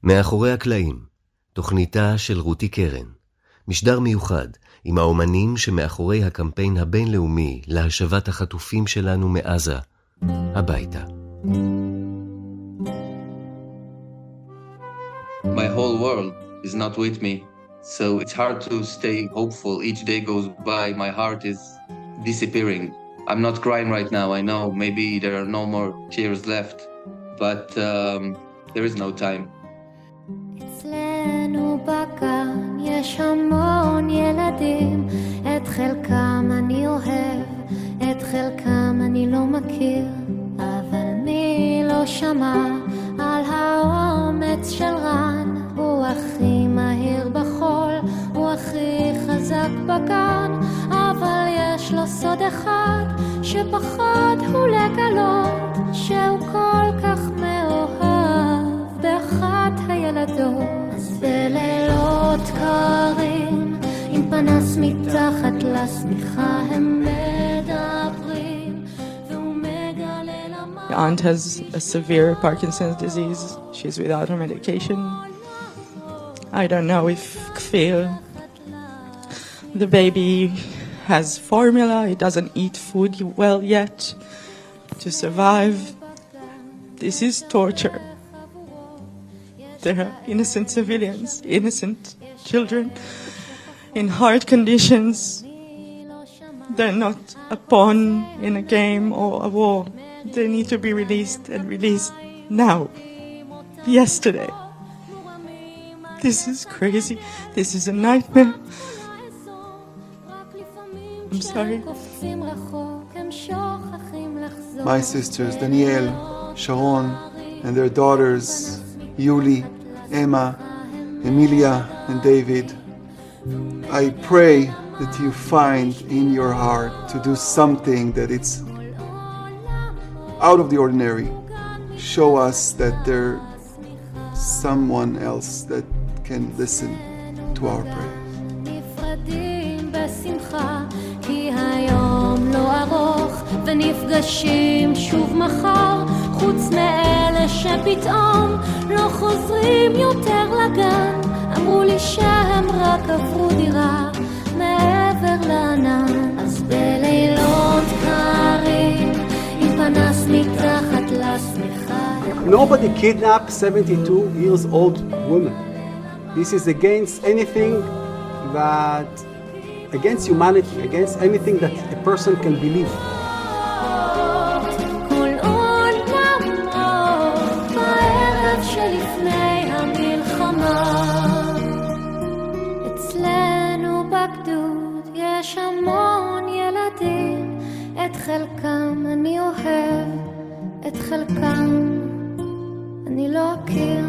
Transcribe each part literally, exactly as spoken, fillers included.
מאחורי הקלעים, תוכניתה של רותי קרן, משדר מיוחד עם האומנים שמאחורי הקמפיין הבינלאומי להשבת החטופים שלנו מעזה, הביתה. My whole world is not with me, so it's hard to stay hopeful. Each day goes by, my heart is disappearing. I'm not crying right now, I know, maybe there are no more tears left, but um, there is no time. אצלנו בגן יש המון ילדים, את חלקם אני אוהב, את חלקם אני לא מכיר, אבל מי לא שמע על האומץ של רן, הוא הכי מהיר בחול, הוא הכי חזק בגן, אבל יש לו סוד אחד שפחד הוא לגלות, שהוא כל כך מאוהב באחת הילדות. אז בלילות קרים עם פנס מתחת לשמיכה הם מדברים והוא מגלה למה. My aunt has a severe Parkinson's disease. She's without her medication. I don't know if Kfir, the baby, has formula. He doesn't eat food well yet to survive. This is torture. There are innocent civilians, innocent children in hard conditions. They're not a pawn in a game or a war. They need to be released and released now, yesterday. This is crazy. This is a nightmare. I'm sorry. My sisters, Danielle, Sharon, and their daughters, Yuli, Emma, Emilia, and David. I pray that you find in your heart to do something that it's out of the ordinary. Show us that there's someone else that can listen to our prayers. כי היום לא ארוך ונפגשים שוב מחר, חוץ מאלה שפתאום לא חוזרים יותר לגן, אמרו לי שהם רק עברו דירה מעבר לענן. אז בלילות קרים עם פנס מתחת לשמיכה. Nobody kidnapped seventy-two years old woman. This is against anything that against humanity, against anything that a person can believe. כל עולמו בערב שלפני המלחמה, אצלנו בגדוד יש המון ילדים, את חלקם אני אוהב, את חלקם אני לא אכיר.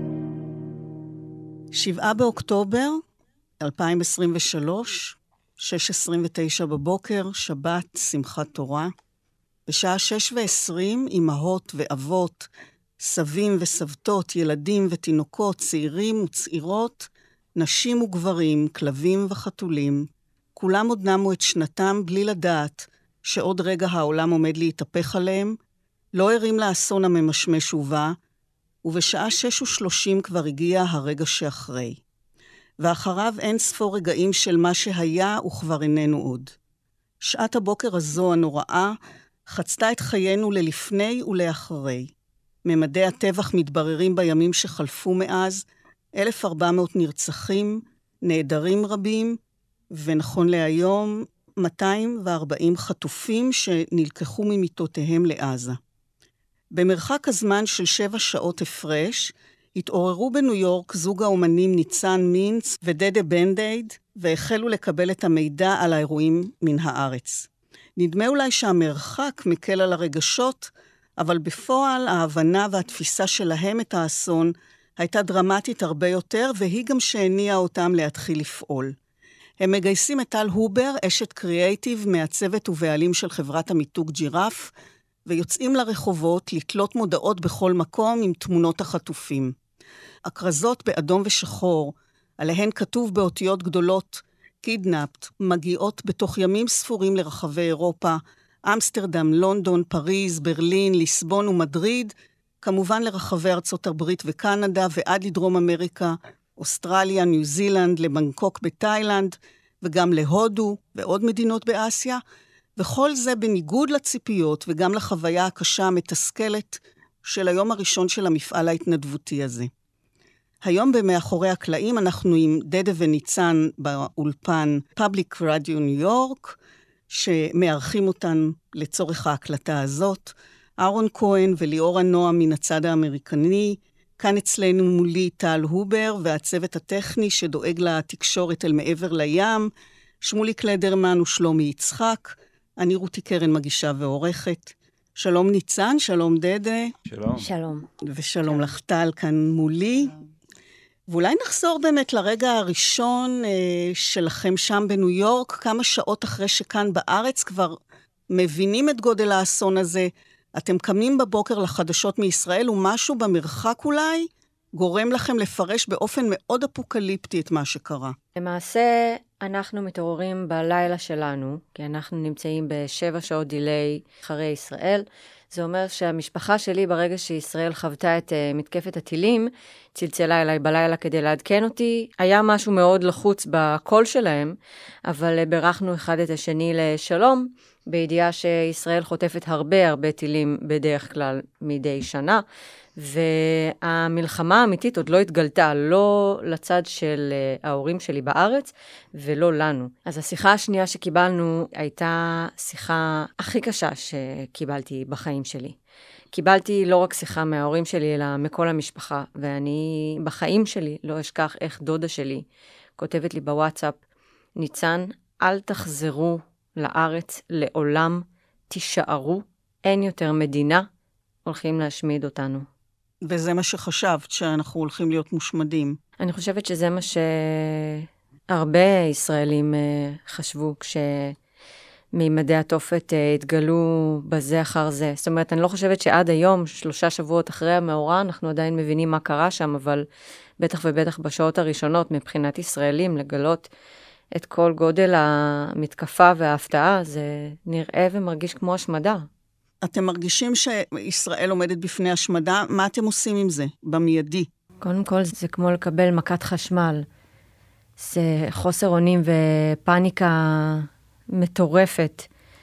שבעה באוקטובר אלפיים עשרים ושלוש, שש עשרים ותשע בבוקר, שבת, שמחת תורה. בשעה שש ועשרים, אמהות ואבות, סבים וסבתות, ילדים ותינוקות, צעירים וצעירות, נשים וגברים, כלבים וחתולים, כולם עוד נמו את שנתם בלי לדעת שעוד רגע העולם עומד להתהפך עליהם, לא ערים לאסון הממשמש ובא, ובשעה שש ושלושים כבר הגיע הרגע שאחרי. ואחריו אין ספור רגעים של מה שהיה וכבר איננו עוד. שעת הבוקר הזו הנוראה חצתה את חיינו ללפני ולאחרי. ממדי הטבח מתבררים בימים שחלפו מאז, אלף וארבע מאות נרצחים, נעדרים רבים, ונכון להיום, מאתיים וארבעים חטופים שנלקחו ממיטותיהם לעזה. במרחק הזמן של שבע שעות הפרש, התעוררו בניו יורק זוג האומנים ניצן מינץ ודדה בנדייד, והחלו לקבל את המידע על האירועים מן הארץ. נדמה אולי שהמרחק מקל על הרגשות, אבל בפועל ההבנה והתפיסה שלהם את האסון הייתה דרמטית הרבה יותר, והיא גם שהניעה אותם להתחיל לפעול. הם מגייסים את טל הובר, אשת קריאייטיב, מעצבת ובעלים של חברת המיתוג ג'ירף, ויוצאים לרחובות לתלות מודעות בכל מקום עם תמונות החטופים. הכרזות באדום ושחור, עליהן כתוב באותיות גדולות, קידנפט, מגיעות בתוך ימים ספורים לרחבי אירופה, אמסטרדם, לונדון, פריז, ברלין, ליסבון ומדריד, כמובן לרחבי ארצות הברית וקנדה, ועד לדרום אמריקה, אוסטרליה, ניו זילנד, לבנקוק בתאילנד, וגם להודו ועוד מדינות באסיה, וכל זה בניגוד לציפיות וגם לחוויה הקשה המתסכלת של היום הראשון של המפעל ההתנדבותי הזה. היום במאחורי הקלעים אנחנו עם דדה וניצן באולפן Public Radio New York, שמארחים אותן לצורך ההקלטה הזאת. אהרון כהן וליאורה נועם מן הצד האמריקני, כאן אצלנו מולי טל הובר והצוות הטכני שדואג לתקשורת אל מעבר לים, שמולי קלדרמן ושלומי יצחק, אני רותי קרן מגישה ועורכת. שלום ניצן, שלום דדה. שלום. שלום. ושלום לך טל כאן מולי. ואולי נחזור באמת לרגע הראשון אה, שלכם שם בניו יורק, כמה שעות אחרי שכאן בארץ כבר מבינים את גודל האסון הזה, אתם קמים בבוקר לחדשות מישראל, ומשהו במרחק אולי גורם לכם לפרש באופן מאוד אפוקליפטי את מה שקרה. למעשה, אנחנו מתעוררים בלילה שלנו, כי אנחנו נמצאים בשבע שעות דילי אחרי ישראל. זה אומר שהמשפחה שלי, ברגע שישראל חוותה את uh, מתקפת הטילים, צלצלה אליי בלילה כדי לעדכן אותי. היה משהו מאוד לחוץ בקול שלהם, אבל uh, ברחנו אחד את השני לשלום, בידיעה שישראל חוטפת הרבה הרבה טילים בדרך כלל מדי שנה, והמלחמה האמיתית עוד לא התגלתה, לא לצד של uh, ההורים שלי בארץ, ולא לנו. אז השיחה השנייה שקיבלנו הייתה שיחה הכי קשה שקיבלתי בחיים שלי. קיבלתי לא רק שיחה מההורים שלי, אלא מכל המשפחה, ואני בחיים שלי לא אשכח איך דודה שלי כותבת לי בוואטסאפ, ניצן, אל תחזרו לארץ לעולם, תישארו, אין יותר מדינה, הולכים להשמיד אותנו. וזה מה שחשבת, שאנחנו הולכים להיות מושמדים. אני חושבת שזה מה שהרבה ישראלים חשבו, כשמימדי התופת התגלו בזה אחר זה. זאת אומרת, אני לא חושבת שעד היום, שלושה שבועות אחרי המאורע, אנחנו עדיין מבינים מה קרה שם, אבל בטח ובטח בשעות הראשונות, מבחינת ישראלים, לגלות את כל גודל המתקפה וההפתעה, זה נראה ומרגיש כמו השמדה. אתם מרגישים שישראל עומדת בפני השמדה, מה אתם עושים עם זה, במיידי? קודם כל, זה כמו לקבל מכת חשמל. זה חוסר אונים ופניקה מטורפת,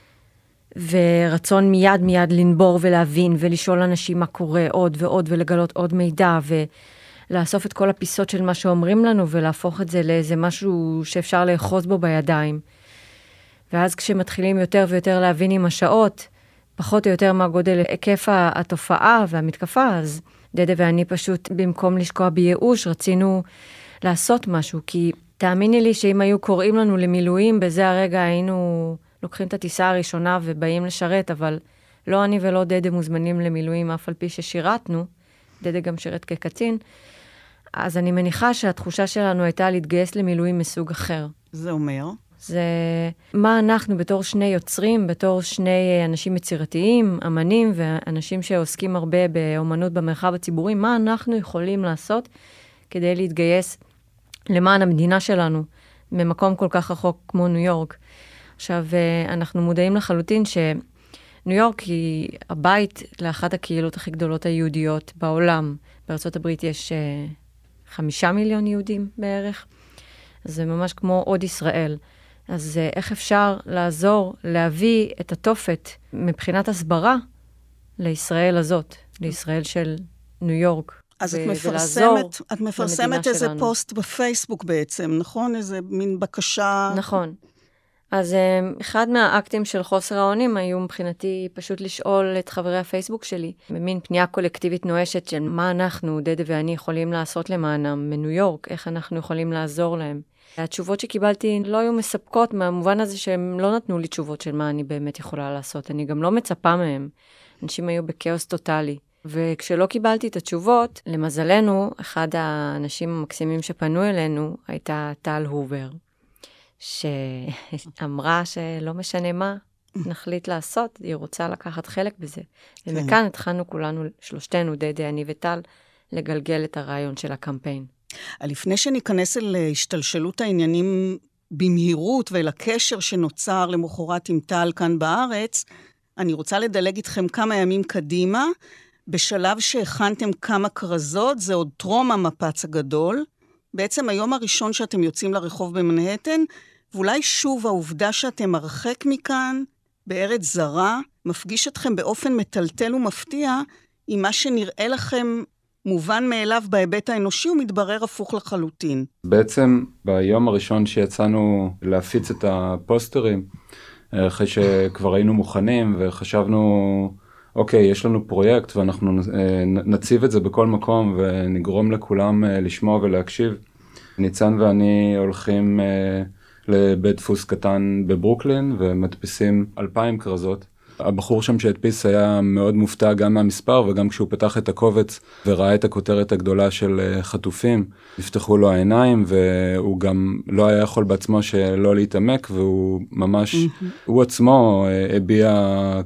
ורצון מיד מיד לנבור ולהבין, ולשאול אנשים מה קורה עוד ועוד, ולגלות עוד מידע, ולאסוף את כל הפיסות של מה שאומרים לנו, ולהפוך את זה לאיזה משהו שאפשר לאחוז בו בידיים. ואז כשמתחילים יותר ויותר להבין עם השעות, פחות או יותר מהגודל היקף התופעה והמתקפה, אז דדה ואני פשוט במקום לשקוע בייאוש, רצינו לעשות משהו, כי תאמיני לי שאם היו קוראים לנו למילואים, בזה הרגע היינו לוקחים את הטיסה הראשונה ובאים לשרת, אבל לא אני ולא דדה מוזמנים למילואים, אף על פי ששירתנו, דדה גם שירת כקצין, אז אני מניחה שהתחושה שלנו הייתה להתגייס למילואים מסוג אחר. זה אומר? זה מה אנחנו בתור שני יוצרים, בתור שני אנשים יצירתיים, אמנים ואנשים שעוסקים הרבה באומנות במרחב הציבורי, מה אנחנו יכולים לעשות כדי להתגייס למען המדינה שלנו, ממקום כל כך רחוק כמו ניו יורק. עכשיו, אנחנו מודעים לחלוטין שניו יורק היא הבית לאחת הקהילות הכי גדולות היהודיות בעולם. בארצות הברית יש חמישה מיליון יהודים בערך. זה ממש כמו עוד ישראל. אז איך אפשר לעזור, להביא את התופת מבחינת הסברה לישראל הזאת, לישראל של ניו יורק. אז את מפרסמת, את מפרסמת איזה פוסט בפייסבוק בעצם, נכון? איזה מין בקשה... נכון. אז אחד מהאקטים של חוסר האונים היו מבחינתי פשוט לשאול את חברי הפייסבוק שלי, במין פנייה קולקטיבית נואשת של מה אנחנו, דדה ואני, יכולים לעשות למענם מניו יורק, איך אנחנו יכולים לעזור להם. התשובות שקיבלתי לא היו מספקות מהמובן הזה שהם לא נתנו לי תשובות של מה אני באמת יכולה לעשות. אני גם לא מצפה מהם. אנשים היו בכאוס טוטלי. וכשלא קיבלתי את התשובות, למזלנו, אחד האנשים המקסימים שפנו אלינו הייתה טל הובר, שאמרה שלא משנה מה נחליט לעשות, היא רוצה לקחת חלק בזה. ומכאן התחלנו כולנו, שלושתנו, דדה, אני וטל, לגלגל את הרעיון של הקמפיין. לפני שניכנס אל השתלשלות העניינים במהירות ואל הקשר שנוצר למחרת עם טל כאן בארץ, אני רוצה לדלג איתכם כמה ימים קדימה, בשלב שהכנתם כמה כרזות, זה עוד טרום המפץ הגדול, בעצם היום הראשון שאתם יוצאים לרחוב במנהטן, ואולי שוב העובדה שאתם הרחק מכאן, בארץ זרה, מפגיש אתכם באופן מטלטל ומפתיע, עם מה שנראה לכם מובן מאליו בהיבט האנושי, הוא מתברר הפוך לחלוטין. בעצם ביום הראשון שיצאנו להפיץ את הפוסטרים, אחרי שכבר היינו מוכנים וחשבנו, אוקיי, יש לנו פרויקט ואנחנו נציב את זה בכל מקום ונגרום לכולם לשמוע ולהקשיב. ניצן ואני הולכים לבית דפוס קטן בברוקלין ומדפיסים אלפיים כרזות. הבחור שם שהדפיס היה מאוד מופתע גם מהמספר, וגם כשהוא פתח את הקובץ וראה את הכותרת הגדולה של חטופים, נפתחו לו העיניים, והוא גם לא היה יכול בעצמו שלא להתעמק, והוא ממש, mm-hmm. הוא עצמו הביע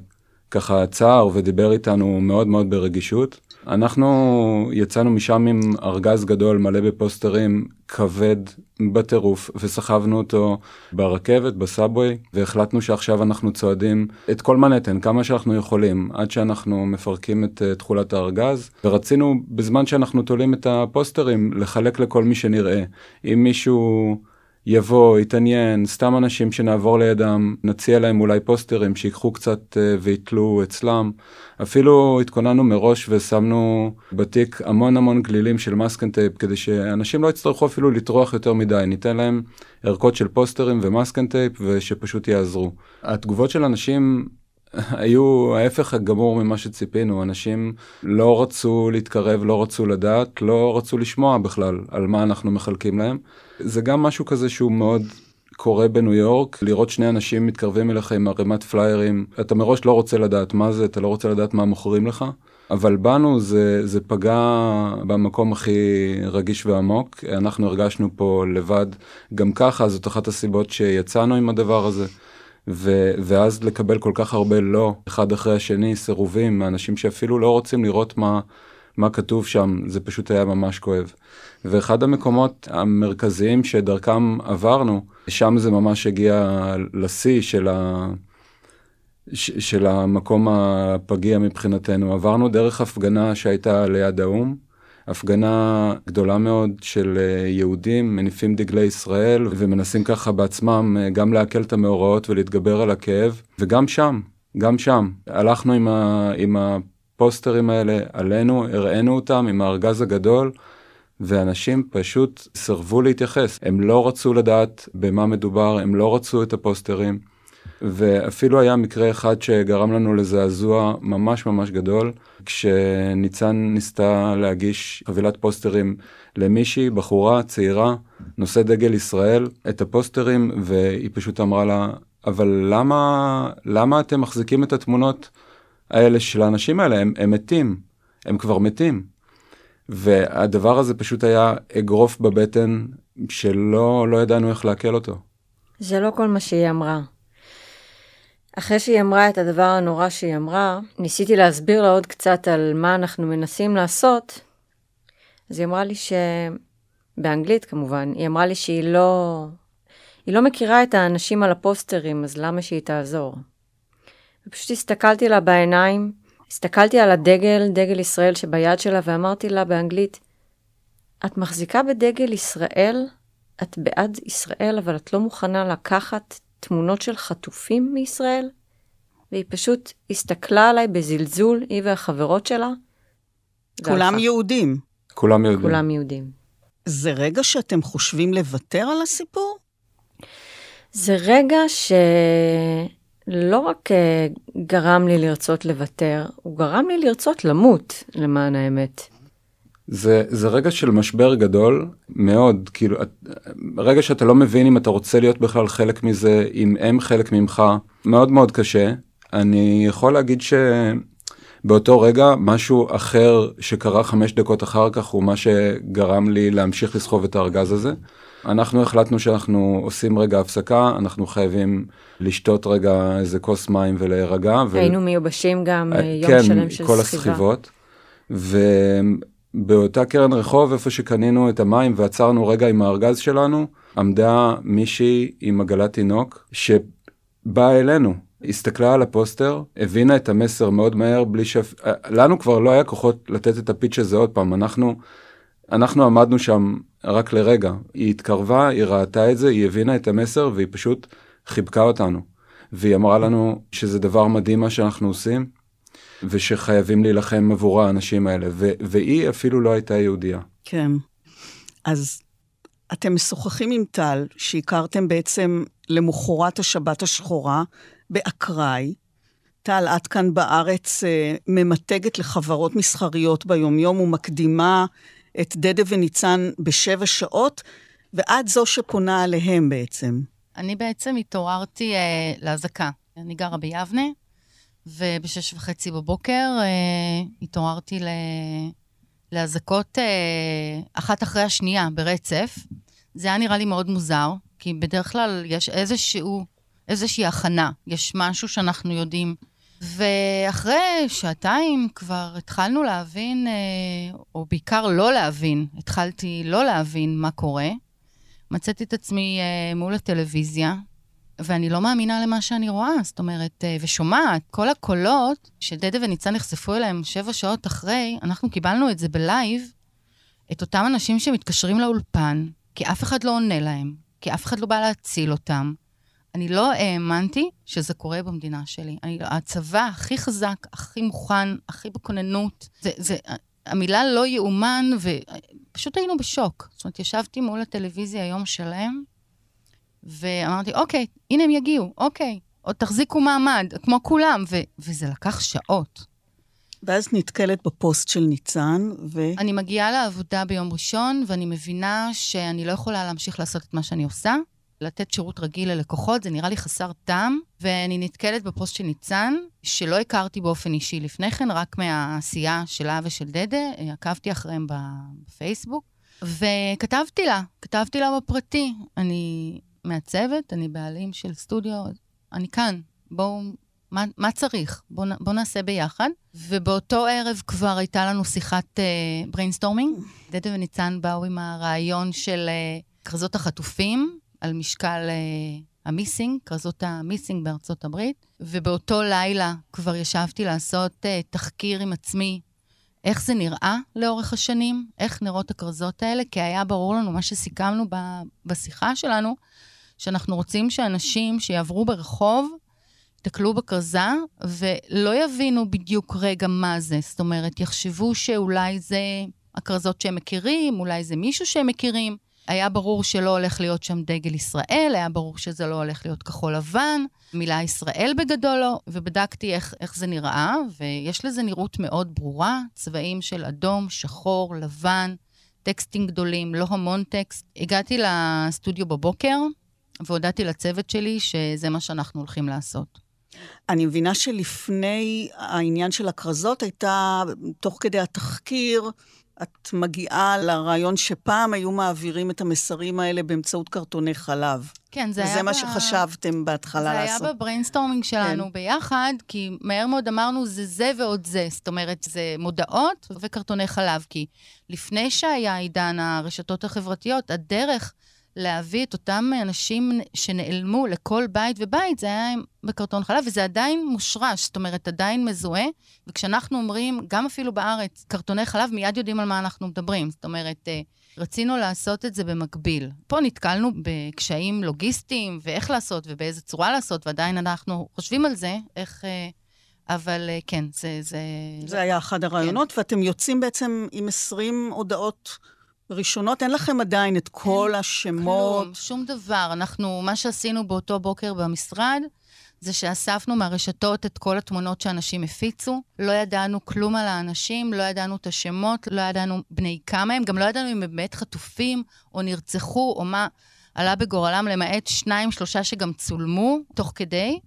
ככה צער ודיבר איתנו מאוד מאוד ברגישות. אנחנו יצאנו משם עם ארגז גדול מלא בפוסטרים כבד בטירוף, וסחבנו אותו ברכבת, בסאבווי, והחלטנו שעכשיו אנחנו צועדים את כל מנהטן, כמה שאנחנו יכולים, עד שאנחנו מפרקים את תכולת הארגז, ורצינו בזמן שאנחנו תולים את הפוסטרים לחלק לכל מי שנראה. אם מישהו יבוא, יתעניין, סתם אנשים שנעבור לידם, נציע להם אולי פוסטרים שיקחו קצת ויתלו אצלם. אפילו התכוננו מראש ושמנו בתיק המון המון גלילים של מסקנטייפ, כדי שאנשים לא יצטרכו אפילו לטרוח יותר מדי. ניתן להם ערכות של פוסטרים ומסקנטייפ ושפשוט יעזרו. התגובות של אנשים היו ההפך הגמור ממה שציפינו. אנשים לא רצו להתקרב, לא רצו לדעת, לא רצו לשמוע בכלל על מה אנחנו מחלקים להם. זה גם משהו כזה שהוא מאוד קורה בניו יורק, לראות שני אנשים מתקרבים אליך עם ערימת פליירים. אתה מראש לא רוצה לדעת מה זה, אתה לא רוצה לדעת מה מוכרים לך, אבל בנו זה, זה פגע במקום הכי רגיש ועמוק. אנחנו הרגשנו פה לבד גם ככה, זאת אחת הסיבות שיצאנו עם הדבר הזה. ו- ואז לקבל כל כך הרבה לא, אחד אחרי השני, סירובים, מאנשים שאפילו לא רוצים לראות מה, מה כתוב שם, זה פשוט היה ממש כואב. ואחד המקומות המרכזיים שדרכם עברנו, שם זה ממש הגיע לשיא של, ה- ש- של המקום הפגיע מבחינתנו. עברנו דרך הפגנה שהייתה ליד האום, הפגנה גדולה מאוד של יהודים, מניפים דגלי ישראל, ומנסים ככה בעצמם גם להקל את המאורעות ולהתגבר על הכאב, וגם שם, גם שם, הלכנו עם, ה, עם הפוסטרים האלה עלינו, הראינו אותם עם הארגז הגדול, ואנשים פשוט סרבו להתייחס. הם לא רצו לדעת במה מדובר, הם לא רצו את הפוסטרים, ואפילו היה מקרה אחד שגרם לנו לזעזוע ממש ממש גדול, כשניצן ניסתה להגיש חבילת פוסטרים למישהי, בחורה צעירה, נושא דגל ישראל, את הפוסטרים, והיא פשוט אמרה לה, אבל למה, למה אתם מחזיקים את התמונות האלה של האנשים האלה? הם, הם מתים, הם כבר מתים. והדבר הזה פשוט היה אגרוף בבטן, שלא לא ידענו איך להקל אותו. זה לא כל מה שהיא אמרה. אחרי שהיא אמרה את הדבר הנורא שהיא אמרה, ניסיתי להסביר לה עוד קצת על מה אנחנו מנסים לעשות, אז היא אמרה לי שבאנגלית כמובן, היא אמרה לי שהיא לא, היא לא מכירה את האנשים על הפוסטרים, אז למה שהיא תעזור? ופשוט הסתכלתי לה בעיניים, הסתכלתי על הדגל, דגל ישראל שביד שלה, ואמרתי לה באנגלית, את מחזיקה בדגל ישראל, את בעד ישראל, אבל את לא מוכנה לקחת תמונות של חטופים מישראל, והיא פשוט הסתכלה עליי בזלזול, היא והחברות שלה. כולם יהודים. כולם יהודים. כולם יהודים. זה רגע שאתם חושבים לוותר על הסיפור? זה רגע שלא רק גרם לי לרצות לוותר, הוא גרם לי לרצות למות, למען האמת. זה, זה רגע של משבר גדול מאוד, כאילו, רגע שאתה לא מבין אם אתה רוצה להיות בכלל חלק מזה, אם הם חלק ממך, מאוד מאוד קשה. אני יכול להגיד שבאותו רגע, משהו אחר שקרה חמש דקות אחר כך, הוא מה שגרם לי להמשיך לסחוב את הארגז הזה. אנחנו החלטנו שאנחנו עושים רגע הפסקה, אנחנו חייבים לשתות רגע איזה כוס מים ולהירגע. היינו ו... מיובשים גם יום כן, שלם של כל סחיבה. הסחיבות. ו... באותה קרן רחוב, איפה שקנינו את המים ועצרנו רגע עם הארגז שלנו, עמדה מישהי עם עגלת תינוק, שבאה אלינו, הסתכלה על הפוסטר, הבינה את המסר מאוד מהר, בלי ש... לנו כבר לא היה כוחות לתת את הפיץ' הזה עוד פעם, אנחנו, אנחנו עמדנו שם רק לרגע, היא התקרבה, היא ראתה את זה, היא הבינה את המסר, והיא פשוט חיבקה אותנו, והיא אמרה לנו שזה דבר מדהים מה שאנחנו עושים, ושחייבים להילחם עבור האנשים האלה, ו- והיא אפילו לא הייתה יהודייה. כן, אז אתם משוחחים עם טל, שהכרתם בעצם למחרת השבת השחורה, באקראי. טל, עד כאן בארץ ממתגת לחברות מסחריות ביומיום, ומקדימה את דדה וניצן בשבע שעות, ועד זו שפונה עליהם בעצם. אני בעצם התעוררתי אה, להזקה. אני גרה ביבנה, ובשש וחצי בבוקר אה, התעוררתי ל... להזקות אה, אחת אחרי השנייה ברצף. זה היה נראה לי מאוד מוזר, כי בדרך כלל יש איזשהו, איזושהי הכנה, יש משהו שאנחנו יודעים. ואחרי שעתיים כבר התחלנו להבין, אה, או בעיקר לא להבין, התחלתי לא להבין מה קורה. מצאתי את עצמי אה, מול הטלוויזיה, ואני לא מאמינה למה שאני רואה, זאת אומרת, אה, ושומעת, כל הקולות שדדה וניצן נחשפו אליהם שבע שעות אחרי, אנחנו קיבלנו את זה בלייב, את אותם אנשים שמתקשרים לאולפן, כי אף אחד לא עונה להם, כי אף אחד לא בא להציל אותם. אני לא האמנתי שזה קורה במדינה שלי. אני, הצבא הכי חזק, הכי מוכן, הכי בכוננות, זה, זה, המילה לא יאומן, ופשוט היינו בשוק. זאת אומרת, ישבתי מול הטלוויזיה יום שלם, ואמרתי, אוקיי, הנה הם יגיעו, אוקיי, עוד תחזיקו מעמד, כמו כולם, ו, וזה לקח שעות. ואז נתקלת בפוסט של ניצן, ו... אני מגיעה לעבודה ביום ראשון, ואני מבינה שאני לא יכולה להמשיך לעשות את מה שאני עושה, לתת שירות רגיל ללקוחות, זה נראה לי חסר טעם, ואני נתקלת בפוסט של ניצן, שלא הכרתי באופן אישי לפני כן, רק מהעשייה שלה ושל דדה, עקבתי אחריהם בפייסבוק, וכתבתי לה, כתבתי לה בפרטי, אני מעצבת, אני בעלים של סטודיו, אני כאן, בואו, מה, מה צריך? בואו בוא נעשה ביחד, ובאותו ערב כבר הייתה לנו שיחת בריינסטורמינג, uh, דדה וניצן באו עם הרעיון של uh, כרזות החטופים, על משקל uh, המיסינג, כרזות המיסינג בארצות הברית, ובאותו לילה כבר ישבתי לעשות uh, תחקיר עם עצמי, איך זה נראה לאורך השנים, איך נראות הכרזות האלה, כי היה ברור לנו מה שסיכמנו ב- בשיחה שלנו, שאנחנו רוצים שאנשים שיעברו ברחוב, תקלו בכרזה, ולא יבינו בדיוק רגע מה זה, זאת אומרת, יחשבו שאולי זה הכרזות שהם מכירים, אולי זה מישהו שהם מכירים, היה ברור שלא הולך להיות שם דגל ישראל, היה ברור שזה לא הולך להיות כחול לבן, מילה ישראל בגדול לא, ובדקתי איך, איך זה נראה, ויש לזה נראות מאוד ברורה, צבעים של אדום, שחור, לבן, טקסטים גדולים, לא המון טקסט. הגעתי לסטודיו בבוקר, והודעתי לצוות שלי שזה מה שאנחנו הולכים לעשות. אני מבינה שלפני העניין של הכרזות הייתה, תוך כדי התחקיר, את מגיעה לרעיון שפעם היו מעבירים את המסרים האלה באמצעות קרטוני חלב. כן, זה היה... וזה מה שחשבתם בהתחלה לעשות. זה היה בבריינסטורמינג שלנו כן. ביחד, כי מהר מאוד אמרנו זה זה ועוד זה. זאת אומרת, זה מודעות וקרטוני חלב, כי לפני שהיה עידן הרשתות החברתיות, הדרך להביא את אותם אנשים שנעלמו לכל בית ובית, זה היה בקרטון חלב, וזה עדיין מושרש, זאת אומרת, עדיין מזוהה, וכשאנחנו אומרים, גם אפילו בארץ, קרטוני חלב, מיד יודעים על מה אנחנו מדברים, זאת אומרת, רצינו לעשות את זה במקביל. פה נתקלנו בקשיים לוגיסטיים, ואיך לעשות, ובאיזה צורה לעשות, ועדיין אנחנו חושבים על זה, איך... אבל כן, זה... זה, זה היה אחד הרעיונות, כן. ואתם יוצאים בעצם עם עשרים הודעות ראשונות, אין לכם עדיין את כל השמות. כלום, שום דבר. אנחנו, מה שעשינו באותו בוקר במשרד, זה שאספנו מהרשתות את כל התמונות שאנשים הפיצו, לא ידענו כלום על האנשים, לא ידענו את השמות, לא ידענו בני כמה הם, גם לא ידענו אם הם באמת חטופים, או נרצחו, או מה עלה בגורלם, למעט שניים, שלושה שגם צולמו, תוך כדי,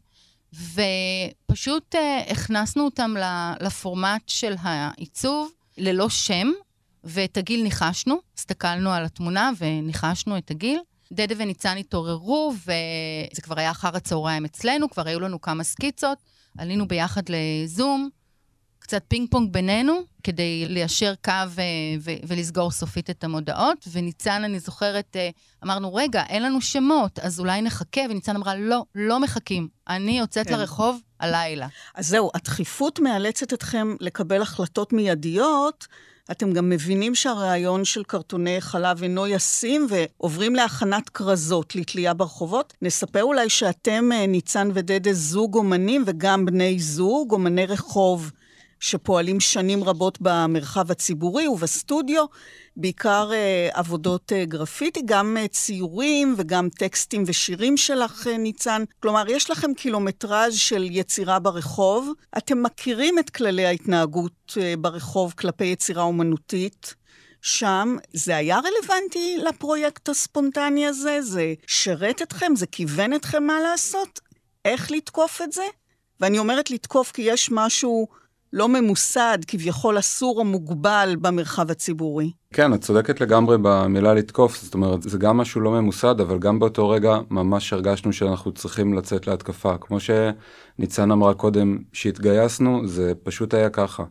ופשוט אה, הכנסנו אותם לפורמט של העיצוב, ללא שם, ואת הגיל ניחשנו, הסתכלנו על התמונה וניחשנו את הגיל. דדה וניצן התעוררו, וזה כבר היה אחר הצהריים אצלנו, כבר היו לנו כמה סקיצות, עלינו ביחד לזום, קצת פינג פונג בינינו, כדי ליישר קו ו- ולסגור סופית את המודעות, וניצן, אני זוכרת, אמרנו, רגע, אין לנו שמות, אז אולי נחכה, וניצן אמרה, לא, לא מחכים, אני יוצאת כן. לרחוב הלילה. אז זהו, הדחיפות מאלצת אתכם לקבל החלטות מיידיות, אתם גם מבינים שהרעיון של קרטוני חלב אינו ישים, ועוברים להכנת קרזות לתלייה ברחובות. נספר אולי שאתם, ניצן ודדה, זוג אומנים, וגם בני זוג, אומני רחוב, שפועלים שנים רבות במרחב הציבורי ובסטודיו, בעיקר אה, עבודות אה, גרפיטי, גם אה, ציורים וגם טקסטים ושירים שלך, אה, ניצן. כלומר, יש לכם קילומטראז' של יצירה ברחוב. אתם מכירים את כללי ההתנהגות אה, ברחוב כלפי יצירה אומנותית. שם זה היה רלוונטי לפרויקט הספונטני הזה? זה שרת אתכם? זה כיוון אתכם מה לעשות? איך לתקוף את זה? ואני אומרת לתקוף כי יש משהו לא ממוסד, כביכול אסור או מוגבל במרחב הציבורי. כן, את צודקת לגמרי במילה לתקוף, זאת אומרת, זה גם משהו לא ממוסד, אבל גם באותו רגע ממש הרגשנו שאנחנו צריכים לצאת להתקפה. כמו שניצן אמרה קודם, שהתגייסנו, זה פשוט היה ככה.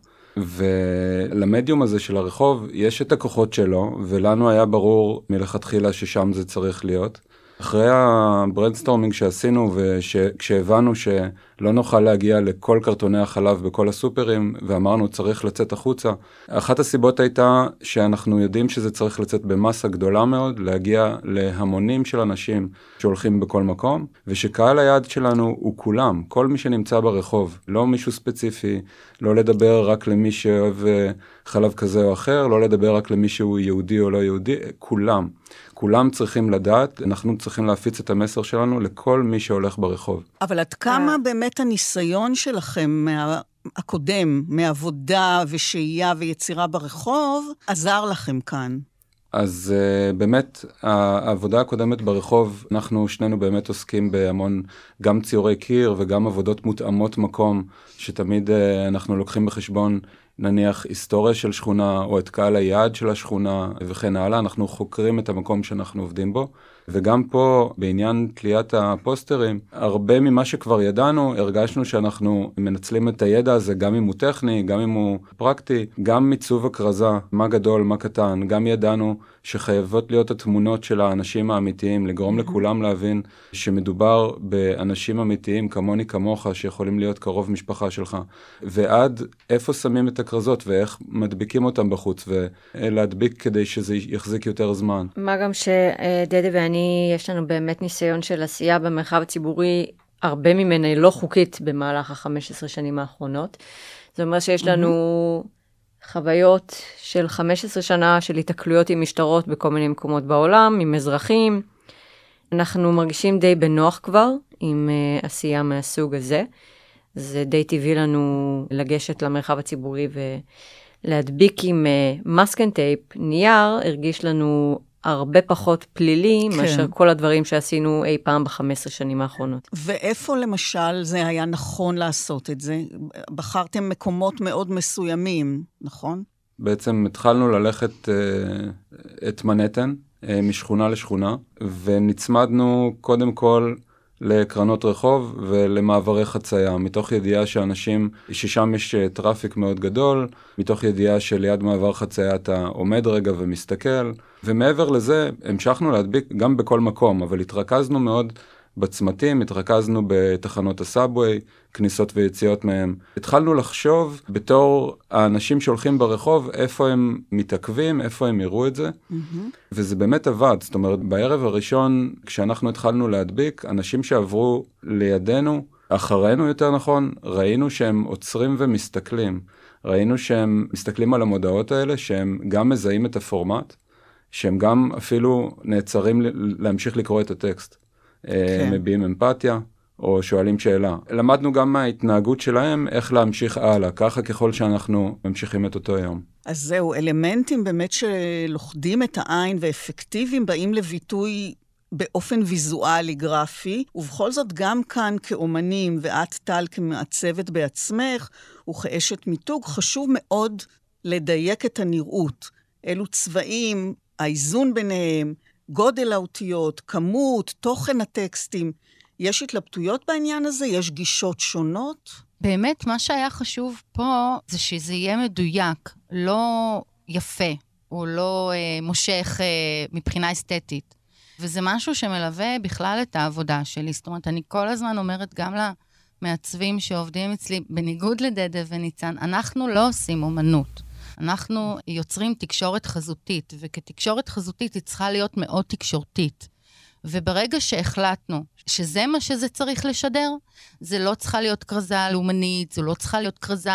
ולמדיום הזה של הרחוב, יש את הכוחות שלו, ולנו היה ברור מלכתחילה ששם זה צריך להיות. אחרי הבריינסטורמינג שעשינו, וכשהבנו שלא נוכל להגיע לכל קרטוני החלב בכל הסופרים, ואמרנו צריך לצאת החוצה, אחת הסיבות הייתה שאנחנו יודעים שזה צריך לצאת במסה גדולה מאוד, להגיע להמונים של אנשים שהולכים בכל מקום, ושקהל היעד שלנו הוא כולם, כל מי שנמצא ברחוב, לא מישהו ספציפי, לא לדבר רק למי שאוהב חלב כזה או אחר, לא לדבר רק למי שהוא יהודי או לא יהודי, כולם. כולם צריכים לדעת, אנחנו צריכים להפיץ את המסר שלנו לכל מי שהולך ברחוב. אבל עד כמה באמת הניסיון שלכם מה... הקודם, מעבודה ושהייה ויצירה ברחוב, עזר לכם כאן? אז uh, באמת, העבודה הקודמת ברחוב, אנחנו שנינו באמת עוסקים בהמון, גם ציורי קיר וגם עבודות מותאמות מקום, שתמיד uh, אנחנו לוקחים בחשבון, נניח היסטוריה של שכונה, או את קהל היעד של השכונה, וכן הלאה, אנחנו חוקרים את המקום שאנחנו עובדים בו, וגם פה, בעניין תליית הפוסטרים, הרבה ממה שכבר ידענו, הרגשנו שאנחנו מנצלים את הידע הזה, גם אם הוא טכני, גם אם הוא פרקטי, גם מיצוב הקרזה, מה גדול, מה קטן, גם ידענו שחייבות להיות התמונות של האנשים האמיתיים, לגרום לכולם להבין שמדובר באנשים אמיתיים, כמוני כמוך, שיכולים להיות קרוב משפחה שלך, ועד איפה שמים את הקרזות, ואיך מדביקים אותם בחוץ, ולהדביק כדי שזה יחזיק יותר זמן. מה גם שדדה ואני, יש לנו באמת ניסיון של עשייה במרחב הציבורי, הרבה ממנה לא חוקית במהלך ה-חמש עשרה שנים האחרונות. זאת אומרת שיש לנו חוויות של חמש עשרה שנה של התקלויות עם משטרות בכל מיני מקומות בעולם, עם אזרחים. אנחנו מרגישים די בנוח כבר עם uh, עשייה מהסוג הזה. זה די טבעי לנו לגשת למרחב הציבורי ולהדביק עם uh, מסקן טייפ, נייר, הרגיש לנו הרבה פחות פלילי, כן. מאשר כל הדברים שעשינו אי פעם ב-חמש עשרה שנים האחרונות. ואיפה למשל זה היה נכון לעשות את זה? בחרתם מקומות מאוד מסוימים, נכון? בעצם התחלנו ללכת uh, את מנהטן, uh, משכונה לשכונה, ונצמדנו קודם כל לקרנות רחוב ולמעברי חצייה, מתוך ידיעה שאנשים, ששם יש טראפיק מאוד גדול, מתוך ידיעה שליד מעבר חצייה אתה עומד רגע ומסתכל, ומעבר לזה המשכנו להדביק גם בכל מקום, אבל התרכזנו מאוד בצמתים, התרכזנו בתחנות הסאבווי, כניסות ויציאות מהם. התחלנו לחשוב בתור האנשים שהולכים ברחוב, איפה הם מתעכבים, איפה הם יראו את זה, mm-hmm. וזה באמת עבד. זאת אומרת, בערב הראשון, כשאנחנו התחלנו להדביק, אנשים שעברו לידינו, אחרינו יותר נכון, ראינו שהם עוצרים ומסתכלים. ראינו שהם מסתכלים על המודעות האלה, שהם גם מזהים את הפורמט, שהם גם אפילו נעצרים להמשיך לקרוא את הטקסט. כן. מביעים אמפתיה, או שואלים שאלה. למדנו גם מההתנהגות שלהם, איך להמשיך הלאה, ככה ככל שאנחנו ממשיכים את אותו יום. אז זהו, אלמנטים באמת שלוחדים את העין ואפקטיביים, באים לביטוי באופן ויזואלי, גרפי, ובכל זאת גם כאן כאומנים, ואת טל כמעצבת בעצמך, וכאשת מיתוג, חשוב מאוד לדייק את הנראות. אלו צבעים, האיזון ביניהם, גודל האותיות, כמות, תוכן הטקסטים, יש התלבטויות בעניין הזה? יש גישות שונות? באמת, מה שהיה חשוב פה זה שזה יהיה מדויק, לא יפה, או לא אה, מושך אה, מבחינה אסתטית. וזה משהו שמלווה בכלל את העבודה שלי. זאת אומרת, אני כל הזמן אומרת גם למעצבים שעובדים אצלי, בניגוד לדדה וניצן, אנחנו לא עושים אומנות. אנחנו יוצרים תקשורת חזותית, וכתקשורת חזותית היא צריכה להיות מאוד תקשורתית. וברגע שהחלטנו שזה מה שזה צריך לשדר, זה לא צריכה להיות קרזה לאומנית, זה לא צריכה להיות קרזה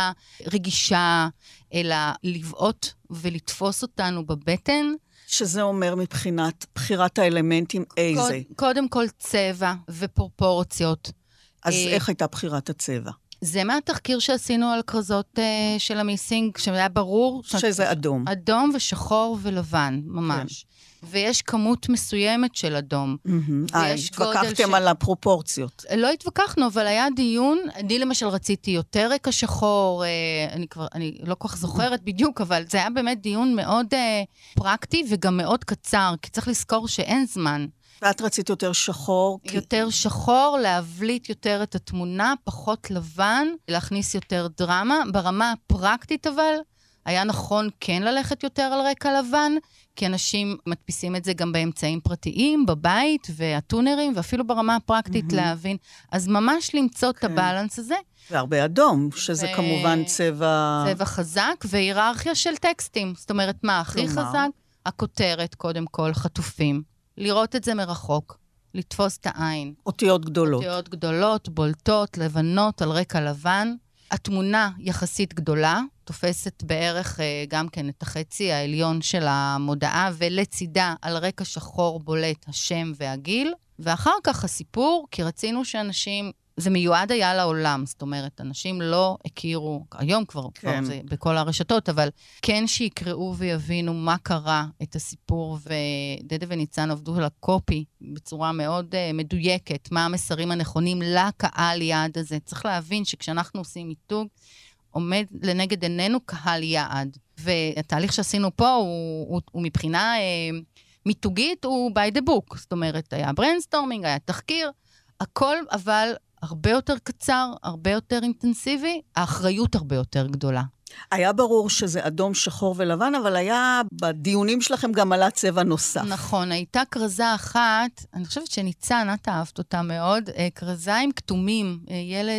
רגישה, אלא לבעוט ולתפוס אותנו בבטן. שזה אומר מבחינת בחירת האלמנטים איזה? קוד, קודם כל צבע ופרופורציות. אז אה, איך הייתה בחירת הצבע? זה מהתחקיר שעשינו על קרזות uh, של המיסינג, שהיה ברור. שזה ש... אדום. אדום ושחור ולבן, ממש. כן. ויש כמות מסוימת של אדום. Mm-hmm. אה, התווכחתם ש... על הפרופורציות. לא התווכחנו, אבל היה דיון, אני למשל רציתי יותר רקע שחור, אה, אני כבר, אני לא כל כך זוכרת בדיוק, אבל זה היה באמת דיון מאוד אה, פרקטי וגם מאוד קצר, כי צריך לזכור שאין זמן. ואת רצית יותר שחור? יותר כי... שחור, להבליט יותר את התמונה, פחות לבן, להכניס יותר דרמה. ברמה הפרקטית אבל, היה נכון כן ללכת יותר על רקע לבן, כי אנשים מדפיסים את זה גם באמצעים פרטיים, בבית, והטונרים, ואפילו ברמה הפרקטית mm-hmm. להבין. אז ממש למצוא כן. את הבאלנס הזה. והרבה אדום, שזה ו... כמובן צבע... צבע חזק, והיררכיה של טקסטים. זאת אומרת, מה הכי כלומר... חזק? הכותרת, קודם כל, חטופים. לראות את זה מרחוק, לתפוס את העין. אותיות גדולות. אותיות גדולות, בולטות, לבנות, על רקע לבן. התמונה יחסית גדולה, תופסת בערך גם כן את החצי העליון של המודעה, ולצידה על רקע שחור בולט השם והגיל. ואחר כך הסיפור, כי רצינו שאנשים, זה מיועד היה לעולם, זאת אומרת, אנשים לא הכירו, היום כבר, כן. כבר זה בכל הרשתות, אבל כן שיקראו ויבינו מה קרה את הסיפור, ודדה וניצן עבדו על הקופי בצורה מאוד uh, מדויקת, מה המסרים הנכונים לקהל יעד הזה. צריך להבין שכשאנחנו עושים מיתוג, עומד לנגד עינינו קהל יעד, והתהליך שעשינו פה הוא, הוא, הוא מבחינה uh, מיתוגית, הוא by the book, זאת אומרת, היה בריינסטורמינג, היה תחקיר, הכל אבל הרבה יותר קצר, הרבה יותר אינטנסיבי, האחריות הרבה יותר גדולה. היה ברור שזה אדום, שחור ולבן, אבל היה בדיונים שלכם גם עלה צבע נוסף. נכון, הייתה קרזה אחת, אני חושבת שניצן, את אהבת אותה מאוד, קרזה עם כתומים, ילד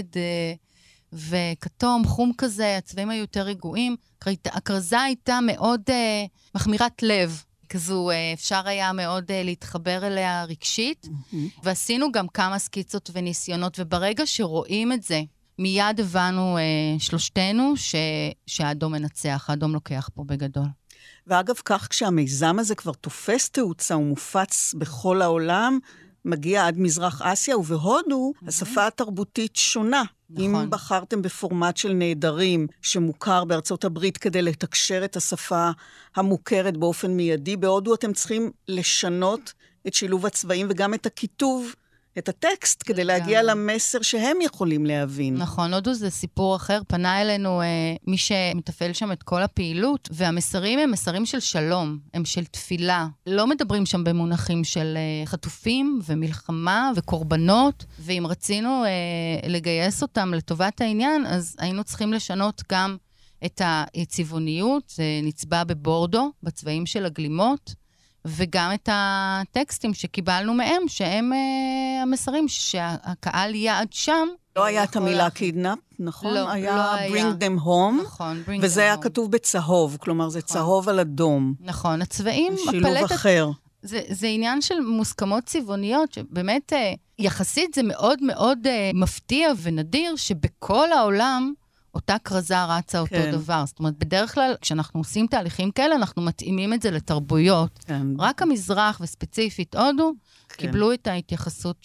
וכתום, חום כזה, הצבעים היו יותר רגועים. הקרזה הייתה מאוד מחמירת לב. כזו אפשר היה מאוד להתחבר אליה רגשית, mm-hmm. ועשינו גם כמה סקיצות וניסיונות, וברגע שרואים את זה, מיד הבנו אה, שלושתנו ש... שהאדום מנצח, האדום לוקח פה בגדול. ואגב כך, כשהמיזם הזה כבר תופס תאוצה ומופץ בכל העולם, מגיע עד מזרח אסיה, ובהודו mm-hmm. השפה התרבותית שונה. נכון. אם בחרתם בפורמט של נהדרים, שמוכר בארצות הברית כדי לתקשר את השפה המוכרת באופן מיידי, בהודו אתם צריכים לשנות את שילוב הצבעים וגם את הכיתוב, את הטקסט, כדי להגיע למסר שהם יכולים להבין. נכון, הודו זה סיפור אחר. פנה אלינו אה, מי שמתפעל שם את כל הפעילות, והמסרים הם מסרים של שלום, הם של תפילה. לא מדברים שם במונחים של אה, חטופים ומלחמה וקורבנות, ואם רצינו אה, לגייס אותם לטובת העניין, אז היינו צריכים לשנות גם את הצבעוניות, זה נצבע בבורדו, בצבעים של הגלימות, וגם את הטקסטים שקיבלנו מהם, שהם uh, המסרים שהקהל יעד שם. לא היה את המילה קידנאפ, נכון? לא, היה לא היה. bring them home. נכון, bring them home. וזה היה כתוב בצהוב, כלומר זה צהוב על אדום. נכון, הצבעים, שילוב אחר. זה, זה עניין של מוסכמות צבעוניות, שבאמת uh, יחסית זה מאוד מאוד uh, מפתיע ונדיר, שבכל העולם אותה קרזה רצה אותו כן. דבר. זאת אומרת, בדרך כלל, כשאנחנו עושים תהליכים כאלה, אנחנו מתאימים את זה לתרבויות. כן. רק המזרח וספציפית הודו, כן. קיבלו את ההתייחסות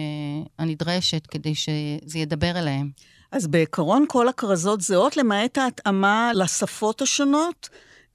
הנדרשת כדי שזה ידבר אליהם. אז בעיקרון כל הקרזות זהות, למעט ההתאמה לשפות השונות,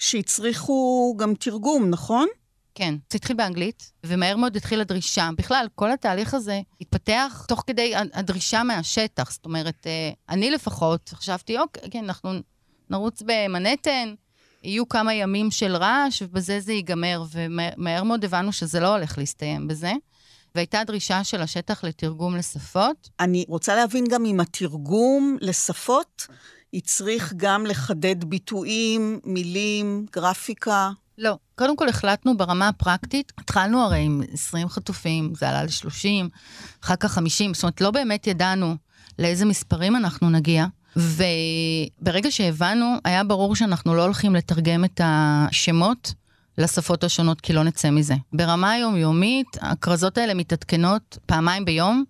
שהצריכו גם תרגום, נכון? כן, זה התחיל באנגלית, ומהר מאוד התחיל הדרישה. בכלל, כל התהליך הזה התפתח תוך כדי הדרישה מהשטח. זאת אומרת, אני לפחות חשבתי, אוקיי, כן, אנחנו נרוץ במנהטן, יהיו כמה ימים של רעש, ובזה זה ייגמר, ומהר מאוד הבנו שזה לא הולך להסתיים בזה. והייתה דרישה של השטח לתרגום לשפות. אני רוצה להבין גם אם התרגום לשפות יצריך גם לחדד ביטויים, מילים, גרפיקה. לא, קודם כל החלטנו ברמה הפרקטית, התחלנו הרי עם עשרים חטופים, זה עלה ל-שלושים, אחר כך חמישים, זאת אומרת לא באמת ידענו לאיזה מספרים אנחנו נגיע, וברגע שהבנו, היה ברור שאנחנו לא הולכים לתרגם את השמות לשפות השונות, כי לא נצא מזה. ברמה היומיומית, הכרזות האלה מתעדכנות פעמיים ביום,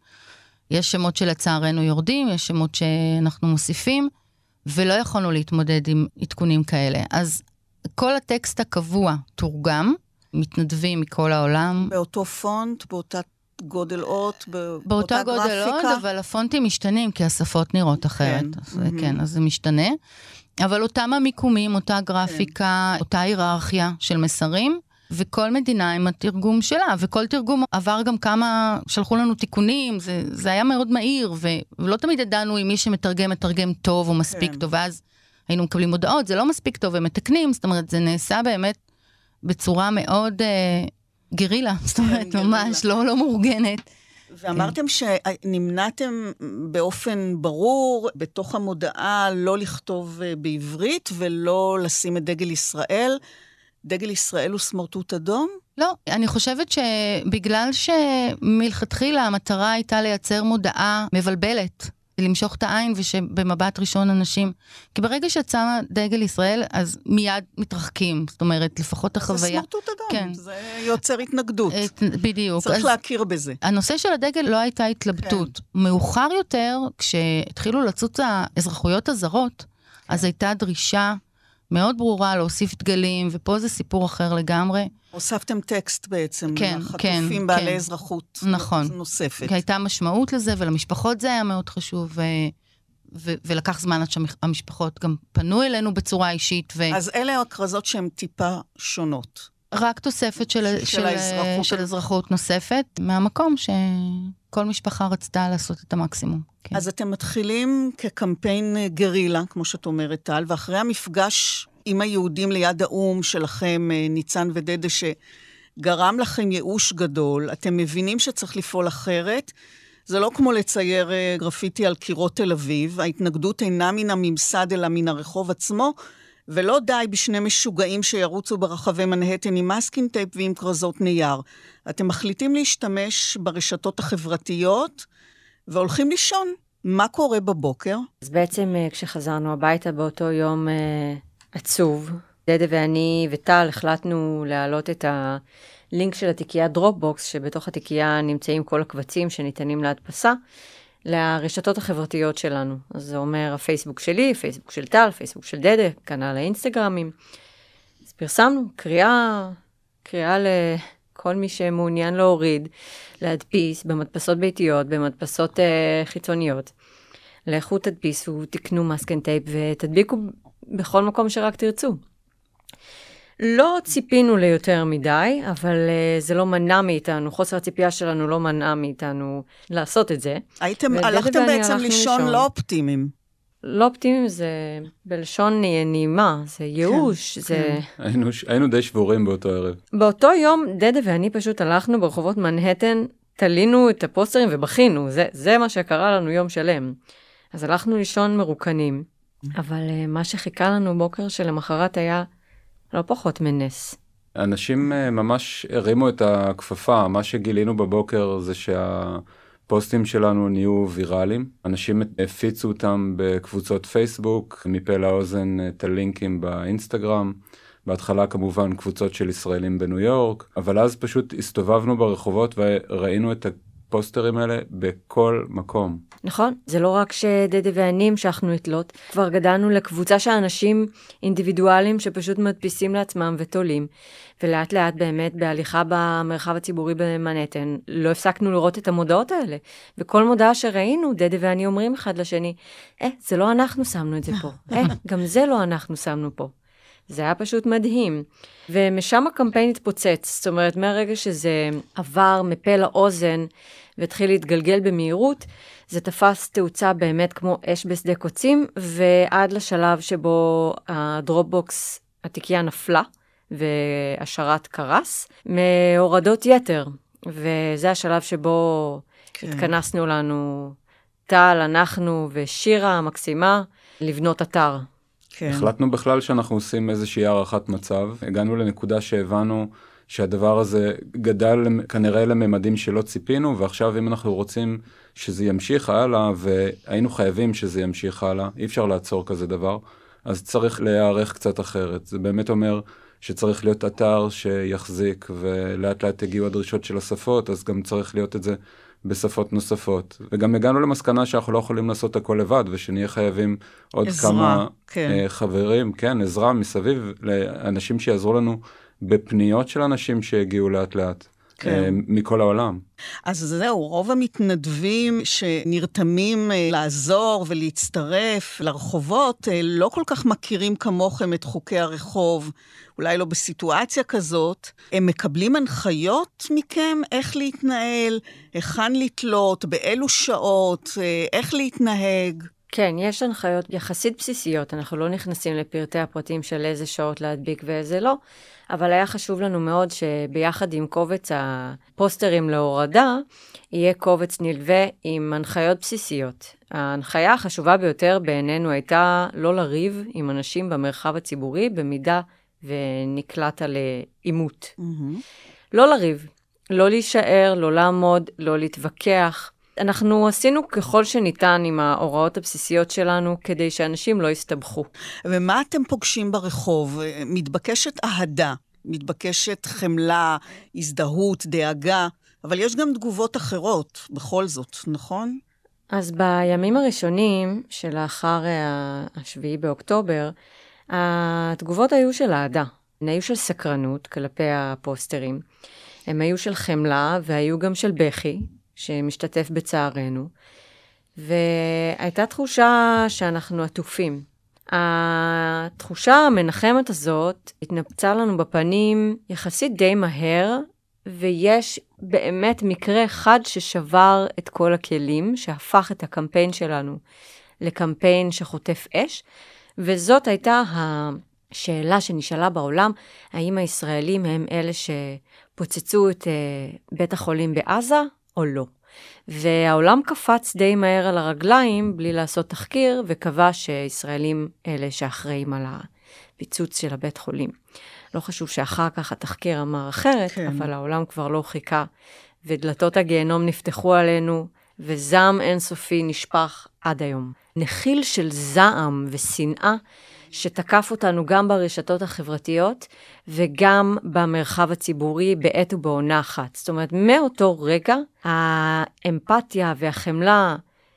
יש שמות שלצערנו יורדים, יש שמות שאנחנו מוסיפים, ולא יכולנו להתמודד עם עדכונים כאלה. אז כל הטקסט הקבוע תורגם, מתנדבים מכל העולם. באותו פונט, באותה גודל אות, באותה באותה גרפיקה. גודל אות, אבל הפונטים משתנים, כי השפות נראות אחרת. כן. אז, mm-hmm. כן, אז זה משתנה. אבל אותם המיקומים, אותה גרפיקה, כן. אותה היררכיה של מסרים, וכל מדינה עם התרגום שלה, וכל תרגום עבר גם כמה, שלחו לנו תיקונים, זה, זה היה מאוד מהיר, ו, ולא תמיד ידענו אם מי שמתרגם, מתרגם טוב או מספיק כן. טוב, ואז היינו מקבלים הודעות, זה לא מספיק טוב, הם מתקנים, זאת אומרת, זה נעשה באמת בצורה מאוד אה, גרילה, זאת אומרת, כן, ממש לא, לא מאורגנת. ואמרתם כן. שנמנעתם באופן ברור, בתוך המודעה, לא לכתוב בעברית, ולא לשים את דגל ישראל, דגל ישראל הוא סמרטוט אדום? לא, אני חושבת שבגלל שמלכתחילה המטרה הייתה לייצר מודעה מבלבלת, למשוך את העין ושבמבט ראשון אנשים, כי ברגע שיצא דגל ישראל, אז מיד מתרחקים, זאת אומרת, לפחות החוויה. זה סמרטוט אדום, כן. זה יוצר התנגדות. את, בדיוק. צריך להכיר בזה. הנושא של הדגל לא הייתה התלבטות. כן. מאוחר יותר, כשהתחילו לצוץ האזרחויות הזרות, כן. אז הייתה דרישה מאוד ברורה להוסיף דגלים, ופה זה סיפור אחר לגמרי. הוספתם טקסט בעצם, כן, לחטופים כן, בעלי כן. אזרחות נכון. נוספת. כי הייתה משמעות לזה, ולמשפחות זה היה מאוד חשוב, ו... ו- ולקח זמן עד שהמשפחות גם פנו אלינו בצורה אישית. ו... אז אלה הכרזות שהן טיפה שונות. רק תוספת של, של, של, האזרחות. של אזרחות נוספת, מהמקום שכל משפחה רצתה לעשות את המקסימום. כן. אז אתם מתחילים כקמפיין גרילה, כמו שאת אומרת, טל, ואחרי המפגש עם היהודים ליד האום שלכם, ניצן ודדה, שגרם לכם ייאוש גדול, אתם מבינים שצריך לפעול אחרת, זה לא כמו לצייר גרפיטי על קירות תל אביב, ההתנגדות אינה מן הממסד אלא מן הרחוב עצמו, ולא די בשני משוגעים שירוצו ברחבי מנהטן עם מסקינג טייפ ועם כרזות נייר. אתם מחליטים להשתמש ברשתות החברתיות, והולכים לישון. מה קורה בבוקר? אז בעצם כשחזרנו הביתה באותו יום עצוב, דדה ואני וטל החלטנו להעלות את הלינק של התיקייה דרופבוקס, שבתוך התיקייה נמצאים כל הקבצים שניתנים להדפסה, לרשתות החברתיות שלנו. אז זה אומר הפייסבוק שלי, פייסבוק של טל, פייסבוק של דדה, כנ"ל האינסטגרמים. אז פרסמנו קריאה, קריאה לכל מי שמעוניין להוריד, להדפיס במדפסות ביתיות, במדפסות uh, חיצוניות. לכו תדפיסו, תקנו מסקינג טייפ ותדביקו בכל מקום שרק תרצו. לא ציפינו ליותר מדי, אבל uh, זה לא מנע מאיתנו, חוסר הציפייה שלנו לא מנע מאיתנו לעשות את זה. הייתם, הלכתם בעצם לישון לא אופטימיים. לא אופטימיים זה בלשון נעימה, זה ייאוש, כן, זה... כן. היינו, היינו די שבורים באותו ערב. באותו יום, דדה ואני פשוט הלכנו ברחובות מנהטן, תלינו את הפוסטרים ובכינו, זה, זה מה שקרה לנו יום שלם. אז הלכנו לישון מרוקנים, אבל uh, מה שחיכה לנו בוקר שלמחרת היה לא פחות מנס. אנשים uh, ממש הרימו את הכפפה, מה שגילינו בבוקר זה שהפוסטים שלנו נהיו ויראליים, אנשים הפיצו אותם בקבוצות פייסבוק, מפה לאוזן את הלינקים באינסטגרם, בהתחלה כמובן קבוצות של ישראלים בניו יורק, אבל אז פשוט הסתובבנו ברחובות וראינו את הפוסטרים האלה בכל מקום. נכון, זה לא רק שדדה ואני המשכנו לתלות, כבר גדלנו לקבוצה של אנשים אינדיבידואלים שפשוט מדפיסים לעצמם ותולים, ולאט לאט באמת בהליכה במרחב הציבורי במנהטן, לא הפסקנו לראות את המודעות האלה, וכל מודעה שראינו, דדה ואני אומרים אחד לשני, אה, זה לא אנחנו שמנו את זה פה, אה, גם זה לא אנחנו שמנו פה. זה היה פשוט מדהים. ומשם הקמפיין התפוצץ, זאת אומרת, מהרגע שזה עבר מפה לאוזן, והתחיל להתגלגל במהירות, זה תפס תאוצה באמת כמו אש בשדה קוצים, ועד לשלב שבו הדרופבוקס, התיקייה נפלה, והשרת קרס, מהורדות יתר. וזה השלב שבו כן. התכנסנו לנו, טל, אנחנו ושירה המקסימה, לבנות אתר. כן. החלטנו בכלל שאנחנו עושים איזושהי הערכת מצב. הגענו לנקודה שהבנו שהדבר הזה גדל כנראה לממדים שלא ציפינו, ועכשיו אם אנחנו רוצים שזה ימשיך הלאה, והיינו חייבים שזה ימשיך הלאה, אי אפשר לעצור כזה דבר, אז צריך להיערך קצת אחרת. זה באמת אומר שצריך להיות אתר שיחזיק, ולאט לאט הגיעו הדרישות של השפות, אז גם צריך להיות את זה בשפות נוספות. וגם הגענו למסקנה שאנחנו לא יכולים לעשות הכל לבד, ושנהיה חייבים עוד עזרה, כמה כן. חברים, כן, עזרה מסביב, לאנשים שיעזרו לנו בפניות של אנשים שהגיעו לאט לאט. כן. מכל העולם. אז זהו, רוב המתנדבים שנרתמים לעזור ולהצטרף לרחובות, לא כל כך מכירים כמוכם את חוקי הרחוב, אולי לא בסיטואציה כזאת. הם מקבלים הנחיות מכם איך להתנהל, היכן לתלות, באילו שעות, איך להתנהג. כן, יש הנחיות יחסית בסיסיות, אנחנו לא נכנסים לפרטי הפרטים של איזה שעות להדביק ואיזה לא, אבל היה חשוב לנו מאוד שביחד עם קובץ הפוסטרים להורדה, יהיה קובץ נלווה עם הנחיות בסיסיות. ההנחיה החשובה ביותר בעינינו הייתה לא לריב עם אנשים במרחב הציבורי, במידה ונקלט על עימות. Mm-hmm. לא לריב, לא להישאר, לא לעמוד, לא להתווכח. אנחנו עשינו ככל שניתן עם ההוראות הבסיסיות שלנו, כדי שאנשים לא יסתבכו. ומה אתם פוגשים ברחוב? מתבקשת אהדה, מתבקשת חמלה, הזדהות, דאגה, אבל יש גם תגובות אחרות, בכל זאת, נכון? אז בימים הראשונים, שלאחר השביעי באוקטובר, התגובות היו של אהדה. הן היו של סקרנות כלפי הפוסטרים. הם היו של חמלה והיו גם של בכי, שמשתתף בצערנו, והייתה תחושה שאנחנו עטופים. התחושה המנחמת הזאת התנפצה לנו בפנים יחסית די מהר, ויש באמת מקרה אחד ששבר את כל הכלים, שהפך את הקמפיין שלנו לקמפיין שחוטף אש, וזאת הייתה השאלה שנשאלה בעולם, האם הישראלים הם אלה שפוצצו את בית החולים בעזה, או לא. והעולם קפץ די מהר על הרגליים, בלי לעשות תחקיר, וקבע שישראלים אלה שאחראים על הפיצוץ של הבית חולים. לא חשוב שאחר כך התחקיר אמר אחרת, כן. אבל העולם כבר לא חיכה, ודלתות הגיהנום נפתחו עלינו, וזעם אינסופי נשפך עד היום. נחיל של זעם ושנאה, שתקף אותנו גם ברשתות החברתיות, וגם במרחב הציבורי בעת ובעונה אחת. זאת אומרת, מאותו רגע, האמפתיה והחמלה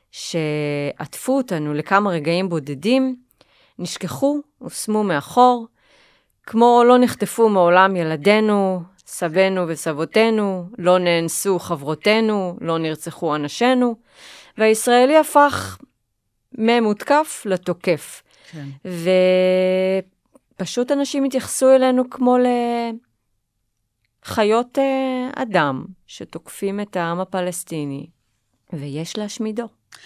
שעטפו אותנו לכמה רגעים בודדים, נשכחו, הושמו מאחור, כמו לא נחטפו מעולם ילדינו, סבנו וסבותינו, לא נאנסו חברותינו, לא נרצחו אנשינו, והישראלי הפך ממותקף לתוקף. כן. ופשוט אנשים התייחסו אלינו כמו לחיות אדם שתוקפים את העם הפלסטיני, ויש להשמידו.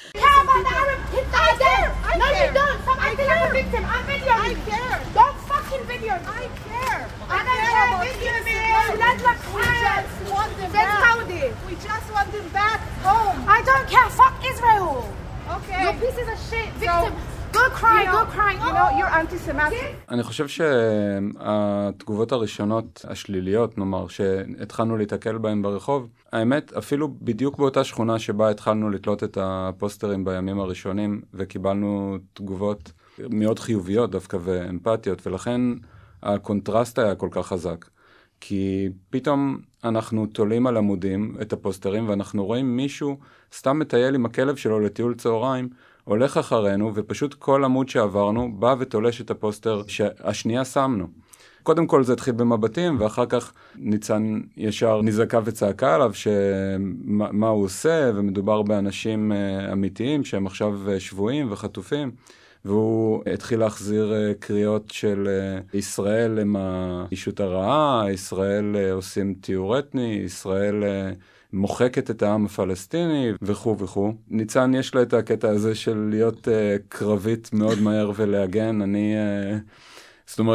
Go cry, go cry, you know, you're anti-Semitic. אני חושב שהתגובות הראשונות השליליות, נאמר, שהתחלנו להתקל בהן ברחוב, האמת, אפילו בדיוק באותה שכונה שבה התחלנו לתלות את הפוסטרים בימים הראשונים, וקיבלנו תגובות מאוד חיוביות דווקא ואמפתיות, ולכן הקונטרסט היה כל כך חזק. כי פתאום אנחנו תולים על עמודים את הפוסטרים, ואנחנו רואים מישהו סתם מטייל עם הכלב שלו לטיול צהריים, הולך אחרינו, ופשוט כל עמוד שעברנו בא ותולש את הפוסטר שהשנייה שמנו. קודם כל זה התחיל במבטים, ואחר כך ניצן ישר נזעקה וצעקה עליו שמה הוא עושה, ומדובר באנשים אמיתיים שהם עכשיו שבויים וחטופים, והוא התחיל להחזיר קריאות של ישראל הם האישות הרעה, ישראל עושים טיהור אתני, ישראל מוחקת את העם הפלסטיני וכו' וכו'. ניצן יש לו את הקטע הזה של להיות uh, קרבית מאוד מהר ולהגן. אני, uh, זאת אומרת,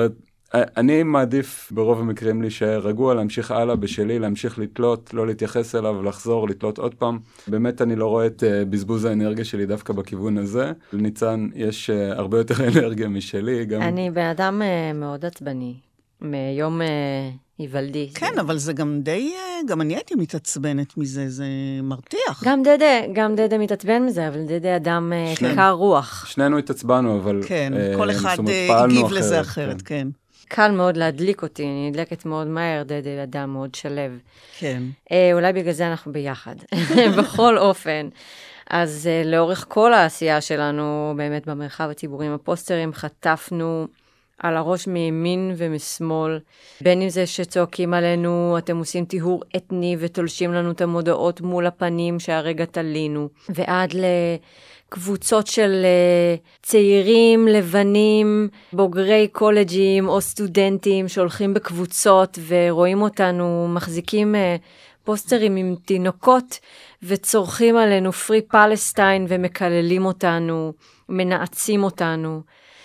אני מעדיף ברוב המקרים להישאר רגוע, להמשיך הלאה בשלי, להמשיך לתלות, לא להתייחס אליו, לחזור, לתלות עוד פעם. באמת אני לא רואה את בזבוז האנרגיה שלי דווקא בכיוון הזה. לניצן יש הרבה יותר אנרגיה משלי. גם... אני בן אדם מאוד עצבני, מיום היוולדי. כן, אבל זה גם די, גם אני הייתי מתעצבנת מזה, זה מרתיח. גם דדה, גם דדה מתעצבן מזה, אבל דדה אדם קר רוח. שנינו התעצבנו, אבל... כן, כל אחד הגיב לזה אחרת, כן. קל מאוד להדליק אותי, אני נדלקת מאוד מהר, דדה אדם מאוד שלב. כן. אולי בגלל זה אנחנו ביחד, בכל אופן. אז לאורך כל העשייה שלנו, באמת במרחב הציבורי עם הפוסטרים, חטפנו על הראש מימין ומשמאל, בין אם זה שצועקים עלינו, אתם עושים טיהור אתני ותולשים לנו את המודעות מול הפנים שהרגע תלינו, ועד לקבוצות של צעירים, לבנים, בוגרי קולג'ים או סטודנטים שהולכים בקבוצות ורואים אותנו, מחזיקים פוסטרים עם תינוקות וצורכים עלינו פרי פלסטיין ומקללים אותנו, מנעצים אותנו.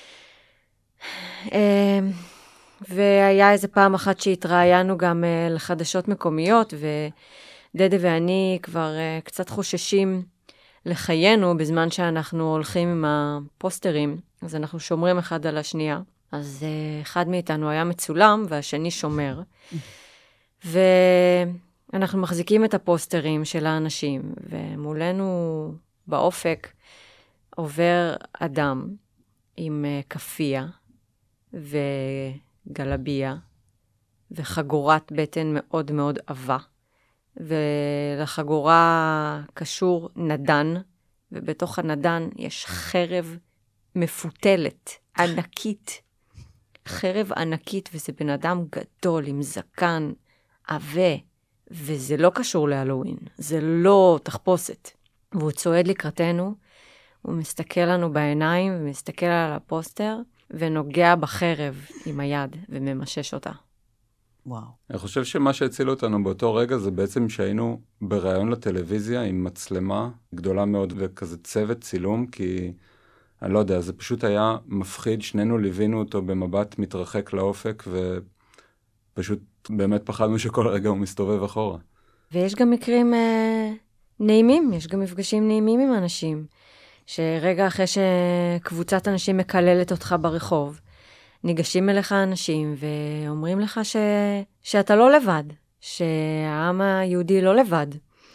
והיה איזה פעם אחת שהתראיינו גם לחדשות מקומיות, ודדה ואני כבר קצת חוששים לחיינו בזמן שאנחנו הולכים עם הפוסטרים, אז אנחנו שומרים אחד על השנייה. אז אחד מאיתנו היה מצולם והשני שומר, ואנחנו מחזיקים את הפוסטרים של האנשים, ומולנו באופק עובר אדם עם כפיה, וגלביה, וחגורת בטן מאוד מאוד עבה, ולחגורה קשור נדן, ובתוך הנדן יש חרב מפותלת, ענקית, חרב ענקית, וזה בן אדם גדול עם זקן עבה, וזה לא קשור להלואוין, זה לא תחפושת. והוא צועד לקראתנו, הוא מסתכל לנו בעיניים, ומסתכל על הפוסטר, ונוגע בחרב עם היד, וממשש אותה. וואו. אני חושב שמה שהציל אותנו באותו רגע, זה בעצם שהיינו בראיון לטלוויזיה, עם מצלמה גדולה מאוד, וכזה צוות צילום, כי אני לא יודע, זה פשוט היה מפחיד, שנינו ליווינו אותו במבט מתרחק לאופק, ופשוט באמת פחדנו שכל רגע הוא מסתובב אחורה. ויש גם מקרים אה, נעימים, יש גם מפגשים נעימים עם אנשים, שרגע אחרי שקבוצת אנשים מקללת אותך ברחוב, ניגשים אליך אנשים ואומרים לך ש... שאתה לא לבד, שהעם היהודי לא לבד,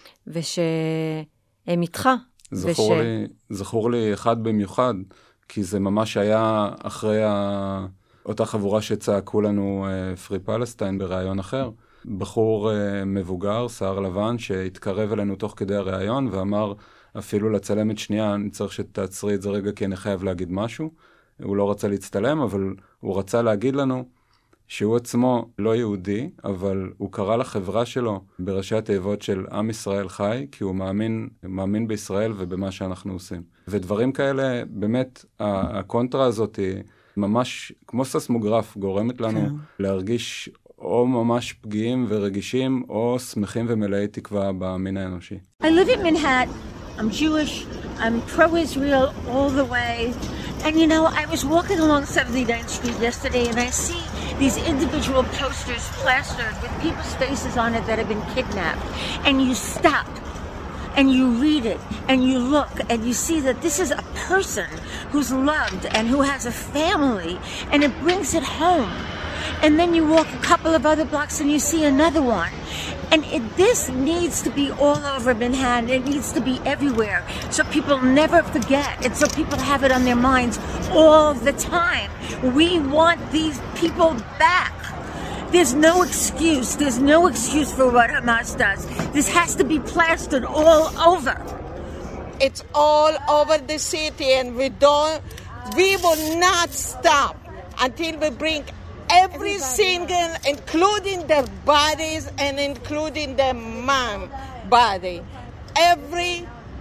ושהם איתך. זכור, וש... לי, זכור לי אחד במיוחד, כי זה ממש היה אחרי ה... אותה חבורה שצעקו לנו פרי פלסטיין ברעיון אחר. בחור מבוגר, שיער לבן, שהתקרב אלינו תוך כדי הרעיון ואמר, אפילו לצלמת שנייה, אני צריך שתעצרי את זה רגע, כי אני חייב להגיד משהו. הוא לא רצה להצטלם, אבל הוא רצה להגיד לנו שהוא עצמו לא יהודי, אבל הוא קרא לחברה שלו בראשי התיבות של עם ישראל חי, כי הוא מאמין, מאמין בישראל ובמה שאנחנו עושים. ודברים כאלה, באמת, הקונטרה הזאת היא ממש כמו ססמוגרף, גורמת לנו להרגיש או ממש פגיעים ורגישים, או שמחים ומלאי תקווה במין האנושי. I live in Manhattan. I'm Jewish. I'm pro-Israel all the way. And you know, I was walking along seventy-ninth Street yesterday and I see these individual posters plastered with people's faces on it that have been kidnapped. And you stop and you read it and you look and you see that this is a person who's loved and who has a family, and it brings it home. And then you walk a couple of other blocks and you see another one. And it, this needs to be all over Manhattan. It needs to be everywhere, so people never forget, and so people have it on their minds all the time. We want these people back. There's no excuse. There's no excuse for what Hamas does. This has to be plastered all over. It's all over the city, and we don't, we will not stop until we bring every single, including their bodies and including their mom body. Every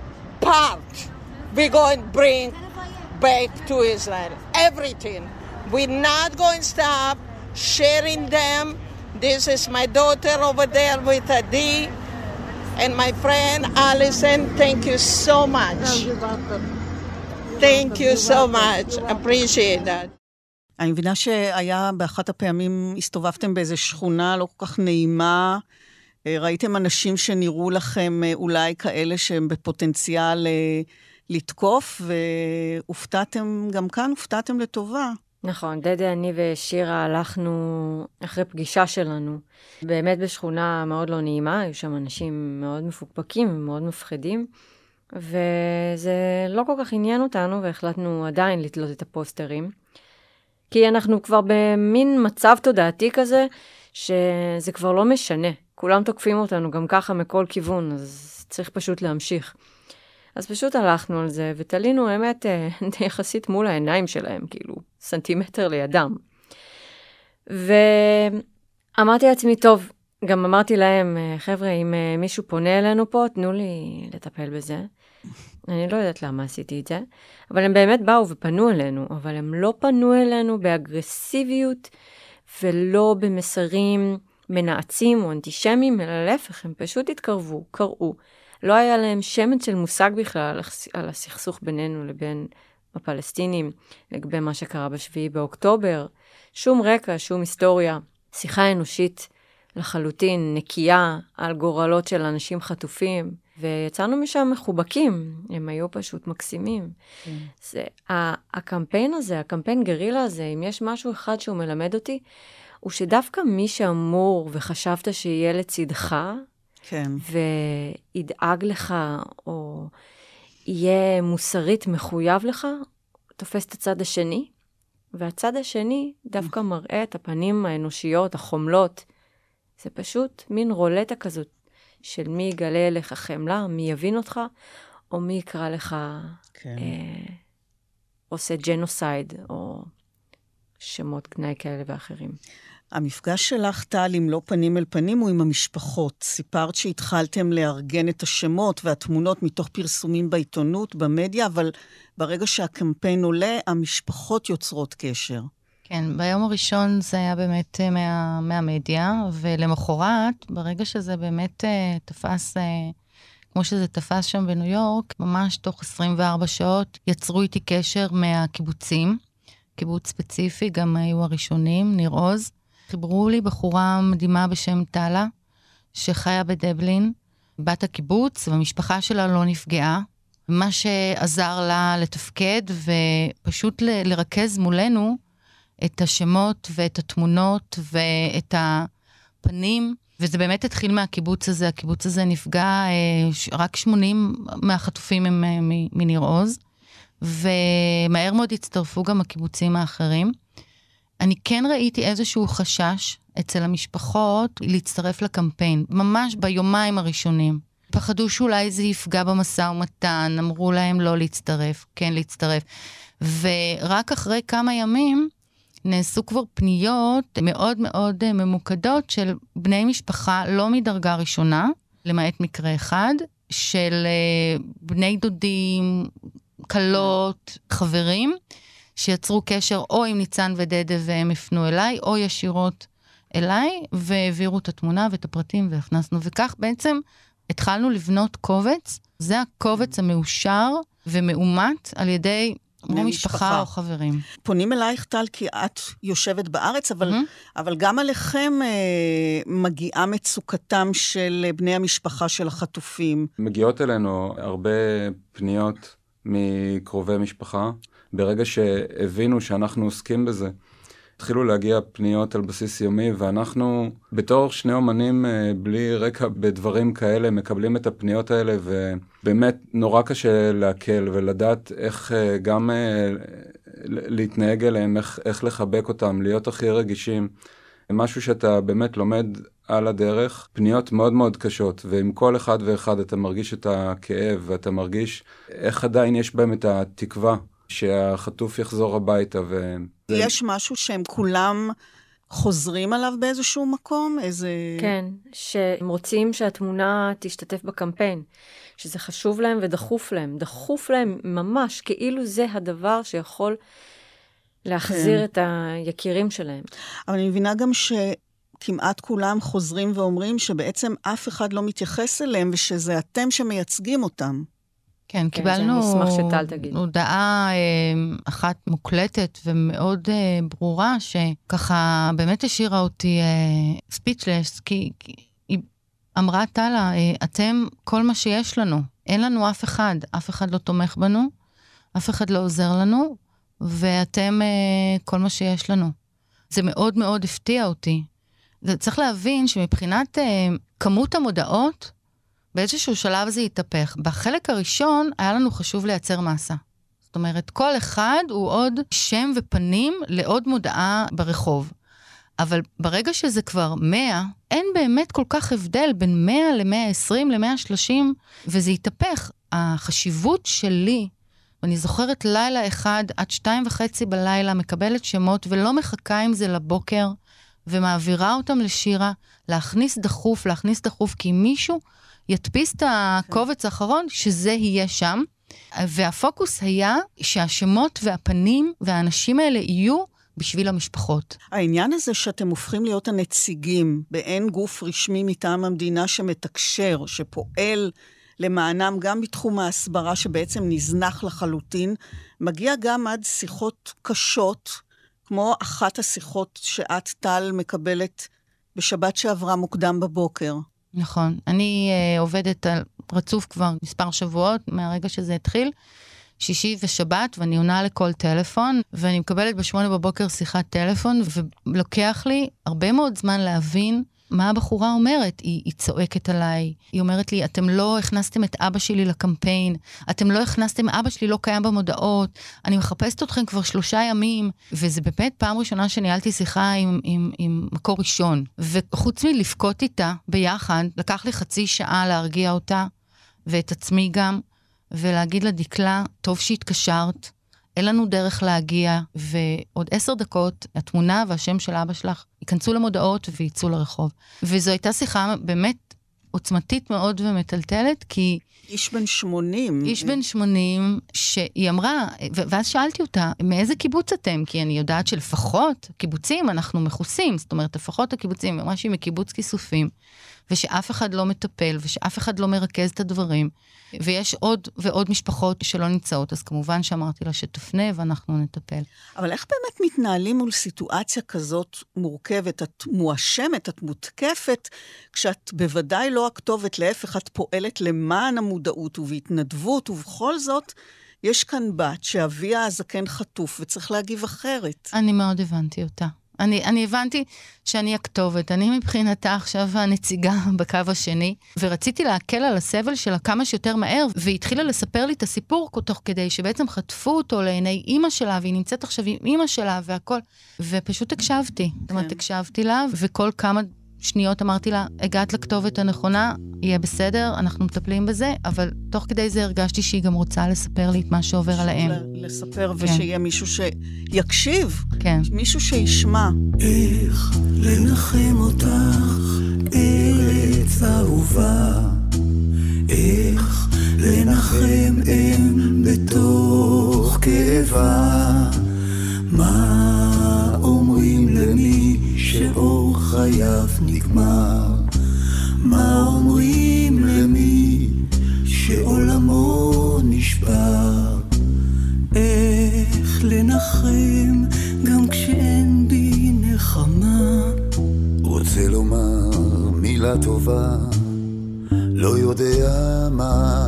part we're going to bring back to Israel. Everything. We're not going to stop sharing them. This is my daughter over there with Adi and my friend Allison. Thank you so much. Oh, you're welcome. Thank you so much. Appreciate that. אני מבינה שהיה באחת הפעמים, הסתובבתם באיזו שכונה לא כל כך נעימה, ראיתם אנשים שנראו לכם אולי כאלה שהם בפוטנציאל לתקוף, והופתעתם, גם כאן הופתעתם לטובה. נכון, דדי, אני ושירה הלכנו אחרי פגישה שלנו, באמת בשכונה מאוד לא נעימה, היו שם אנשים מאוד מפוקפקים ומאוד מפחידים, וזה לא כל כך עניין אותנו, והחלטנו עדיין לתלות את הפוסטרים, כי אנחנו כבר במין מצב תודעתי כזה, שזה כבר לא משנה. כולם תוקפים אותנו גם ככה מכל כיוון, אז צריך פשוט להמשיך. אז פשוט הלכנו על זה, ותלינו האמת יחסית מול העיניים שלהם, כאילו סנטימטר לידם. ואמרתי לעצמי, טוב, גם אמרתי להם, חבר'ה, אם מישהו פונה אלינו פה, תנו לי לטפל בזה. אני לא יודעת למה עשיתי את זה, אבל הם באמת באו ופנו אלינו, אבל הם לא פנו אלינו באגרסיביות, ולא במסרים מנעצים או אנטישמים, אלא להפך, הם פשוט התקרבו, קראו. לא היה להם שמץ של מושג בכלל על הסכסוך בינינו לבין הפלסטינים, לגבי מה שקרה בשביעי באוקטובר, שום רקע, שום היסטוריה, שיחה אנושית לחלוטין, נקייה על גורלות של אנשים חטופים, ויצאנו משם מחובקים, הם היו פשוט מקסימים. כן. זה, הקמפיין הזה, הקמפיין גרילה הזה, אם יש משהו אחד שהוא מלמד אותי, הוא שדווקא מי שאמור וחשבת שיהיה לצדך, כן. וידאג לך, או יהיה מוסרית מחויב לך, תופס את הצד השני, והצד השני דווקא מראה את הפנים האנושיות, החומלות. זה פשוט מין רולטה כזאת, של מי יגלה אליך חמלה, מי יבין אותך, או מי יקרא לך כן. אה, עושה ג'נוסייד, או שמות גנאי כאלה ואחרים. המפגש שלך, טל, עם לא פנים אל פנים, הוא עם המשפחות. סיפרת שהתחלתם לארגן את השמות והתמונות מתוך פרסומים בעיתונות, במדיה, אבל ברגע שהקמפיין עולה, המשפחות יוצרות קשר. כן, ביום הראשון זה היה באמת מה, מהמדיה, ולמחרת, ברגע שזה באמת תפס, כמו שזה תפס שם בניו יורק, ממש תוך עשרים וארבע שעות יצרו איתי קשר מהקיבוצים, קיבוץ ספציפי, גם היו הראשונים, ניר עוז. חיברו לי בחורה מדהימה בשם טלה, שחיה בדבלין, בת הקיבוץ, והמשפחה שלה לא נפגעה. מה שעזר לה לתפקד, ופשוט ל- לרכז מולנו את השמות ואת התמונות ואת הפנים, וזה באמת התחיל מהקיבוץ הזה. הקיבוץ הזה נפגע, רק שמונים מהחטופים הם מניר עוז, ומהר מאוד הצטרפו גם הקיבוצים האחרים. אני כן ראיתי איזשהו חשש אצל המשפחות להצטרף לקמפיין, ממש ביומיים הראשונים. פחדו שאולי זה יפגע במשא ומתן, אמרו להם לא להצטרף, כן להצטרף. ורק אחרי כמה ימים נעשו כבר פניות מאוד מאוד ממוקדות של בני משפחה לא מדרגה ראשונה, למעט מקרה אחד, של בני דודים, קלות, חברים, שיצרו קשר או עם ניצן ודדה והם הפנו אליי, או ישירות אליי, והעבירו את התמונה ואת הפרטים והכנסנו. וכך בעצם התחלנו לבנות קובץ, זה הקובץ המאושר ומאומת על ידי או משפחה או חברים. פונים אלייך, טל, כי את יושבת בארץ, אבל, mm-hmm. אבל גם עליכם אה, מגיעה מצוקתם של בני המשפחה של החטופים. מגיעות אלינו הרבה פניות מקרובי משפחה, ברגע שהבינו שאנחנו עוסקים בזה. התחילו להגיע פניות על בסיס יומי, ואנחנו בתור שני אומנים בלי רקע בדברים כאלה, מקבלים את הפניות האלה, ובאמת נורא קשה להקל ולדעת איך גם להתנהג אליהם, איך, איך לחבק אותם, להיות הכי רגישים. משהו שאתה באמת לומד על הדרך, פניות מאוד מאוד קשות, ועם כל אחד ואחד אתה מרגיש את הכאב, ואתה מרגיש איך עדיין יש בהם את התקווה. שהחטוף יחזור הביתה. ו... יש משהו שהם כולם חוזרים עליו באיזשהו מקום? איזה... כן, שהם רוצים שהתמונה תשתתף בקמפיין, שזה חשוב להם ודחוף להם, דחוף להם ממש, כאילו זה הדבר שיכול להחזיר כן. את היקירים שלהם. אבל אני מבינה גם שכמעט כולם חוזרים ואומרים שבעצם אף אחד לא מתייחס אליהם, ושזה אתם שמייצגים אותם. כן, קיבלנו הודעה אחת מוקלטת ומאוד ברורה, שככה באמת השאירה אותי ספיצ'לס, כי היא אמרה טלה, אתם כל מה שיש לנו, אין לנו אף אחד, אף אחד לא תומך בנו, אף אחד לא עוזר לנו, ואתם כל מה שיש לנו. זה מאוד מאוד הפתיע אותי. צריך להבין שמבחינת כמות המודעות, באיזשהו שלב זה יתהפך. בחלק הראשון היה לנו חשוב לייצר מסה. זאת אומרת, כל אחד הוא עוד שם ופנים לעוד מודעה ברחוב. אבל ברגע שזה כבר מאה, אין באמת כל כך הבדל בין מאה ל-מאה ועשרים ל-מאה ושלושים, וזה יתהפך. החשיבות שלי, ואני זוכרת לילה אחד עד שתיים וחצי בלילה, מקבלת שמות ולא מחכה עם זה לבוקר, ומעבירה אותם לשירה, להכניס דחוף, להכניס דחוף, כי מישהו ידפיס את הקובץ האחרון, שזה יהיה שם, והפוקוס היה שהשמות והפנים והאנשים האלה יהיו בשביל המשפחות. העניין הזה שאתם הופכים להיות הנציגים, באין גוף רשמי מטעם המדינה שמתקשר, שפועל למענם גם בתחום ההסברה שבעצם נזנח לחלוטין, מגיע גם עד שיחות קשות, כמו אחת השיחות שאת טל מקבלת בשבת שעברה מוקדם בבוקר. נכון. אני uh, עובדת על רצוף כבר מספר שבועות מהרגע שזה התחיל, שישי ושבת, ואני עונה לכל טלפון, ואני מקבלת בשמונה בבוקר שיחת טלפון, ולוקח לי הרבה מאוד זמן להבין מה הבחורה אומרת. היא, היא צועקת עליי, היא אומרת לי, אתם לא הכנסתם את אבא שלי לקמפיין, אתם לא הכנסתם, אבא שלי לא קיים במודעות, אני מחפשת אתכם כבר שלושה ימים, וזה באמת פעם ראשונה שניהלתי שיחה עם, עם, עם מקור ראשון, וחוץ מלפקות איתה ביחד, לקח לי חצי שעה להרגיע אותה, ואת עצמי גם, ולהגיד לה, דקלה, טוב שהתקשרת, אין לנו דרך להגיע, ועוד עשר דקות, התמונה והשם של אבא שלך ייכנסו למודעות ויצאו לרחוב. וזו הייתה שיחה באמת עוצמתית מאוד ומטלטלת, כי... איש בן שמונים. איש בן שמונים, שהיא אמרה, ואז שאלתי אותה, מאיזה קיבוץ אתם? כי אני יודעת שלפחות קיבוצים אנחנו מחוסים, זאת אומרת, לפחות הקיבוצים, היא אמרה שהיא מקיבוץ כיסופים, ושאף אחד לא מטפל, ושאף אחד לא מרכז את הדברים, ויש עוד ועוד משפחות שלא נמצאות, אז כמובן שאמרתי לה שתפנה ואנחנו נטפל. אבל איך באמת מתנהלים מול סיטואציה כזאת מורכבת? את מואשמת, את מותקפת, כשאת בוודאי לא הכתובת, להפך, את פועלת למען המודעות ובהתנדבות, ובכל זאת יש כאן בת שאביה הזקן חטוף, וצריך להגיב אחרת. אני מאוד הבנתי אותה. אני, אני הבנתי שאני הכתובת, אני מבחינתה עכשיו הנציגה בקו השני, ורציתי להקל על הסבל שלה כמה שיותר מהר, והיא התחילה לספר לי את הסיפור תוך כדי שבעצם חטפו אותו לעיני אמא שלה, והיא נמצאת עכשיו עם אמא שלה והכל, ופשוט הקשבתי. זאת אומרת, הקשבתי לה, וכל כמה שניות אמרתי לה, הגעת לכתובת הנכונה, יהיה בסדר, אנחנו מטפלים בזה, אבל תוך כדי זה הרגשתי שהיא גם רוצה לספר לי את מה שעובר עליהם. לספר ושיהיה מישהו שיקשיב, כן. מישהו שישמע. איך לנחם אותך, ארץ אהובה, איך לנחם אם בתוך כאבה, מה אומרים למי שאור חייו נגמר, מה אומרים למי שעולמו נשבר, איך לנחם גם כשאין בי נחמה, רוצה לומר מילה טובה, לא יודע מה,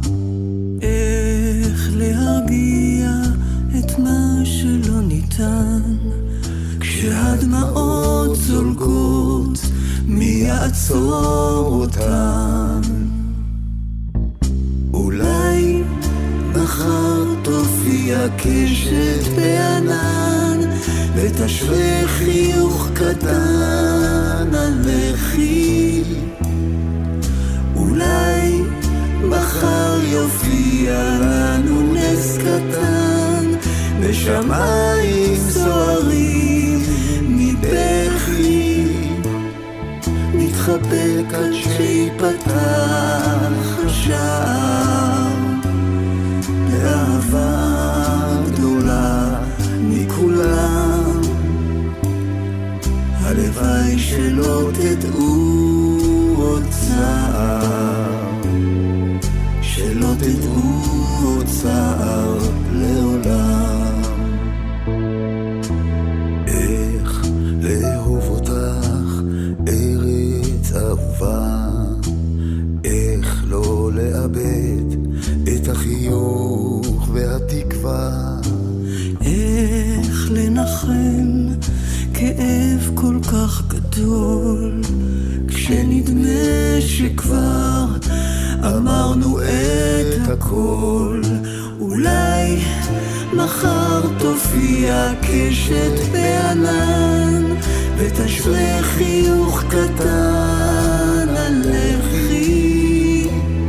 איך להרגיע את מה שלא ניתן, כשהדמעות זולגות מי יעצור אותן, אולי מחר תופיע קשת בענן ותשווה חיוך קטן על לחי, אולי מחר יופיע לנו נס קטן בשמיים סוערים מבכי, נתחבק עד שיפתח השער באהבה גדולה מכולם, הלוואי שלא תדעו עוד צער, שלא תדעו לאבד את החיוך והתקווה. איך לנחם כאב כל כך גדול, כשנדמה שכבר אמרנו את הכל. אולי מחר תופיע קשת בענן ותשרה חיוך קטן על לחי.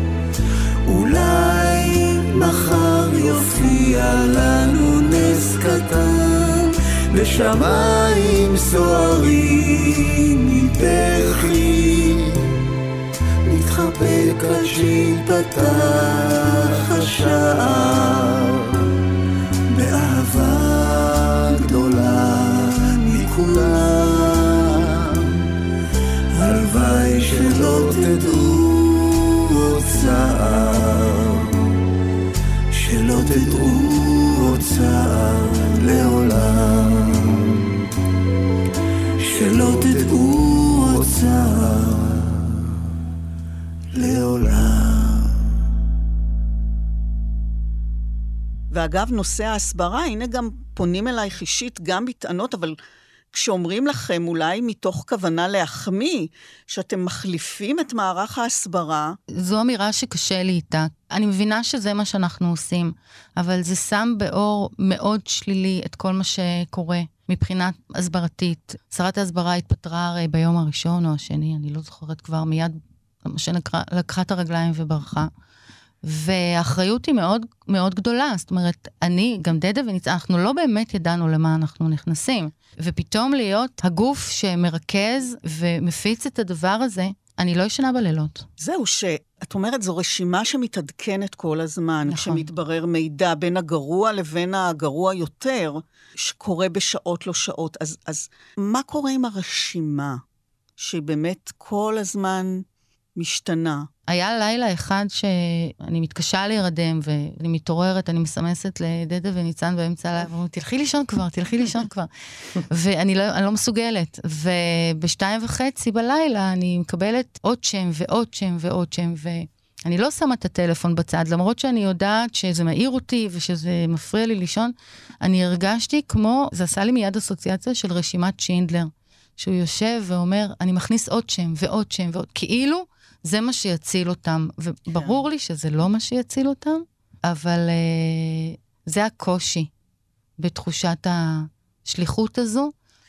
אולי מחר יופיע לנו נס קטן בשמיים סוערים מבכי. נתחבק עד שיפתח השער באהבה גדולה מכולם. הלוואי שלא תדעו עוד צער, שלא תדעו עוד צער לעולם, שלא תדעו עוד צער לעולם. ואגב, נושא ההסברה, הנה גם פונים אלייך אישית, גם בטענות, אבל כשאומרים לכם אולי מתוך כוונה להחמיא, שאתם מחליפים את מערך ההסברה. זו אמירה שקשה לי איתה. אני מבינה שזה מה שאנחנו עושים, אבל זה שם באור מאוד שלילי את כל מה שקורה מבחינה הסברתית. שרת ההסברה התפטרה הרי ביום הראשון או השני, אני לא זוכרת כבר, מיד מה שלקחה את הרגליים וברחה. והאחריות היא מאוד, מאוד גדולה. זאת אומרת, אני, גם דדה וניצן, אנחנו לא באמת ידענו למה אנחנו נכנסים. ופתאום להיות הגוף שמרכז ומפיץ את הדבר הזה, אני לא ישנה בלילות. זהו, שאת אומרת, זו רשימה שמתעדכנת כל הזמן, נכון. כשמתברר מידע בין הגרוע לבין הגרוע יותר, שקורה בשעות לא שעות. אז, אז מה קורה עם הרשימה, שבאמת כל הזמן משתנה? היה לילה אחד שאני מתקשה להירדם, ואני מתעוררת, אני מסמסת לדדה וניצן באמצע הלילה, ואומרים, תלכי לישון כבר, תלכי לישון כבר. ואני לא, אני לא מסוגלת. ובשתיים וחצי בלילה אני מקבלת עוד שם ועוד שם ועוד שם, ואני לא שמה את הטלפון בצד, למרות שאני יודעת שזה מעיר אותי ושזה מפריע לי לישון, אני הרגשתי כמו, זה עשה לי מיד אסוציאציה של רשימת שינדלר, שהוא יושב ואומר, אני מכניס עוד שם ועוד שם ועוד, כאילו, זה מה שיציל אותם, וברור לי שזה לא מה שיציל אותם, אבל uh, זה הקושי בתחושת השליחות הזו,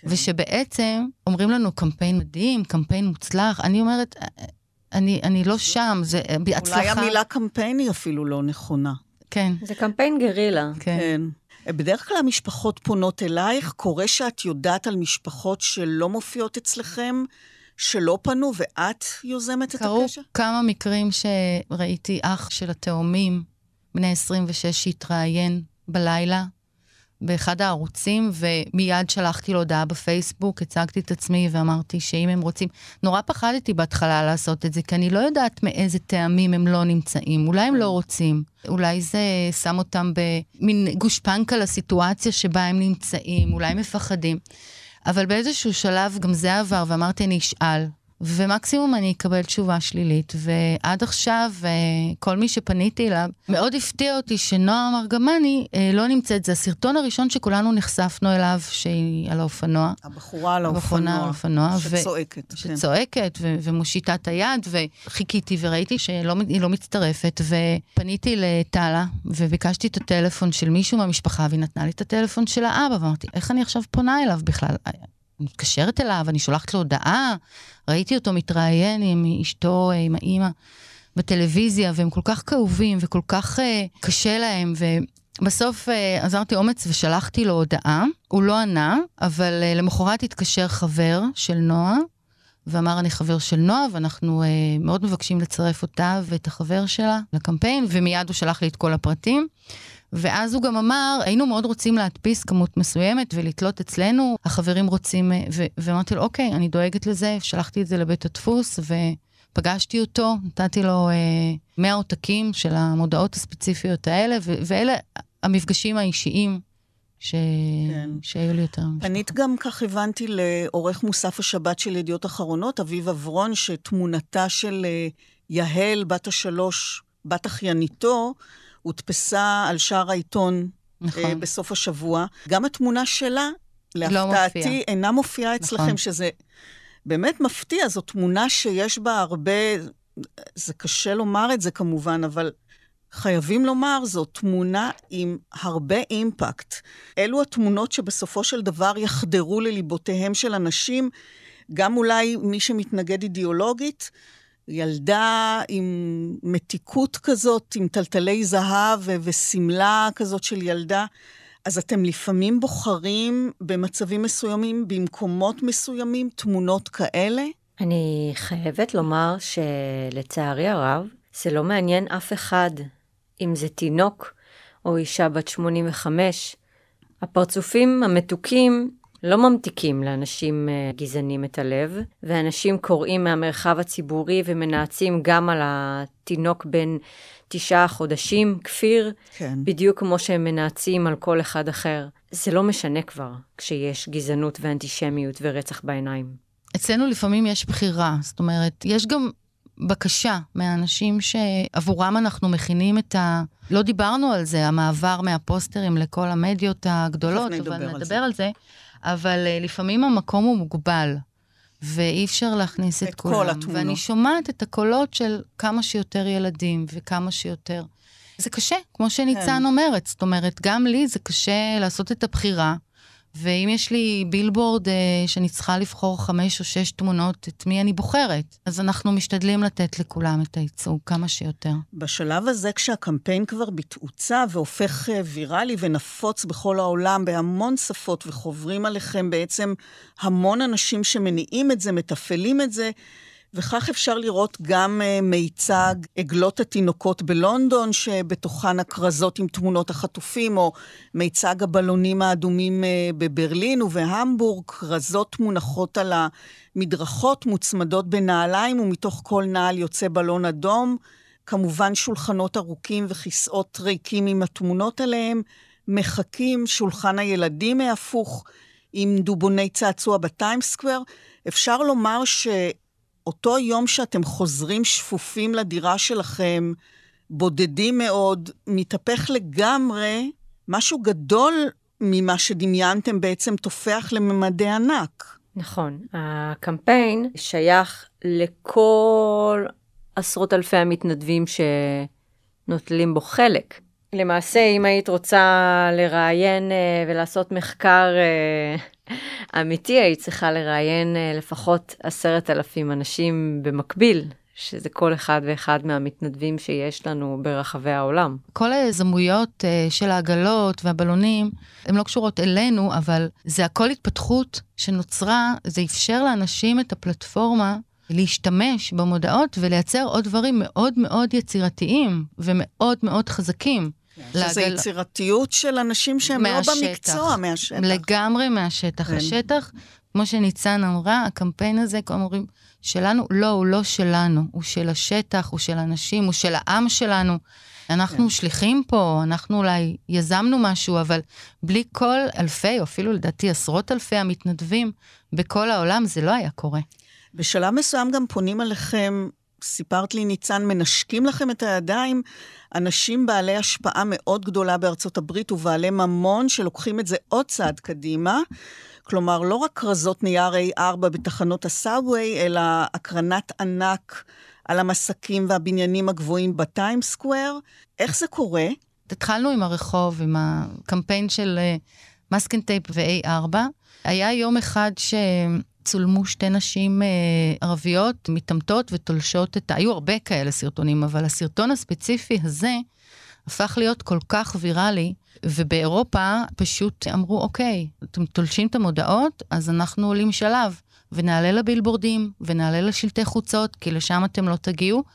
ושבעצם אומרים לנו קמפיין מדהים, קמפיין מוצלח, אני אומרת, אני, אני לא שם, זה בהצלחה. אולי המילה קמפיין היא אפילו לא נכונה. כן. זה קמפיין גרילה. כן. כן. בדרך כלל המשפחות פונות אלייך, קורה שאת יודעת על משפחות שלא מופיעות אצלכם, שלא פנו, ואת יוזמת את הקשר? קרו כמה מקרים שראיתי אח של התאומים, בני עשרים ושש, שהתראיין בלילה, באחד הערוצים, ומיד שלחתי לו הודעה בפייסבוק, הצגתי את עצמי ואמרתי שאם הם רוצים, נורא פחדתי בהתחלה לעשות את זה, כי אני לא יודעת מאיזה טעמים הם לא נמצאים, אולי הם לא רוצים, אולי זה שם אותם במין גושפנקה לסיטואציה שבה הם נמצאים, אולי מפחדים. אבל באיזשהו שלב גם זה עבר, ואמרתי, אני אשאל, ומקסימום אני אקבל תשובה שלילית, ועד עכשיו, כל מי שפניתי אליו, מאוד הפתיע אותי שנועה מרגמני לא נמצאת, זה הסרטון הראשון שכולנו נחשפנו אליו, שהיא על האופנוע. הבחורה על האופנוע, שצועקת. שצועקת, ומושיטה את היד, וחיכיתי וראיתי שהיא לא מצטרפת, ופניתי לטלה, וביקשתי את הטלפון של מישהו מהמשפחה, והיא נתנה לי את הטלפון של האבא, ואמרתי, איך אני עכשיו פונה אליו בכלל? אני מתקשרת אליו, אני שולחת לו הודעה, ראיתי אותו מתראיין עם אשתו, עם האמא, בטלוויזיה, והם כל כך כאובים, וכל כך uh, קשה להם, ובסוף uh, עזרתי אומץ ושלחתי לו הודעה, הוא לא ענה, אבל uh, למחרת התקשר חבר של נועה, ואמר אני חבר של נועה, ואנחנו uh, מאוד מבקשים לצרף אותה ואת החבר שלה לקמפיין, ומיד הוא שלח לי את כל הפרטים, ואז הוא גם אמר, היינו מאוד רוצים להדפיס כמות מסוימת ולתלות אצלנו, החברים רוצים, ו- ואמרתי לו, אוקיי, אני דואגת לזה, שלחתי את זה לבית הדפוס, ופגשתי אותו, נתתי לו אה, מאה עותקים של המודעות הספציפיות האלה, ו- ואלה המפגשים האישיים ש... כן. שהיו לי יותר. פנית גם, כך הבנתי, לעורך מוסף השבת של ידיעות אחרונות, אביב אברון, שתמונתה של יהל, בת השלוש, בת אחייניתו, הודפסה על שער העיתון נכון. אה, בסוף השבוע. גם התמונה שלה, להפתעתי, לא מופיע. אינה מופיעה אצלכם, נכון. שזה באמת מפתיע. זו תמונה שיש בה הרבה, זה קשה לומר את זה כמובן, אבל חייבים לומר, זו תמונה עם הרבה אימפקט. אלו התמונות שבסופו של דבר יחדרו לליבותיהם של אנשים, גם אולי מי שמתנגד אידיאולוגית, ילדה עם מתיקות כזאת, עם טלטלי זהב וסמלה כזאת של ילדה. אז אתם לפעמים בוחרים במצבים מסוימים, במקומות מסוימים, תמונות כאלה? אני חייבת לומר שלצערי הרב, זה לא מעניין אף אחד, אם זה תינוק או אישה בת שמונים וחמש. הפרצופים המתוקים לא ממתיקים לאנשים גזענים את הלב, ואנשים קוראים מהמרחב הציבורי ומנעצים גם על התינוק בין תשעה חודשים, כפיר, כן. בדיוק כמו שהם מנעצים על כל אחד אחר. זה לא משנה כבר כשיש גזענות ואנטישמיות ורצח בעיניים. אצלנו לפעמים יש בחירה, זאת אומרת, יש גם בקשה מהאנשים שעבורם אנחנו מכינים את ה... לא דיברנו על זה, המעבר מהפוסטרים לכל המדיות הגדולות, אבל נדבר על זה. אבל לפעמים המקום הוא מוגבל, ואי אפשר להכניס את, את כולם. כל התמונות. ואני שומעת את הקולות של כמה שיותר ילדים, וכמה שיותר... זה קשה, כמו שניצן כן. אומרת. זאת אומרת, גם לי זה קשה לעשות את הבחירה, ואם יש לי בילבורד אה, שאני צריכה לבחור חמש או שש תמונות, את מי אני בוחרת? אז אנחנו משתדלים לתת לכולם את הייצוג כמה שיותר. בשלב הזה, כשהקמפיין כבר בתאוצה והופך ויראלי ונפוץ בכל העולם, בהמון שפות וחוברים עליכם בעצם המון אנשים שמניעים את זה, מטפלים את זה, וכך אפשר לראות גם מיצג עגלות התינוקות בלונדון, שבתוכן הכרזות עם תמונות החטופים, או מיצג הבלונים האדומים בברלין ובהמבורג, כרזות מונחות על המדרכות, מוצמדות בנעליים, ומתוך כל נעל יוצא בלון אדום, כמובן שולחנות ארוכים וכיסאות ריקים עם התמונות עליהם, מחכים, שולחן הילדים ההפוך, עם דובוני צעצוע בטיימס סקוואר. אפשר לומר ש... אותו יום שאתם חוזרים שפופים לדירה שלכם, בודדים מאוד, מתהפך לגמרי, משהו גדול ממה שדמיינתם בעצם תופח לממדי ענק. נכון. הקמפיין שייך לכל עשרות אלפי המתנדבים שנוטלים בו חלק. למעשה, אם היית רוצה לראיין ולעשות מחקר אמיתי, היית צריכה לראיין לפחות עשרת אלפים אנשים במקביל, שזה כל אחד ואחד מהמתנדבים שיש לנו ברחבי העולם. כל היזמויות של העגלות והבלונים, הן לא קשורות אלינו, אבל זה הכל התפתחות שנוצרה, זה אפשר לאנשים את הפלטפורמה, להשתמש במודעות ולייצר עוד דברים מאוד מאוד יצירתיים ומאוד מאוד חזקים. שזה יצירתיות של אנשים שהם לא במקצוע, מהשטח. לגמרי מהשטח. השטח, כמו שניצן אמרה, הקמפיין הזה, כמו אומרים, שלנו, לא, הוא לא שלנו, הוא של השטח, הוא של אנשים, הוא של העם שלנו. אנחנו שליחים פה, אנחנו אולי יזמנו משהו, אבל בלי כל אלפי, או אפילו לדעתי עשרות אלפי המתנדבים בכל העולם, זה לא היה קורה. בשלב מסוים גם פונים עליכם, סיפרת לי ניצן, מנשקים לכם את הידיים, אנשים בעלי השפעה מאוד גדולה בארצות הברית ובעלי ממון שלוקחים את זה עוד צעד קדימה, כלומר לא רק כרזות נייר איי ארבע בתחנות הסאבווי, אלא הקרנת ענק על המסקים והבניינים הגבוהים בטיימס סקוואר. איך זה קורה? התחלנו עם הרחוב, עם הקמפיין של מסקין טייפ ו-איי ארבע. היה יום אחד ש... צולמו שתי נשים אה, ערביות, מתאמתות ותולשות את... היו הרבה כאלה סרטונים, אבל הסרטון הספציפי הזה הפך להיות כל כך ויראלי, ובאירופה פשוט אמרו, אוקיי, אתם תולשים את המודעות, אז אנחנו עולים שלב, ונעלה לבילבורדים, ונעלה לשלטי חוצות, כי לשם אתם לא תגיעו,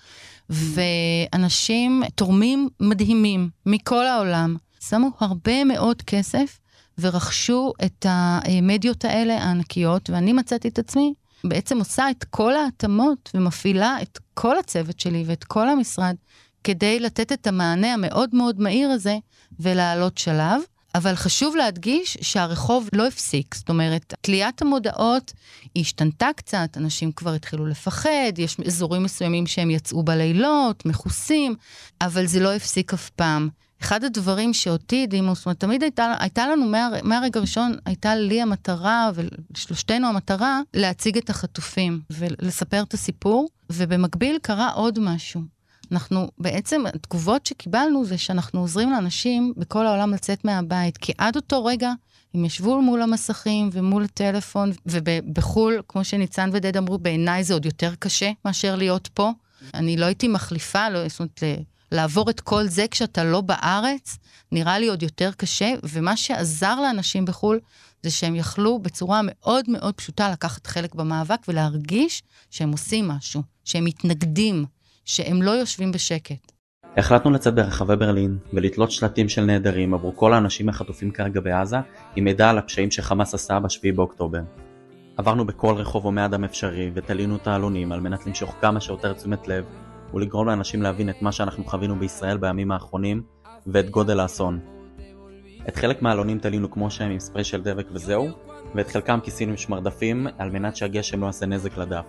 ואנשים תורמים מדהימים מכל העולם, שמו הרבה מאוד כסף, ורכשו את המדיות האלה הענקיות, ואני מצאתי את עצמי, בעצם עושה את כל ההתאמות, ומפעילה את כל הצוות שלי, ואת כל המשרד, כדי לתת את המענה המאוד מאוד מהיר הזה, ולעלות שלב. אבל חשוב להדגיש שהרחוב לא הפסיק, זאת אומרת, תליית המודעות היא השתנתה קצת, אנשים כבר התחילו לפחד, יש אזורים מסוימים שהם יצאו בלילות, מחוסים, אבל זה לא הפסיק אף פעם. אחד הדברים שאותי הדהימו, זאת אומרת, תמיד הייתה, הייתה לנו, מה, מהרגע הראשון, הייתה לי המטרה, ושלושתנו המטרה, להציג את החטופים, ולספר את הסיפור, ובמקביל קרה עוד משהו. אנחנו, בעצם, התגובות שקיבלנו, זה שאנחנו עוזרים לאנשים בכל העולם לצאת מהבית, כי עד אותו רגע, הם ישבו מול המסכים, ומול הטלפון, ובחול, כמו שניצן ודד אמרו, בעיניי זה עוד יותר קשה, מאשר להיות פה. אני לא הייתי מחליפה, לא, זאת אומרת, לעבור את כל זה כשאתה לא בארץ, נראה לי עוד יותר קשה, ומה שעזר לאנשים בחול, זה שהם יכלו בצורה מאוד מאוד פשוטה לקחת חלק במאבק, ולהרגיש שהם עושים משהו, שהם מתנגדים, שהם לא יושבים בשקט. החלטנו לצאת ברחבי ברלין, ולתלות שלטים של נהדרים עבור כל האנשים החטופים כרגע בעזה, עם מידע על הפשעים שחמאס עשה בשביעי באוקטובר. עברנו בכל רחוב הומי אדם אפשרי, ותלינו את העלונים על מנת למשוך כמה שיותר תשומת לב, ולגרום לאנשים להבין את מה שאנחנו חווינו בישראל בימים האחרונים, ואת גודל האסון. את חלק מהעלונים תלינו כמו שהם עם ספרי של דבק וזהו, ואת חלקם כיסינו עם שמרדפים על מנת שהגשם לא יעשה נזק לדף.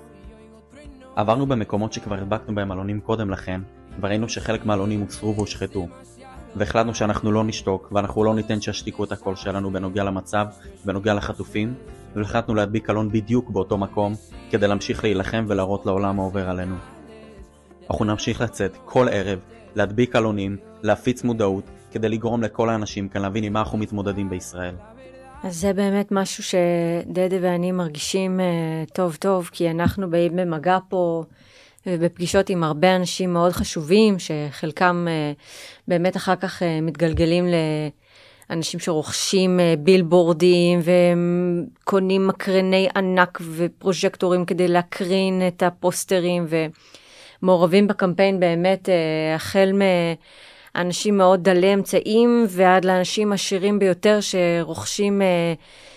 עברנו במקומות שכבר הדבקנו בהם עלונים קודם לכן, וראינו שחלק מהעלונים הוסרו והושחתו. והחלטנו שאנחנו לא נשתוק, ואנחנו לא ניתן שישתיקו את הקול שלנו בנוגע למצב, בנוגע לחטופים, והחלטנו להדביק עלון בדיוק באותו מקום, כדי להמשיך להילחם ולהראות לעולם העובר עלינו. אנחנו נמשיך לצאת כל ערב, להדביק עלונים, להפיץ מודעות, כדי לגרום לכל האנשים כאן להבין עם מה אנחנו מתמודדים בישראל. אז זה באמת משהו שדדה ואני מרגישים uh, טוב טוב, כי אנחנו באים במגע פה, ובפגישות עם הרבה אנשים מאוד חשובים, שחלקם uh, באמת אחר כך uh, מתגלגלים לאנשים שרוכשים uh, בילבורדים, וקונים מקרני ענק ופרוז'קטורים כדי להקרין את הפוסטרים, ומעורבים בקמפיין באמת uh, החל מ... אנשים מאוד דלי אמצעים, ועד לאנשים עשירים ביותר שרוכשים אה,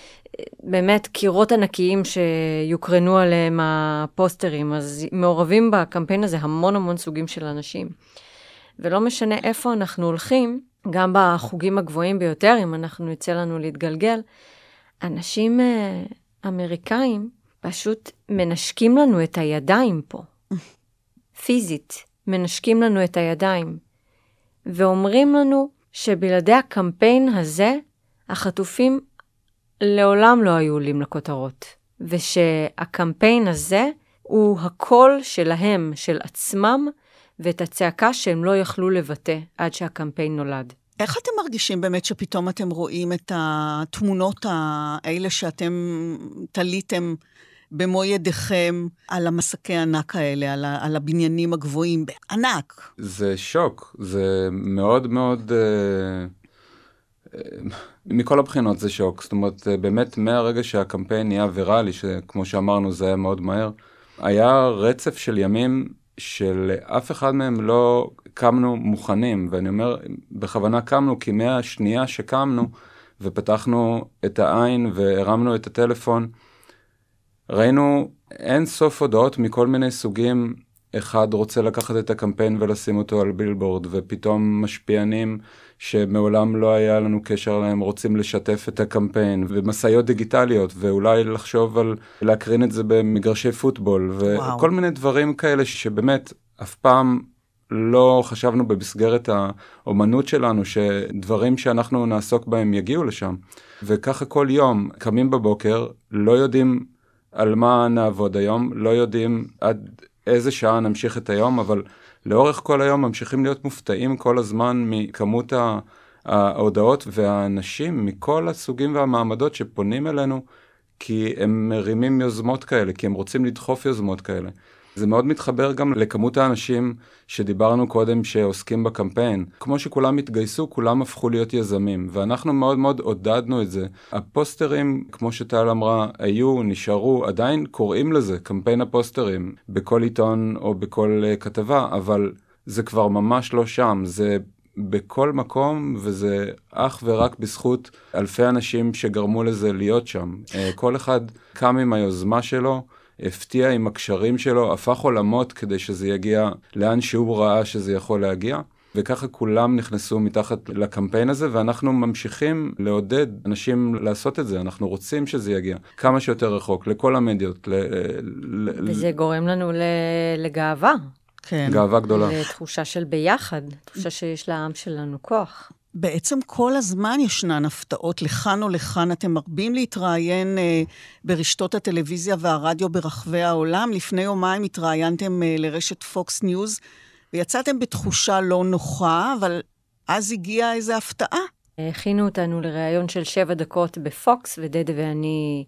באמת קירות ענקיים שיוקרנו עליהם הפוסטרים. אז מעורבים בקמפיין הזה המון המון סוגים של אנשים. ולא משנה איפה אנחנו הולכים, גם בחוגים הגבוהים ביותר, אם אנחנו יצא לנו להתגלגל, אנשים אה, אמריקאים פשוט מנשקים לנו את הידיים פה. פיזית, מנשקים לנו את הידיים. ואומרים לנו שבלעדי הקמפיין הזה, החטופים לעולם לא היו עולים לכותרות. ושהקמפיין הזה הוא הקול שלהם, של עצמם, ואת הצעקה שהם לא יכלו לבטא עד שהקמפיין נולד. איך אתם מרגישים באמת שפתאום אתם רואים את התמונות האלה שאתם תליתם במו ידיכם על המסקי הענק האלה, על, ה, על הבניינים הגבוהים, בענק? זה שוק, זה מאוד מאוד, אה, אה, מכל הבחינות זה שוק, זאת אומרת, באמת מהרגע שהקמפיין נהיה ויראלי, שכמו שאמרנו זה היה מאוד מהר, היה רצף של ימים של אף אחד מהם לא קמנו מוכנים, ואני אומר, בכוונה קמנו, כי מהשנייה שקמנו, ופתחנו את העין והרמנו את הטלפון, ראינו אין סוף הודעות מכל מיני סוגים. אחד רוצה לקחת את הקמפיין ולשים אותו על בילבורד, ופתאום משפיענים שמעולם לא היה לנו קשר להם רוצים לשתף את הקמפיין, ומסעיות דיגיטליות, ואולי לחשוב על להקרין את זה במגרשי פוטבול, וואו. וכל מיני דברים כאלה שבאמת אף פעם לא חשבנו במסגרת האומנות שלנו, שדברים שאנחנו נעסוק בהם יגיעו לשם. וככה כל יום קמים בבוקר, לא יודעים על מה נעבוד היום, לא יודעים עד איזה שעה נמשיך את היום, אבל לאורך כל היום ממשיכים להיות מופתעים כל הזמן מכמות ההודעות והאנשים מכל הסוגים והמעמדות שפונים אלינו, כי הם מרימים יוזמות כאלה, כי הם רוצים לדחוף יוזמות כאלה. זה מאוד מתחבר גם לכמות האנשים שדיברנו קודם שעוסקים בקמפיין. כמו שכולם התגייסו, כולם הפכו להיות יזמים, ואנחנו מאוד מאוד עודדנו את זה. הפוסטרים, כמו שטל אמרה, היו, נשארו, עדיין קוראים לזה, קמפיין הפוסטרים, בכל עיתון או בכל uh, כתבה, אבל זה כבר ממש לא שם, זה בכל מקום, וזה אך ורק בזכות אלפי אנשים שגרמו לזה להיות שם. Uh, כל אחד קם עם היוזמה שלו, הפתיע עם הקשרים שלו, הפך עולמות כדי שזה יגיע לאן שהוא ראה שזה יכול להגיע. וככה כולם נכנסו מתחת לקמפיין הזה, ואנחנו ממשיכים לעודד אנשים לעשות את זה. אנחנו רוצים שזה יגיע כמה שיותר רחוק, לכל המדיות. ל... וזה ל... גורם לנו לגאווה. כן. גאווה גדולה. לתחושה של ביחד, תחושה שיש לעם שלנו כוח. בעצם כל הזמן ישנן הפתעות, לכאן או לכאן. אתם מרבים להתראיין אה, ברשתות הטלוויזיה והרדיו ברחבי העולם. לפני יומיים התראיינתם אה, לרשת פוקס ניוז, ויצאתם בתחושה לא נוחה, אבל אז הגיעה איזו הפתעה. הכינו אותנו לראיון של שבע דקות בפוקס, ודדה ואני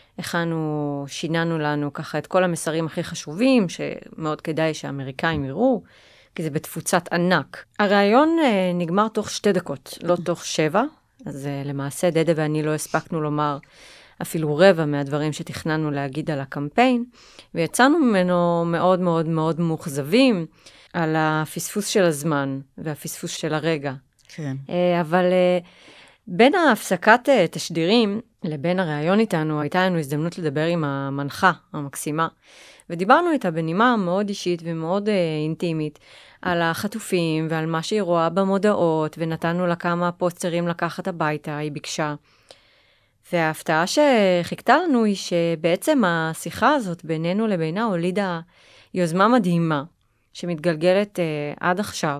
הכנו, שיננו לנו ככה את כל המסרים הכי חשובים, שמאוד כדאי שהאמריקאים יראו, כי זה בתפוצת ענק. הראיון אה, נגמר תוך שתי דקות, לא תוך שבע, אז אה, למעשה דדה ואני לא הספקנו לומר אפילו רבע מהדברים שתכננו להגיד על הקמפיין, ויצאנו ממנו מאוד מאוד מאוד מוחזבים על הפספוס של הזמן והפספוס של הרגע. כן. אה, אבל אה, בין ההפסקת אה, תשדירים לבין הראיון איתנו, הייתה לנו הזדמנות לדבר עם המנחה המקסימה, ודיברנו איתה בנימה מאוד אישית ומאוד אה, אינטימית, על החטופים ועל מה שהיא רואה במודעות, ונתנו לה כמה פוסטרים לקחת הביתה, היא ביקשה. וההפתעה שחיכתה לנו היא שבעצם השיחה הזאת בינינו לבינה הולידה יוזמה מדהימה, שמתגלגלת אה, עד עכשיו,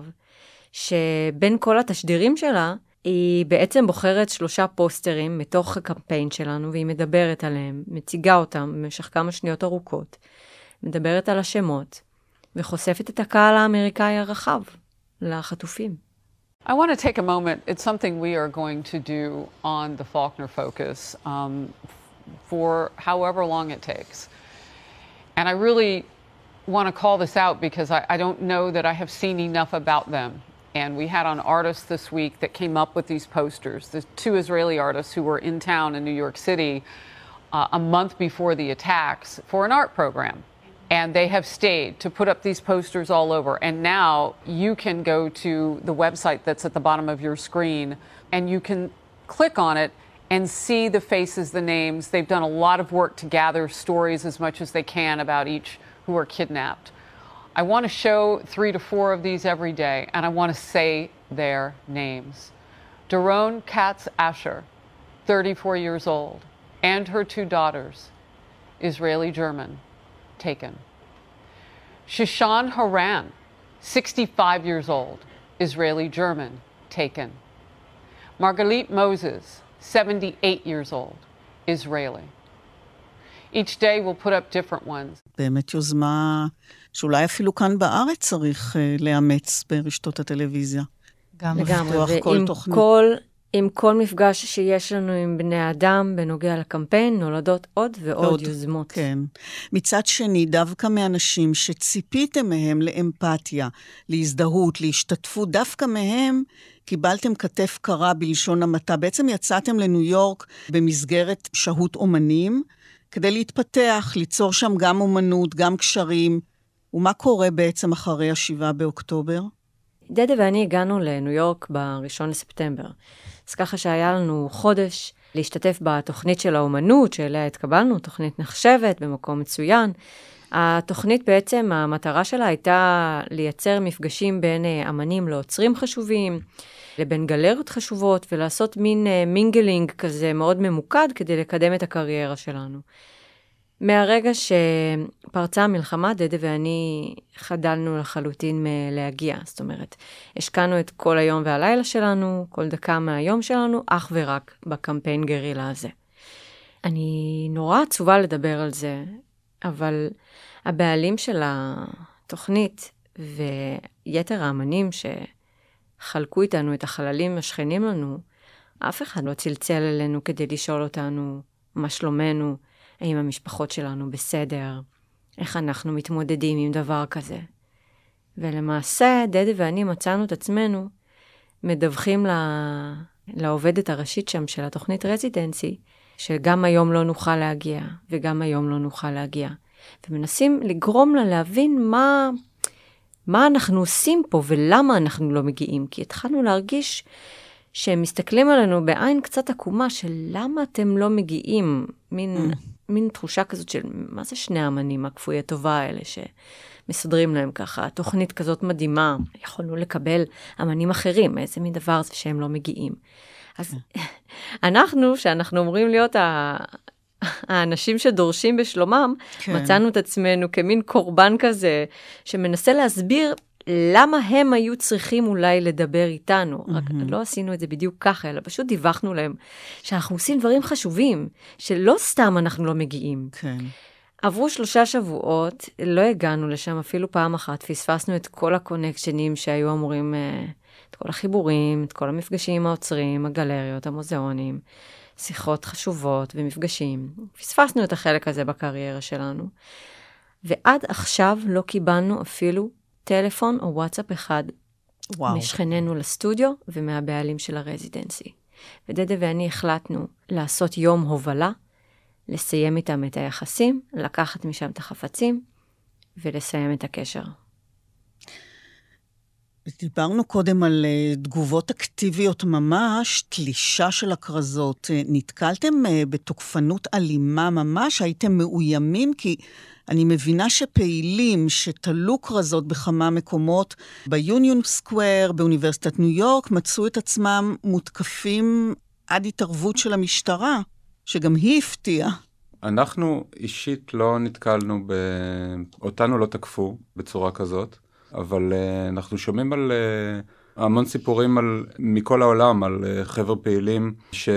שבין כל התשדירים שלה, היא בעצם בוחרת שלושה פוסטרים מתוך הקמפיין שלנו, והיא מדברת עליהם, מציגה אותם במשך כמה שניות ארוכות, מדברת על השמות, וחושפת את הקהל האמריקאי הרחב לחטופים. I want to take a moment. It's something we are going to do on the Faulkner Focus um, for however long it takes. And I really want to call this out because I, I don't know that I have seen enough about them. And we had an artist this week that came up with these posters. The two Israeli artists who were in town in New York City uh, a month before the attacks for an art program. And they have stayed to put up these posters all over. And now you can go to the website that's at the bottom of your screen and you can click on it and see the faces, the names. They've done a lot of work to gather stories as much as they can about each who are kidnapped. I want to show three to four of these every day, and I want to say their names. Doron Katz Asher, thirty-four years old, and her two daughters, Israeli-German, taken. Shoshan Haran, sixty-five years old, Israeli-German, taken. Margalit Moses, seventy-eight years old, Israeli. Each day we'll put up different ones. באמת יוזמה שאולי אפילו כאן בארץ צריך uh, לאמץ ברשתות הטלוויזיה. גם לגמרי, ועם כל, עם כל מפגש שיש לנו עם בני אדם בנוגע לקמפיין, נולדות עוד ועוד עוד, יוזמות. כן. מצד שני, דווקא מאנשים שציפיתם מהם לאמפתיה, להזדהות, להשתתפות, דווקא מהם קיבלתם כתף קרה בלשון המעטה. בעצם יצאתם לניו יורק במסגרת שהות אומנים, כדי להתפתח, ליצור שם גם אומנות, גם קשרים. ומה קורה בעצם אחרי השבעה באוקטובר? דדה ואני הגענו לניו יורק בראשון לספטמבר. אז ככה שהיה לנו חודש להשתתף בתוכנית של האומנות, שאליה התקבלנו, תוכנית נחשבת במקום מצוין. התוכנית בעצם, המטרה שלה הייתה לייצר מפגשים בין אמנים לאוצרים חשובים, לבין גלריות חשובות, ולעשות מין מינגלינג כזה מאוד ממוקד כדי לקדם את הקריירה שלנו. מהרגע שפרצה המלחמה, דדה ואני חדלנו לחלוטין מלהגיע. זאת אומרת, השקענו את כל היום והלילה שלנו, כל דקה מהיום שלנו, אך ורק בקמפיין גרילה הזה. אני נורא עצובה לדבר על זה, אבל הבעלים של התוכנית ויתר האמנים שחלקו איתנו את החללים השכנים לנו, אף אחד לא צלצל אלינו כדי לשאול אותנו מה שלומנו, האם המשפחות שלנו בסדר, איך אנחנו מתמודדים עם דבר כזה. ולמעשה, דדה ואני מצאנו את עצמנו, מדווחים לה, לעובדת הראשית שם של התוכנית רזידנסי, שגם היום לא נוכל להגיע, וגם היום לא נוכל להגיע. ומנסים לגרום לה להבין מה, מה אנחנו עושים פה, ולמה אנחנו לא מגיעים. כי התחלנו להרגיש שהם מסתכלים עלינו בעין קצת עקומה, של למה אתם לא מגיעים, מין... מין תחושה כזאת של מה זה שני האמנים הכפויי טובה האלה מסדרים להם ככה, תוכנית כזאת מדהימה, יכולנו לקבל אמנים אחרים, איזה מין דבר זה שהם לא מגיעים. אז אנחנו, שאנחנו אומרים להיות ה... האנשים שדורשים בשלומם, כן. מצאנו את עצמנו כמין קורבן כזה, שמנסה להסביר למה הם היו צריכים אולי לדבר איתנו. Mm-hmm. רק לא עשינו את זה בדיוק ככה, אלא פשוט דיווחנו להם שאנחנו עושים דברים חשובים, שלא סתם אנחנו לא מגיעים. כן. עברו שלושה שבועות, לא הגענו לשם אפילו פעם אחת, פספסנו את כל הקונקשנים שהיו אמורים, את כל החיבורים, את כל המפגשים העוצרים, הגלריות, המוזיאונים, שיחות חשובות ומפגשים. פספסנו את החלק הזה בקריירה שלנו. ועד עכשיו לא קיבלנו אפילו טלפון או וואטסאפ אחד וואו. משכננו לסטודיו ומהבעלים של הרזידנסי. ודדה ואני החלטנו לעשות יום הובלה, לסיים איתם את היחסים, לקחת משם את החפצים ולסיים את הקשר. דיברנו קודם על תגובות אקטיביות ממש, תלישה של הכרזות. נתקלתם בתוקפנות אלימה ממש? הייתם מאוימים? כי אני מבינה שפעילים שתלו כרזות בכמה מקומות, ביוניון סקוואר, באוניברסיטת ניו יורק, מצאו את עצמם מותקפים עד התערבות של המשטרה, שגם היא הפתיעה. אנחנו אישית לא נתקלנו, ב... אותנו לא תקפו בצורה כזאת, אבל uh, אנחנו שומעים על uh, המון סיפורים על, מכל העולם, על uh, חבר פעילים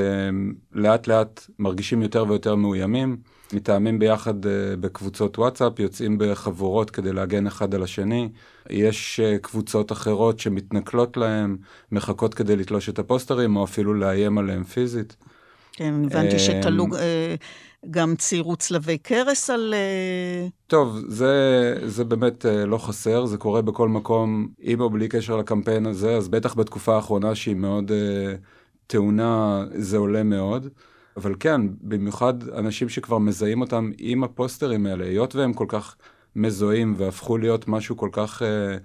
שלאט לאט מרגישים יותר ויותר מאוימים, מתאמים ביחד uh, בקבוצות וואטסאפ, יוצאים בחבורות כדי להגן אחד על השני, יש uh, קבוצות אחרות שמתנכלות להם, מחכות כדי לתלוש את הפוסטרים, או אפילו לאיים עליהם פיזית. כן, הבנתי שתלו גם ציירו צלבי קרס על... טוב, זה, זה באמת לא חסר, זה קורה בכל מקום, עם או בלי קשר לקמפיין הזה, אז בטח בתקופה האחרונה שהיא מאוד טעונה, זה עולה מאוד. אבל כן, במיוחד אנשים שכבר מזהים אותם עם הפוסטרים האלה, היות והם כל כך מזוהים והפכו להיות משהו כל כך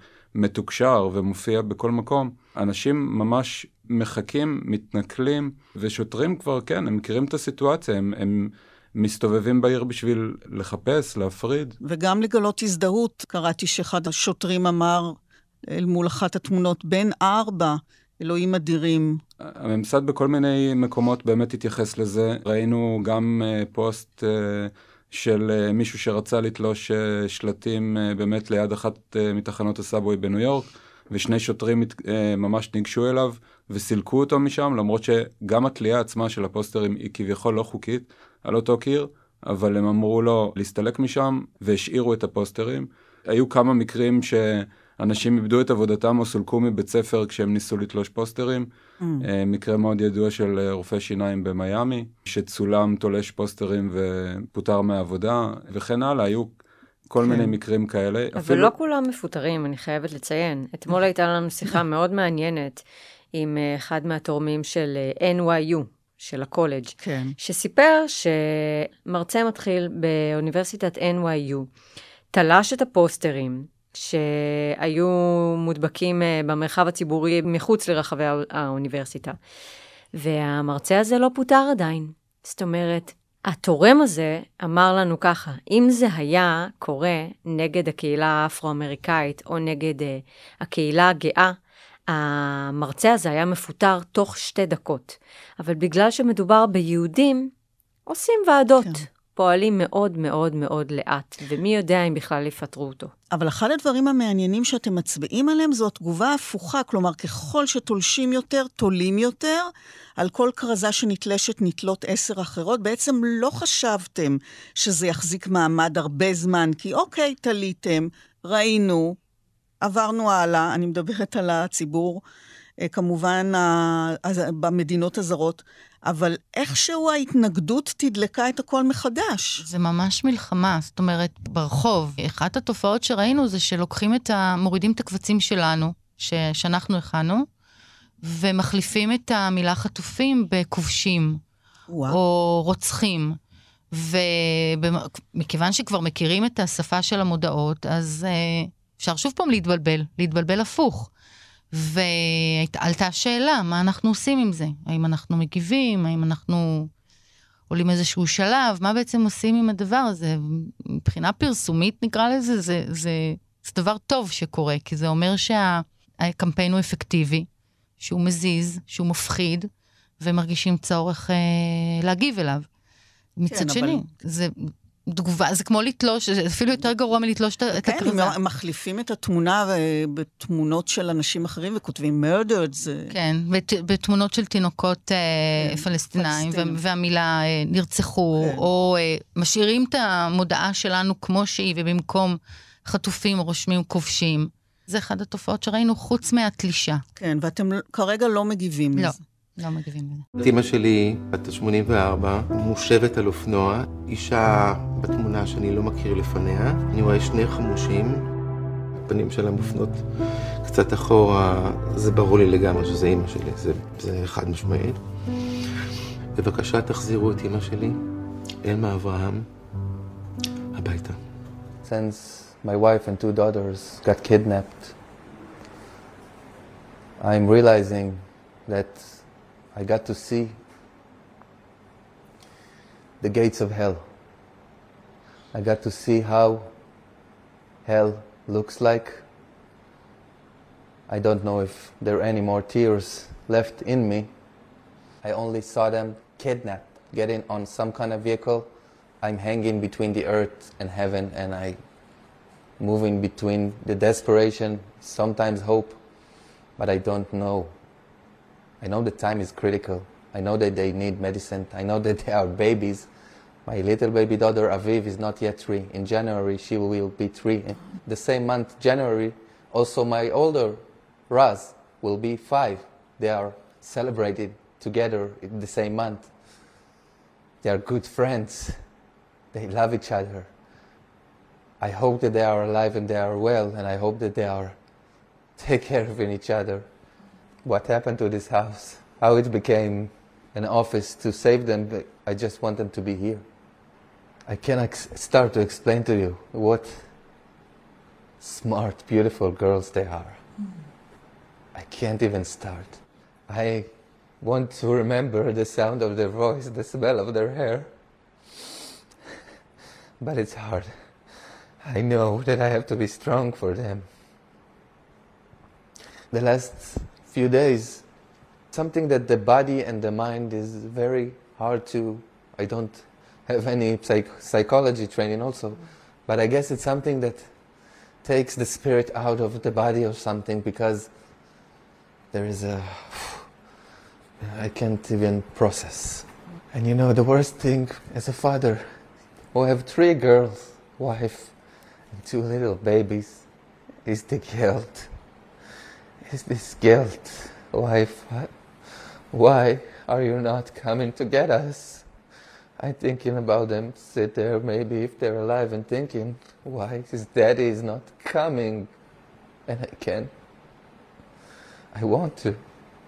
מתוקשר ומופיע בכל מקום, אנשים ממש מחכים, מתנכלים, ושוטרים כבר, כן, הם מכירים את הסיטואציה, הם, הם מסתובבים בעיר בשביל לחפש, להפריד. וגם לגלות הזדהות, קראתי שאחד השוטרים אמר, אל מול אחת התמונות, בין ארבע, אלוהים אדירים. הממסד בכל מיני מקומות באמת התייחס לזה. ראינו גם uh, פוסט uh, של uh, מישהו שרצה לתלוש uh, שלטים uh, באמת ליד אחת uh, מתחנות הסאבווי בניו יורק, ושני שוטרים uh, ממש ניגשו אליו וסילקו אותו משם, למרות שגם התלייה עצמה של הפוסטרים היא כביכול לא חוקית על אותו קיר, אבל הם אמרו לו להסתלק משם והשאירו את הפוסטרים. היו כמה מקרים ש... אנשים איבדו את עבודתם או סולקו מבית ספר כשהם ניסו לתלוש פוסטרים. Mm. מקרה מאוד ידוע של רופא שיניים במיימי, שצולם תולש פוסטרים ופוטר מהעבודה, וכן הלאה, היו כל כן. מיני מקרים כאלה. אבל אפילו... לא כולם מפוטרים, אני חייבת לציין. אתמול הייתה לנו שיחה מאוד מעניינת עם אחד מהתורמים של אן וואי יו, של הקולג', כן. שסיפר שמרצה מתחיל באוניברסיטת אן וואי יו, תלש את הפוסטרים, שהיו מודבקים במרחב הציבורי מחוץ לרחבי האוניברסיטה. והמרצה הזה לא פוטר עדיין. זאת אומרת, התורם הזה אמר לנו ככה, אם זה היה קורה נגד הקהילה האפרו-אמריקאית או נגד uh, הקהילה הגאה, המרצה הזה היה מפוטר תוך שתי דקות. אבל בגלל שמדובר ביהודים, עושים ועדות. כן. פועלים מאוד מאוד מאוד לאט, ומי יודע אם בכלל יפטרו אותו. אבל אחד הדברים המעניינים שאתם מצביעים עליהם, זו התגובה הפוכה, כלומר, ככל שתולשים יותר, תולים יותר, על כל כרזה שנתלשת נתלות עשר אחרות, בעצם לא חשבתם שזה יחזיק מעמד הרבה זמן, כי אוקיי, תליתם, ראינו, עברנו הלאה, אני מדברת על הציבור, כמובן במדינות הזרות, אבל איכשהו ההתנגדות תדלקה את הכל מחדש. זה ממש מלחמה, זאת אומרת, ברחוב. אחת התופעות שראינו זה שלוקחים את ה... מורידים את הקבצים שלנו, ש... שאנחנו הכנו, ומחליפים את המילה חטופים בכובשים, וואו. או רוצחים. ומכיוון שכבר מכירים את השפה של המודעות, אז אפשר שוב פעם להתבלבל, להתבלבל הפוך. ועלתה השאלה, מה אנחנו עושים עם זה? האם אנחנו מגיבים? האם אנחנו עולים איזשהו שלב? מה בעצם עושים עם הדבר הזה? מבחינה פרסומית נקרא לזה, זה, זה, זה דבר טוב שקורה, כי זה אומר שהקמפיין הוא אפקטיבי, שהוא מזיז, שהוא מפחיד, ומרגישים צורך אה, להגיב אליו. מצד כן, שני, אבל... זה תגובה, זה כמו לתלוש, זה אפילו יותר גרוע מלתלוש כן, את הכרזה. כן, הם מחליפים את התמונה בתמונות של אנשים אחרים וכותבים murdered. זה... כן, בת, בתמונות של תינוקות כן, פלסטינאים, ו- והמילה אה, נרצחו, כן. או אה, משאירים את המודעה שלנו כמו שהיא, ובמקום חטופים או רושמים כובשים. זה אחד התופעות שראינו חוץ מהתלישה. כן, ואתם כרגע לא מגיבים לא. לזה. לא מגיבים לזה. אמא שלי, בת שמונים וארבע, מושבת על אופנוע, אישה בתמונה שאני לא מכיר לפניה. אני רואה שני חמושים, הפנים שלה מופנות קצת אחורה, זה ברור לי לגמרי שזה אמא שלי, זה, זה חד משמעית. בבקשה תחזירו את אמא שלי, אלמה אברהם, הביתה. Since my wife and two daughters got kidnapped, I'm realizing that I got to see the gates of hell. I got to see how hell looks like. I don't know if there are any more tears left in me. I only saw them kidnapped, getting on some kind of vehicle. I'm hanging between the earth and heaven, and I moving between the desperation, sometimes hope, but I don't know. I know the time is critical. I know that they need medicine. I know that they are babies. My little baby daughter, Aviv, is not yet three. In January, she will be three. In the same month, January, also my older, Raz, will be five. They are celebrated together in the same month. They are good friends. They love each other. I hope that they are alive and they are well, and I hope that they are take care of each other. What happened to this house, how it became an office to save them, but I just want them to be here. I cannot start to explain to you what smart, beautiful girls they are. Mm. I can't even start. I want to remember the sound of their voice, the smell of their hair, but it's hard. I know that I have to be strong for them. The last few days, something that the body and the mind is very hard to, I don't have any psych- psychology training also, but I guess it's something that takes the spirit out of the body or something, because there is a, I can't even process. And you know, the worst thing as a father, who have three girls, wife, and two little babies, is the guilt. Is this guilt? Wife, why are you not coming to get us? I'm thinking about them, sit there maybe if they're alive and thinking, why his daddy is not coming? And I can. I want to.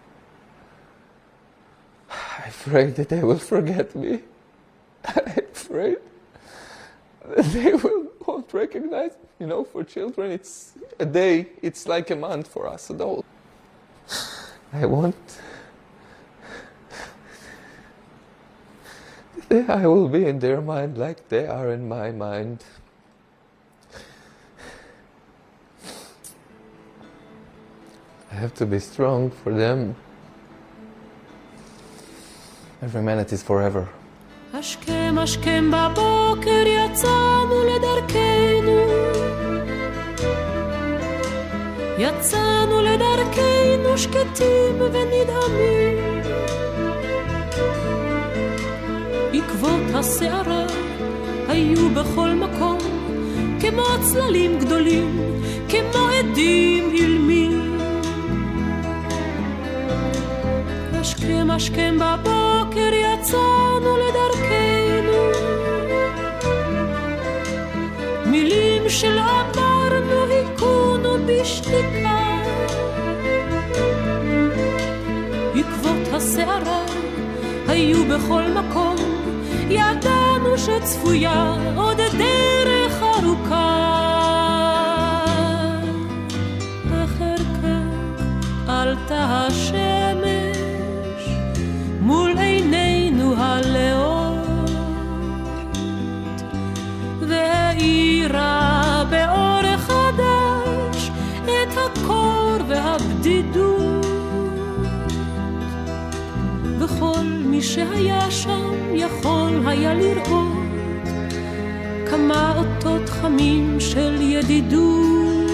I'm afraid that they will forget me. I'm afraid that they will won't recognize. You know, for children, it's a day, it's like a month for us adults. I want that I will be in their mind like they are in my mind. I have to be strong for them. Every minute is forever. השכם השכם בבוקר יצאנו לדרכנו, יצאנו לדרכנו שקטים ונדהמים, עקבות השערה היו בכל מקום, כמו צללים גדולים, כמו עדים אילמים. השכם השכם בבוקר יצאנו לדרכנו, מילים שלא אמרנו היכונו בשתיקה, עקבות השערה היו בכל מקום, ידענו שצפויה עוד דרך ארוכה. אחר כך עלתה השמש מול עינינו הלאות, והאירה באור חדש והבדידות, וכל מי שהיה שם יכול היה לראות כמה אותות חמים של ידידות.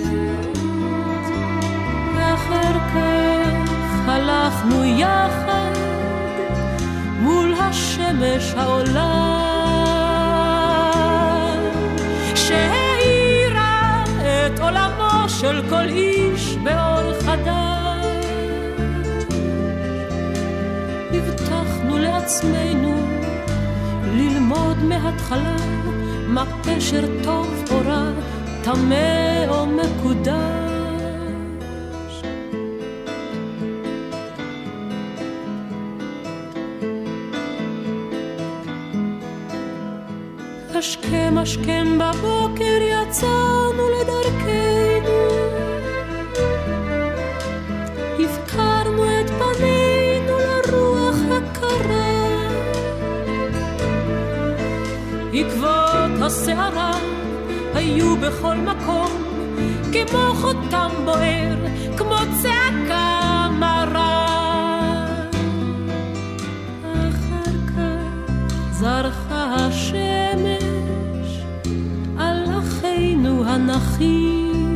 ואחר כך הלכנו יחד מול השמש העולה שהאירה את עולמו של כל איש באור חדש. הבטחנו לעצמנו ללמוד מההתחלה מה פשר טוב או רע, טמא או מקודש. השכם השכם בבוקר יצאנו לדרכנו, הבקרנו את פנינו לרוח הקרה, עקבות הסערה היו בכל מקום כמו חותם בוער, כמו צעקה מרה. אחר כך זרחה השמש על אחינו הנחים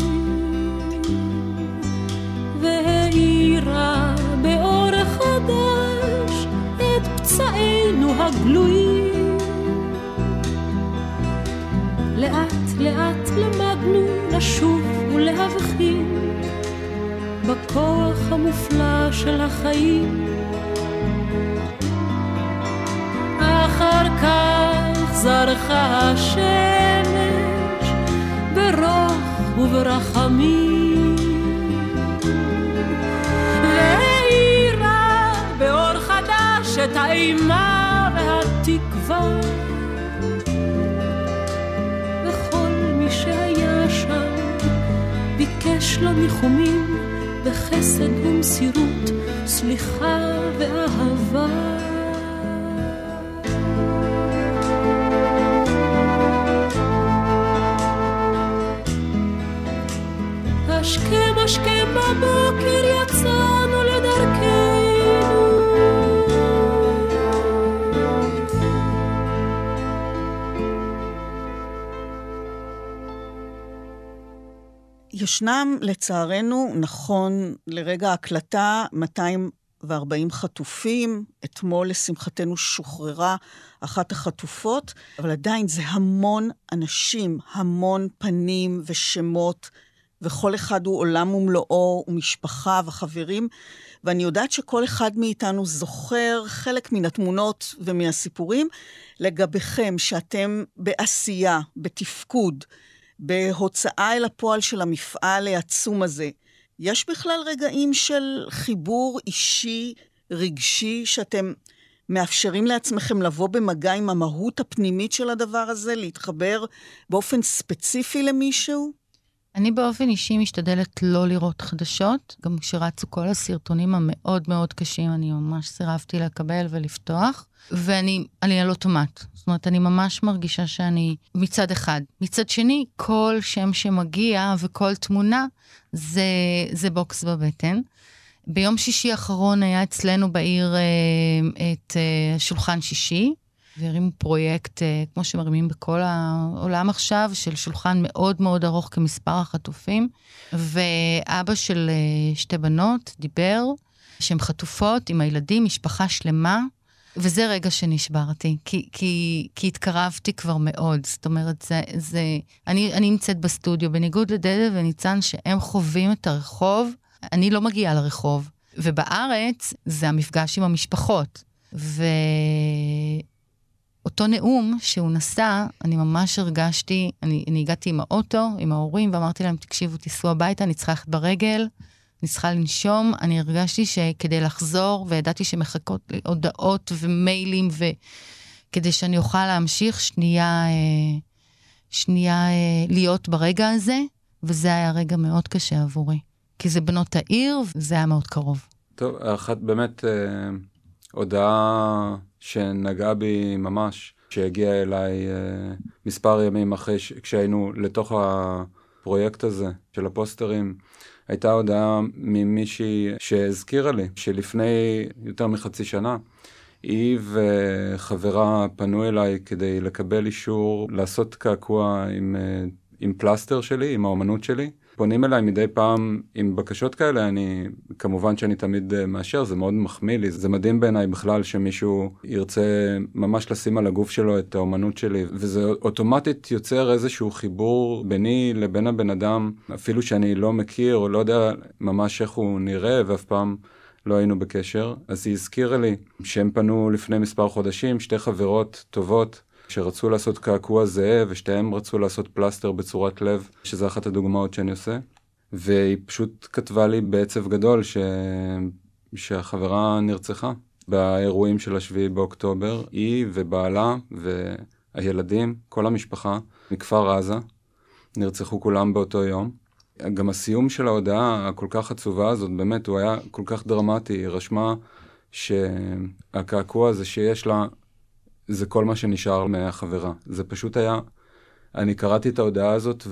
והאירה באור חדש את פצעינו הגלויים. לאט לאט למדנו לשוב ולהבחין בכוח המופלא של החיים. אחר כך זרחה השמש ברוך וברחמים והאירה באור חדש את האימה והתקווה. ביקש לו ניחומים בחסד ומסירות, סליחה ואהבה. השכם השכם בבוקר יצאנו לדרכנו, ישנם לצערנו, נכון לרגע ההקלטה, מאתיים וארבעים חטופים. אתמול לשמחתנו שוחררה אחת החטופות, אבל עדיין זה המון אנשים, המון פנים ושמות, וכל אחד הוא עולם ומלואו, ומשפחה וחברים, ואני יודעת שכל אחד מאיתנו זוכר חלק מן התמונות ומהסיפורים לגביכם, שאתם בעשייה, בתפקוד, בהוצאה אל הפועל של המפעל העצום הזה. יש בכלל רגעים של חיבור אישי, רגשי, שאתם מאפשרים לעצמכם לבוא במגע עם המהות הפנימית של הדבר הזה, להתחבר באופן ספציפי למישהו? אני באופן אישי משתדלת לא לראות חדשות, גם כשרצו כל הסרטונים המאוד מאוד קשים, אני ממש סירבתי לקבל ולפתוח, ואני אני על אוטומט. זאת אומרת, אני ממש מרגישה שאני מצד אחד. מצד שני, כל שם שמגיע וכל תמונה, זה, זה בוקס בבטן. ביום שישי האחרון היה אצלנו בעיר אה, את אה, שולחן שישי, והרימו פרויקט, אה, כמו שמרימים בכל העולם עכשיו, של שולחן מאוד מאוד ארוך כמספר החטופים, ואבא של אה, שתי בנות דיבר, שהן חטופות עם הילדים, משפחה שלמה, וזה רגע שנשברתי, כי, כי, כי התקרבתי כבר מאוד. זאת אומרת, זה, זה, אני, אני נמצאת בסטודיו, בניגוד לדדה וניצן, שהם חווים את הרחוב, אני לא מגיעה לרחוב. ובארץ, זה המפגש עם המשפחות. ואותו נאום שהוא נסע, אני ממש הרגשתי, אני, אני הגעתי עם האוטו, עם ההורים, ואמרתי להם, תקשיבו, תיסעו הביתה, אני צריכה ללכת ברגל, אני צריכה לנשום. אני הרגשתי שכדי לחזור, וידעתי שמחכות לי הודעות ומיילים, וכדי שאני אוכל להמשיך שנייה, שנייה להיות ברגע הזה, וזה היה רגע מאוד קשה עבורי. כי זה בנות העיר, וזה היה מאוד קרוב. טוב, אחת באמת אה, הודעה שנגעה בי ממש, שהגיעה אליי אה, מספר ימים אחרי ש... כשהיינו לתוך הפרויקט הזה של הפוסטרים, הייתה הודעה ממישהי שהזכירה לי, שלפני יותר מחצי שנה, היא וחברה פנו אליי כדי לקבל אישור לעשות קעקוע עם, עם פלסטר שלי, עם האומנות שלי. פונים אליי מדי פעם עם בקשות כאלה, אני, כמובן שאני תמיד מאשר, זה מאוד מחמיא לי, זה מדהים בעיניי בכלל שמישהו ירצה ממש לשים על הגוף שלו את האומנות שלי, וזה אוטומטית יוצר איזשהו חיבור ביני לבין הבן אדם, אפילו שאני לא מכיר או לא יודע ממש איך הוא נראה, ואף פעם לא היינו בקשר. אז היא הזכירה לי שהם פנו לפני מספר חודשים, שתי חברות טובות, שרצו לעשות קעקוע זהה, ושתיהם רצו לעשות פלסטר בצורת לב, שזה אחת הדוגמאות שאני עושה. והיא פשוט כתבה לי בעצב גדול ש... שהחברה נרצחה באירועים של השביעי באוקטובר. היא ובעלה והילדים, כל המשפחה, מכפר עזה, נרצחו כולם באותו יום. גם הסיום של ההודעה הכל כך עצובה הזאת, באמת, הוא היה כל כך דרמטי. היא רשמה שהקעקוע הזה שיש לה, זה כל מה שנשאר מהחברה. זה פשוט היה, אני קראתי את ההודעה הזאת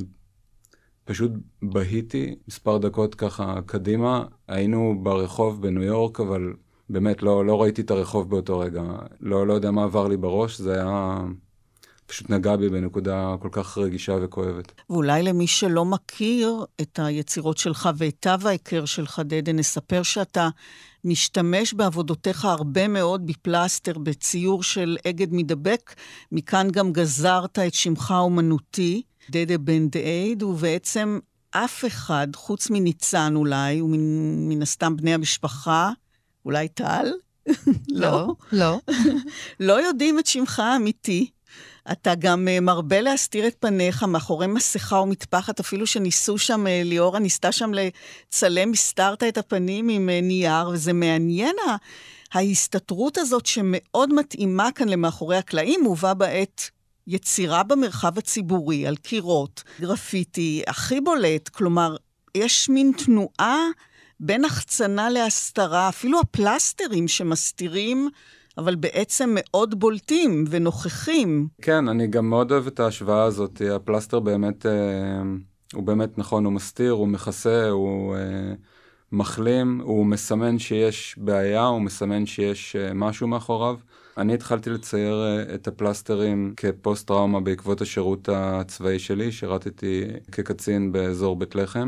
ופשוט בהיתי מספר דקות ככה קדימה. היינו ברחוב בניו יורק, אבל באמת לא, לא ראיתי את הרחוב באותו רגע. לא, לא יודע מה עבר לי בראש, זה היה פשוט נגע בי בנקודה כל כך רגישה וכואבת. ואולי למי שלא מכיר את היצירות שלך ואת תו ההיכר שלך, דדן, נספר שאתה משתמש בעבודותיך הרבה מאוד בפלסטר, בציור של אגד מדבק, מכאן גם גזרת את שמך האומנותי, דדה בן דאייד, ובעצם אף אחד, חוץ מניצן אולי, ומן הסתם בני המשפחה, אולי טל? לא, לא. לא יודעים את שמך האמיתי. אתה גם מרבה להסתיר את פניך מאחורי מסכה ומטפחת, אפילו שניסו שם, ליאורה ניסתה שם לצלם, הסתרת את הפנים עם נייר, וזה מעניין ההסתתרות הזאת שמאוד מתאימה כאן למאחורי הקלעים, מובא בעת יצירה במרחב הציבורי, על קירות, גרפיטי, הכי בולט, כלומר, יש מין תנועה בין החצנה להסתרה, אפילו הפלסטרים שמסתירים, אבל בעצם מאוד בולטים ונוכחים. כן, אני גם מאוד אוהב את ההשוואה הזאת. הפלסטר באמת, הוא באמת נכון, הוא מסתיר, הוא מכסה, הוא מחלים, הוא מסמן שיש בעיה, הוא מסמן שיש משהו מאחוריו. אני התחלתי לצייר את הפלסטרים כפוסט-טראומה בעקבות השירות הצבאי שלי, שירתתי כקצין באזור בית לחם.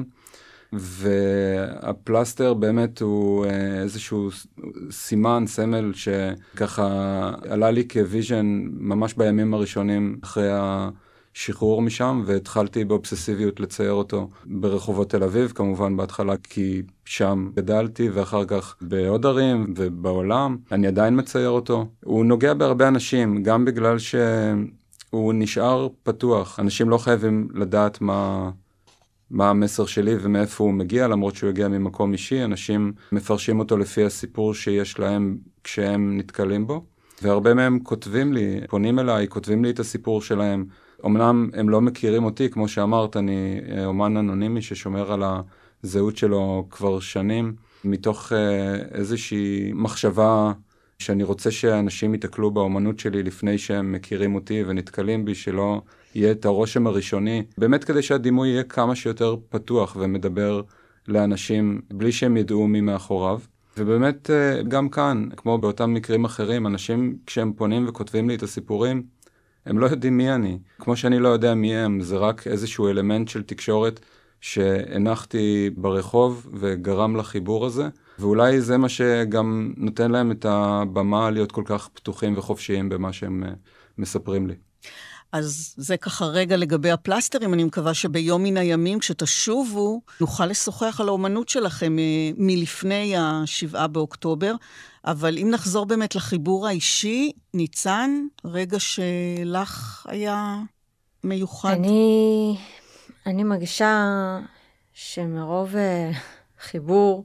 והפלסטר באמת הוא איזשהו סימן, סמל שככה עלה לי כוויז'ן ממש בימים הראשונים אחרי השחרור משם, והתחלתי באובססיביות לצייר אותו ברחובות תל אביב, כמובן בהתחלה כי שם גדלתי, ואחר כך בעוד ערים ובעולם. אני עדיין מצייר אותו. הוא נוגע בהרבה אנשים, גם בגלל שהוא נשאר פתוח. אנשים לא חייבים לדעת מה... מה המסר שלי ומאיפה הוא מגיע, למרות שהוא הגיע ממקום אישי. אנשים מפרשים אותו לפי הסיפור שיש להם כשהם נתקלים בו, והרבה מהם כותבים לי, פונים אליי, כותבים לי את הסיפור שלהם. אמנם הם לא מכירים אותי, כמו שאמרת, אני אומן אנונימי ששומר על הזהות שלו כבר שנים, מתוך איזושהי מחשבה שאני רוצה שאנשים יתקלו באומנות שלי לפני שהם מכירים אותי ונתקלים בי, שלא יהיה את הרושם הראשוני, באמת כדי שהדימוי יהיה כמה שיותר פתוח ומדבר לאנשים בלי שהם ידעו מי מאחוריו. ובאמת גם כאן, כמו באותם מקרים אחרים, אנשים כשהם פונים וכותבים לי את הסיפורים, הם לא יודעים מי אני. כמו שאני לא יודע מי הם, זה רק איזשהו אלמנט של תקשורת שהנחתי ברחוב וגרם לחיבור הזה, ואולי זה מה שגם נותן להם את הבמה להיות כל כך פתוחים וחופשיים במה שהם מספרים לי. אז זה ככה רגע לגבי הפלסטרים. אני מקווה שביום מן הימים, כשתשובו, נוכל לשוחח על האומנות שלכם מלפני השבעה באוקטובר. אבל אם נחזור באמת לחיבור האישי, ניצן, רגע שלך היה מיוחד. אני, אני מרגישה שמרוב חיבור,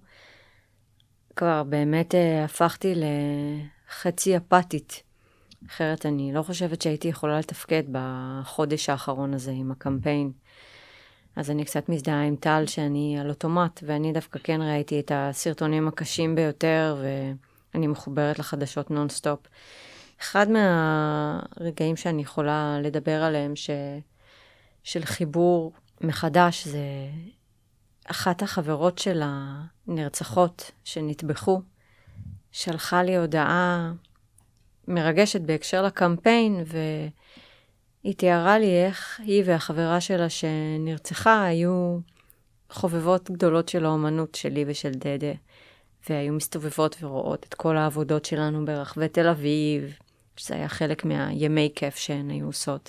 כבר באמת הפכתי לחצי אפתית. אחרת אני לא חושבת שהייתי יכולה לתפקד בחודש האחרון הזה עם הקמפיין. אז אני קצת מזדהה עם טל שאני על אוטומט, ואני דווקא כן ראיתי את הסרטונים הקשים ביותר, ואני מחוברת לחדשות נונסטופ. אחד מהרגעים שאני יכולה לדבר עליהם ש... של חיבור מחדש, זה אחת החברות של הנרצחות שנטבחו, שלחה לי הודעה מרגשת בהקשר לקמפיין, והיא תיארה לי איך היא והחברה שלה שנרצחה היו חובבות גדולות של האומנות שלי ושל דדה, והיו מסתובבות ורואות את כל העבודות שלנו ברחבי תל אביב, שזה היה חלק מהימי כיף שהן היו עושות.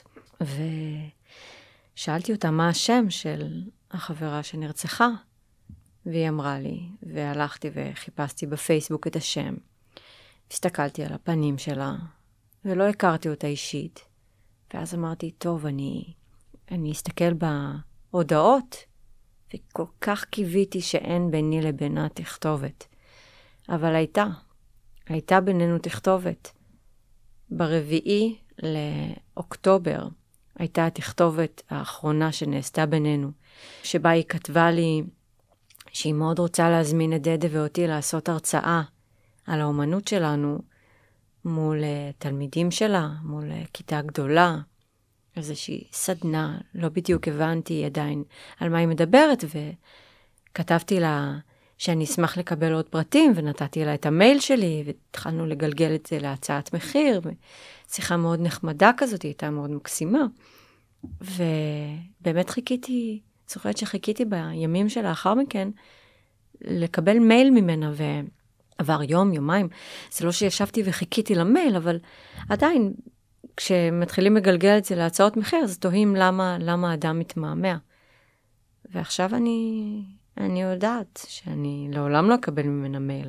ושאלתי אותה מה השם של החברה שנרצחה, והיא אמרה לי, והלכתי וחיפשתי בפייסבוק את השם. הסתכלתי על הפנים שלה, ולא הכרתי אותה אישית. ואז אמרתי, טוב, אני, אני אסתכל בהודעות, וכל כך קיוויתי שאין ביני לבינה תכתובת. אבל הייתה, הייתה בינינו תכתובת. ברביעי לאוקטובר הייתה התכתובת האחרונה שנעשתה בינינו, שבה היא כתבה לי שהיא מאוד רוצה להזמין את דדה ואותי לעשות הרצאה על האומנות שלנו מול תלמידים שלה, מול כיתה גדולה, איזושהי סדנה, לא בדיוק הבנתי עדיין על מה היא מדברת, וכתבתי לה שאני אשמח לקבל עוד פרטים, ונתתי לה את המייל שלי, והתחלנו לגלגל את זה להצעת מחיר, שיחה מאוד נחמדה כזאת, היא הייתה מאוד מקסימה, ובאמת חיכיתי, זוכרת שחיכיתי בימים שלאחר מכן, לקבל מייל ממנה, ועבר יום, יומיים, זה לא שישבתי וחיכיתי למייל, אבל עדיין, כשמתחילים לגלגל את זה להצעות מחיר, אז תוהים למה, למה האדם מתמהמה. ועכשיו אני, אני יודעת שאני לעולם לא אקבל ממנה מייל.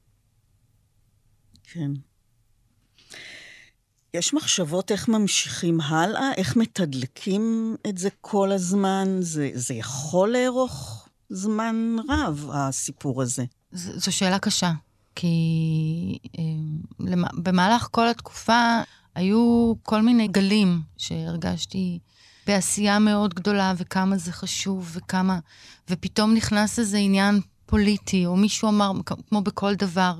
כן. יש מחשבות איך ממשיכים הלאה? איך מתדלקים את זה כל הזמן? זה, זה יכול לארוך זמן רב, הסיפור הזה. ז, זו שאלה קשה, כי אה, במהלך כל התקופה היו כל מיני גלים שהרגשתי בעשייה מאוד גדולה, וכמה זה חשוב, וכמה, ופתאום נכנס איזה עניין פוליטי, או מישהו אמר, כמו בכל דבר,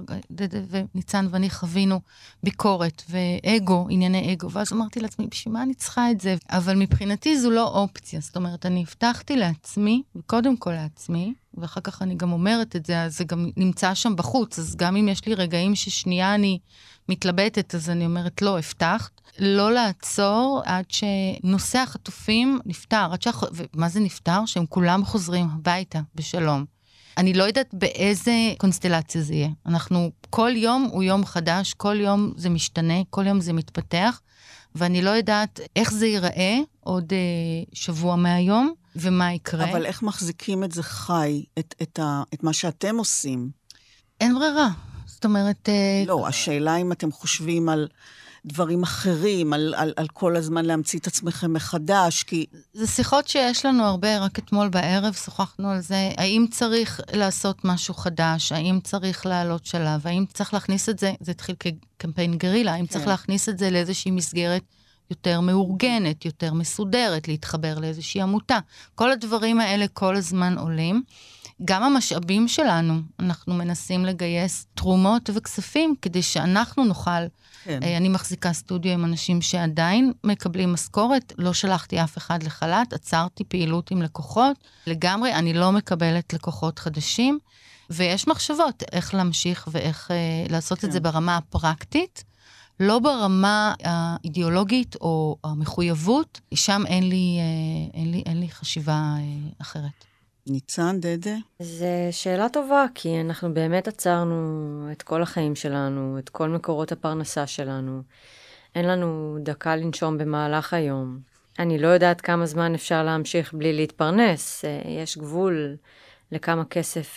וניצן ואני חווינו ביקורת, ואגו, ענייני אגו, ואז אמרתי לעצמי, בשביל מה אני צריכה את זה? אבל מבחינתי זו לא אופציה, זאת אומרת, אני הבטחתי לעצמי, וקודם כל לעצמי, ואחר כך אני גם אומרת את זה, אז זה גם נמצא שם בחוץ, אז גם אם יש לי רגעים ששנייה אני מתלבטת, אז אני אומרת, לא, הבטחת, לא לעצור עד שנושא החטופים נפטר, עד שח... ומה זה נפטר? שהם כולם חוזרים הביתה בשלום. אני לא יודעת באיזה קונסטלציה זה יהיה. אנחנו, כל יום הוא יום חדש, כל יום זה משתנה, כל יום זה מתפתח, ואני לא יודעת איך זה ייראה עוד אה, שבוע מהיום, ומה יקרה. אבל איך מחזיקים את זה חי, את, את, ה, את מה שאתם עושים? אין ברירה. זאת אומרת... אה, לא, השאלה אם אתם חושבים על דברים אחרים, על, על, על כל הזמן להמציא את עצמכם מחדש, כי... זה שיחות שיש לנו הרבה, רק אתמול בערב שוחחנו על זה, האם צריך לעשות משהו חדש, האם צריך לעלות שלב, האם צריך להכניס את זה, זה התחיל כקמפיין גרילה, האם כן. צריך להכניס את זה לאיזושהי מסגרת יותר מאורגנת, יותר מסודרת, להתחבר לאיזושהי עמותה. כל הדברים האלה כל הזמן עולים. גם המשאבים שלנו, אנחנו מנסים לגייס תרומות וכספים, כדי שאנחנו נוכל, כן. אני מחזיקה סטודיו עם אנשים שעדיין מקבלים משכורת, לא שלחתי אף אחד לחל"ת, עצרתי פעילות עם לקוחות, לגמרי אני לא מקבלת לקוחות חדשים, ויש מחשבות איך להמשיך ואיך אה, לעשות כן. את זה ברמה הפרקטית, לא ברמה האידיאולוגית או המחויבות, שם אין לי, אה, אין לי, אין לי חשיבה אה, אחרת. ניצן, דדה? זו שאלה טובה, כי אנחנו באמת עצרנו את כל החיים שלנו, את כל מקורות הפרנסה שלנו. אין לנו דקה לנשום במהלך היום. אני לא יודעת כמה זמן אפשר להמשיך בלי להתפרנס. יש גבול לכמה כסף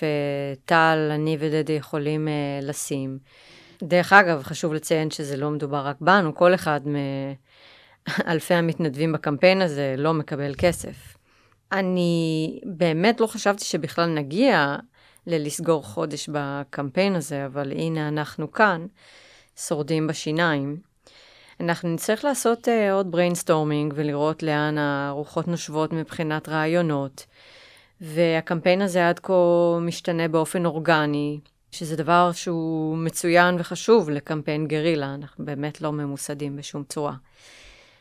טל, אני ודדה יכולים לשים. דרך אגב, חשוב לציין שזה לא מדובר רק בנו, כל אחד מאלפי המתנדבים בקמפיין הזה לא מקבל כסף. אני באמת לא חשבתי שבכלל נגיע ללסגור חודש בקמפיין הזה, אבל הנה אנחנו כאן, שורדים בשיניים. אנחנו נצטרך לעשות uh, עוד בריינסטורמינג ולראות לאן הרוחות נושבות מבחינת רעיונות, והקמפיין הזה עד כה משתנה באופן אורגני, שזה דבר שהוא מצוין וחשוב לקמפיין גרילה, אנחנו באמת לא ממוסדים בשום צורה.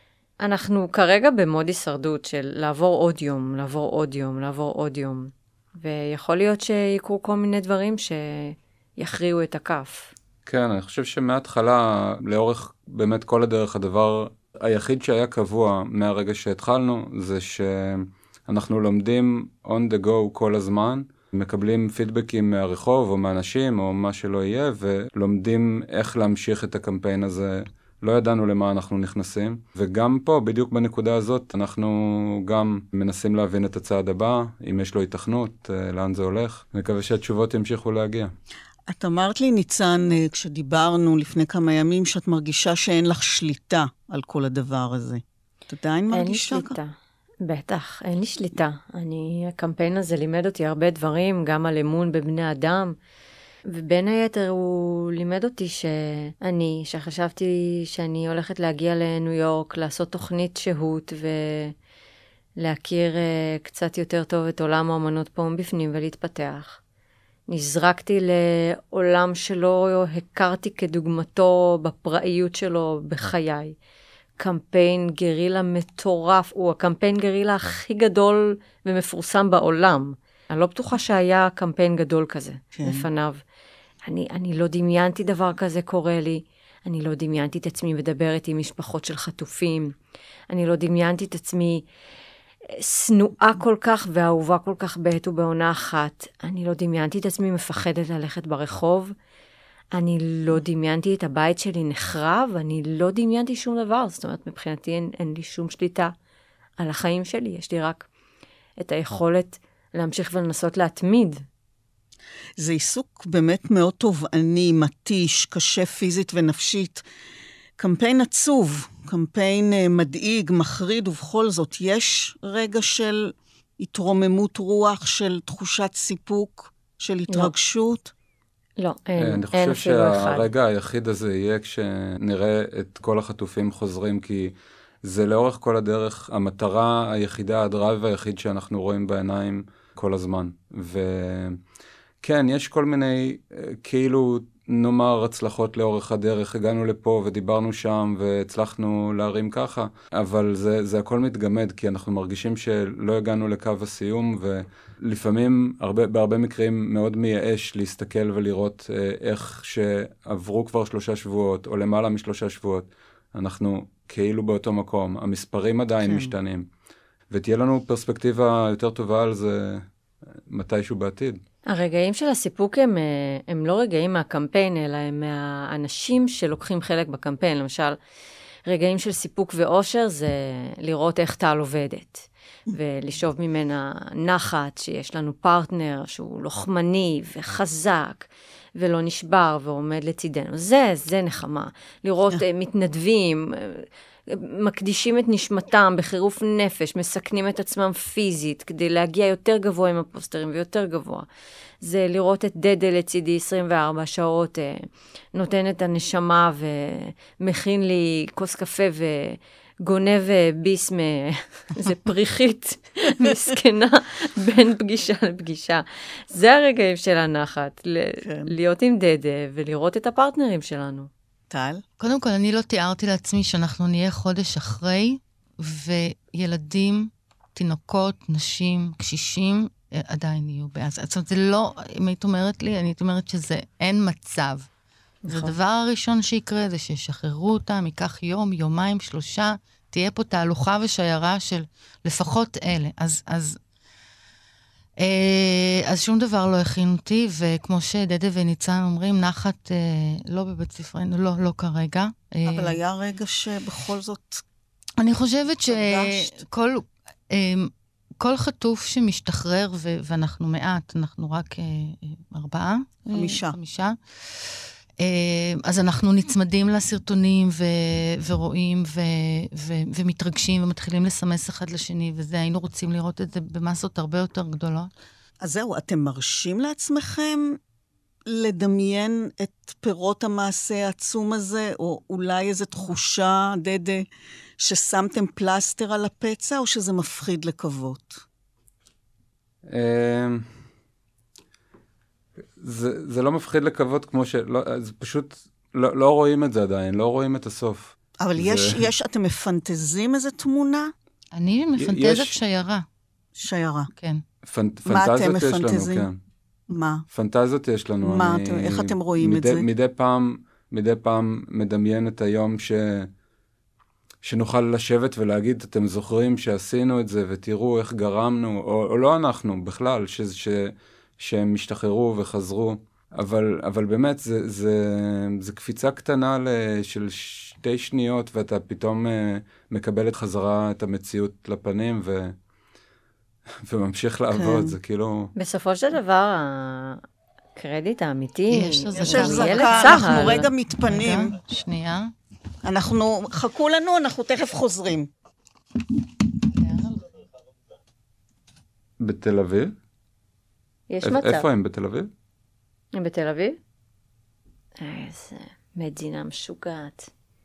אנחנו כרגע במוד הישרדות של לעבור עוד יום, לעבור עוד יום, לעבור עוד יום. ויכול להיות שיקרו כל מיני דברים שיכריעו את הכף. כן, אני חושב שמההתחלה, לאורך באמת כל הדרך, הדבר היחיד שהיה קבוע מהרגע שהתחלנו, זה שאנחנו לומדים on the go כל הזמן, מקבלים פידבקים מהרחוב או מאנשים או מה שלא יהיה, ולומדים איך להמשיך את הקמפיין הזה. לא ידענו למה אנחנו נכנסים, וגם פה, בדיוק בנקודה הזאת, אנחנו גם מנסים להבין את הצעד הבא, אם יש לו התכנות, לאן זה הולך. אני מקווה שהתשובות ימשיכו להגיע. את אמרת לי, ניצן, כשדיברנו לפני כמה ימים, שאת מרגישה שאין לך שליטה על כל הדבר הזה. את עדיין מרגישה? אין לי שליטה. בטח, אין לי שליטה. אני, הקמפיין הזה לימד אותי הרבה דברים, גם על אמון בבני אדם, ובין היתר הוא לימד אותי שאני, שחשבתי שאני הולכת להגיע לניו יורק, לעשות תוכנית שהות ולהכיר uh, קצת יותר טוב את עולם האמנות פה מבפנים ולהתפתח. נזרקתי לעולם שלא הכרתי כדוגמתו בפראיות שלו בחיי. קמפיין גרילה מטורף, הוא הקמפיין גרילה הכי גדול ומפורסם בעולם. אני לא בטוחה שהיה קמפיין גדול כזה כן. לפניו. אני, אני לא דמיינתי דבר כזה קורה לי. אני לא דמיינתי את עצמי מדברת עם משפחות של חטופים. אני לא דמיינתי את עצמי סנועה כל כך ואהובה כל כך בעת ובעונה אחת. אני לא דמיינתי את עצמי מפחדת ללכת ברחוב. אני לא דמיינתי את הבית שלי נחרב. אני לא דמיינתי שום דבר. זאת אומרת, מבחינתי אין, אין לי שום שליטה על החיים שלי. יש לי רק את היכולת להמשיך ולנסות להתמיד. זה עיסוק באמת מאוד תובעני, מתיש, קשה פיזית ונפשית. קמפיין עצוב, קמפיין מדאיג, מחריד, ובכל זאת יש רגע של התרוממות רוח, של תחושת סיפוק, של התרגשות? לא, אין, אני חושב שהרגע היחיד הזה יהיה כשנראה את כל החטופים חוזרים, כי זה לאורך כל הדרך המטרה היחידה, הדרייב היחיד שאנחנו רואים בעיניים כל הזמן. וכן, יש כל מיני, כאילו, נאמר, הצלחות לאורך הדרך. הגענו לפה ודיברנו שם והצלחנו להרים ככה, אבל זה, זה הכל מתגמד, כי אנחנו מרגישים שלא הגענו לקו הסיום, ולפעמים, הרבה, בהרבה מקרים מאוד מייאש להסתכל ולראות איך שעברו כבר שלושה שבועות, או למעלה משלושה שבועות, אנחנו כאילו באותו מקום. המספרים עדיין כן. משתנים. ותהיה לנו פרספקטיבה יותר טובה על זה מתישהו בעתיד. הרגעים של הסיפוק הם, הם לא רגעים מהקמפיין, אלא הם מהאנשים שלוקחים חלק בקמפיין. למשל, רגעים של סיפוק ואושר זה לראות איך טל עובדת, ולשאוב ממנה נחת שיש לנו פרטנר שהוא לוחמני וחזק, ולא נשבר ועומד לצידנו. זה, זה נחמה. לראות מתנדבים, מקדישים את נשמתם בחירוף נפש, מסכנים את עצמם פיזית, כדי להגיע יותר גבוה עם הפוסטרים ויותר גבוה. זה לראות את דדה לצידי עשרים וארבע שעות, נותן את הנשמה ומכין לי כוס קפה וגונב ביס מאיזה פריחית מסכנה בין פגישה לפגישה. זה הרגעים של הנחת, כן. להיות עם דדה ולראות את הפרטנרים שלנו. טל? קודם כל, אני לא תיארתי לעצמי שאנחנו נהיה חודש אחרי, וילדים, תינוקות, נשים, קשישים, עדיין יהיו בעזה. זאת אומרת, זה לא, אם היית אומרת לי, אני הייתי אומרת שזה אין מצב. זה הדבר הראשון שיקרה, זה שישחררו אותם, ייקח יום, יומיים, שלושה, תהיה פה תהלוכה ושיירה של לפחות אלה. אז, אז, אז שום דבר לא הכין אותי, וכמו שדדה וניצן אומרים, נחת לא בבית ספרנו, לא, לא כרגע. אבל היה רגע שבכל זאת... אני חושבת שכל כל חטוף שמשתחרר, ואנחנו מעט, אנחנו רק ארבעה. חמישה. חמישה. אז אנחנו נצמדים לסרטונים ו- ורואים ו- ו- ומתרגשים ומתחילים לסמס אחד לשני, וזה, היינו רוצים לראות את זה במסות הרבה יותר גדולות. אז זהו, אתם מרשים לעצמכם לדמיין את פירות המעשה העצום הזה, או אולי איזו תחושה, דדה, ששמתם פלסטר על הפצע, או שזה מפחיד לקוות? זה, זה לא מפחיד לקוות כמו ש... לא, זה פשוט לא, לא רואים את זה עדיין, לא רואים את הסוף. אבל זה... יש, יש, אתם מפנטזים איזו תמונה? אני מפנטזת יש... שיירה. שיירה. כן. פנט, מה אתם פנטזיות יש לנו, מפנטזים? כן. מה? פנטזיות יש לנו. מה, אני, אתם, איך אתם רואים מדי, את זה? מדי פעם, מדי פעם מדמיין את היום ש... שנוכל לשבת ולהגיד, אתם זוכרים שעשינו את זה, ותראו איך גרמנו, או, או לא אנחנו, בכלל, ש, ש, שהם השתחררו וחזרו. אבל, אבל באמת, זה, זה, זה קפיצה קטנה של שתי שניות, ואתה פתאום מקבל את חזרה את המציאות לפנים, ו, וממשיך לעבוד, זה כאילו... בסופו של דבר, הקרדיט האמיתי, יש לזה יש זקה, אנחנו רגע מתפנים. שנייה. אנחנו, חכו לנו, אנחנו תכף חוזרים. בתל אביב? יש איפ, מצב. איפה הם? בתל אביב? הם בתל אביב? איזה מדינה משוגעת.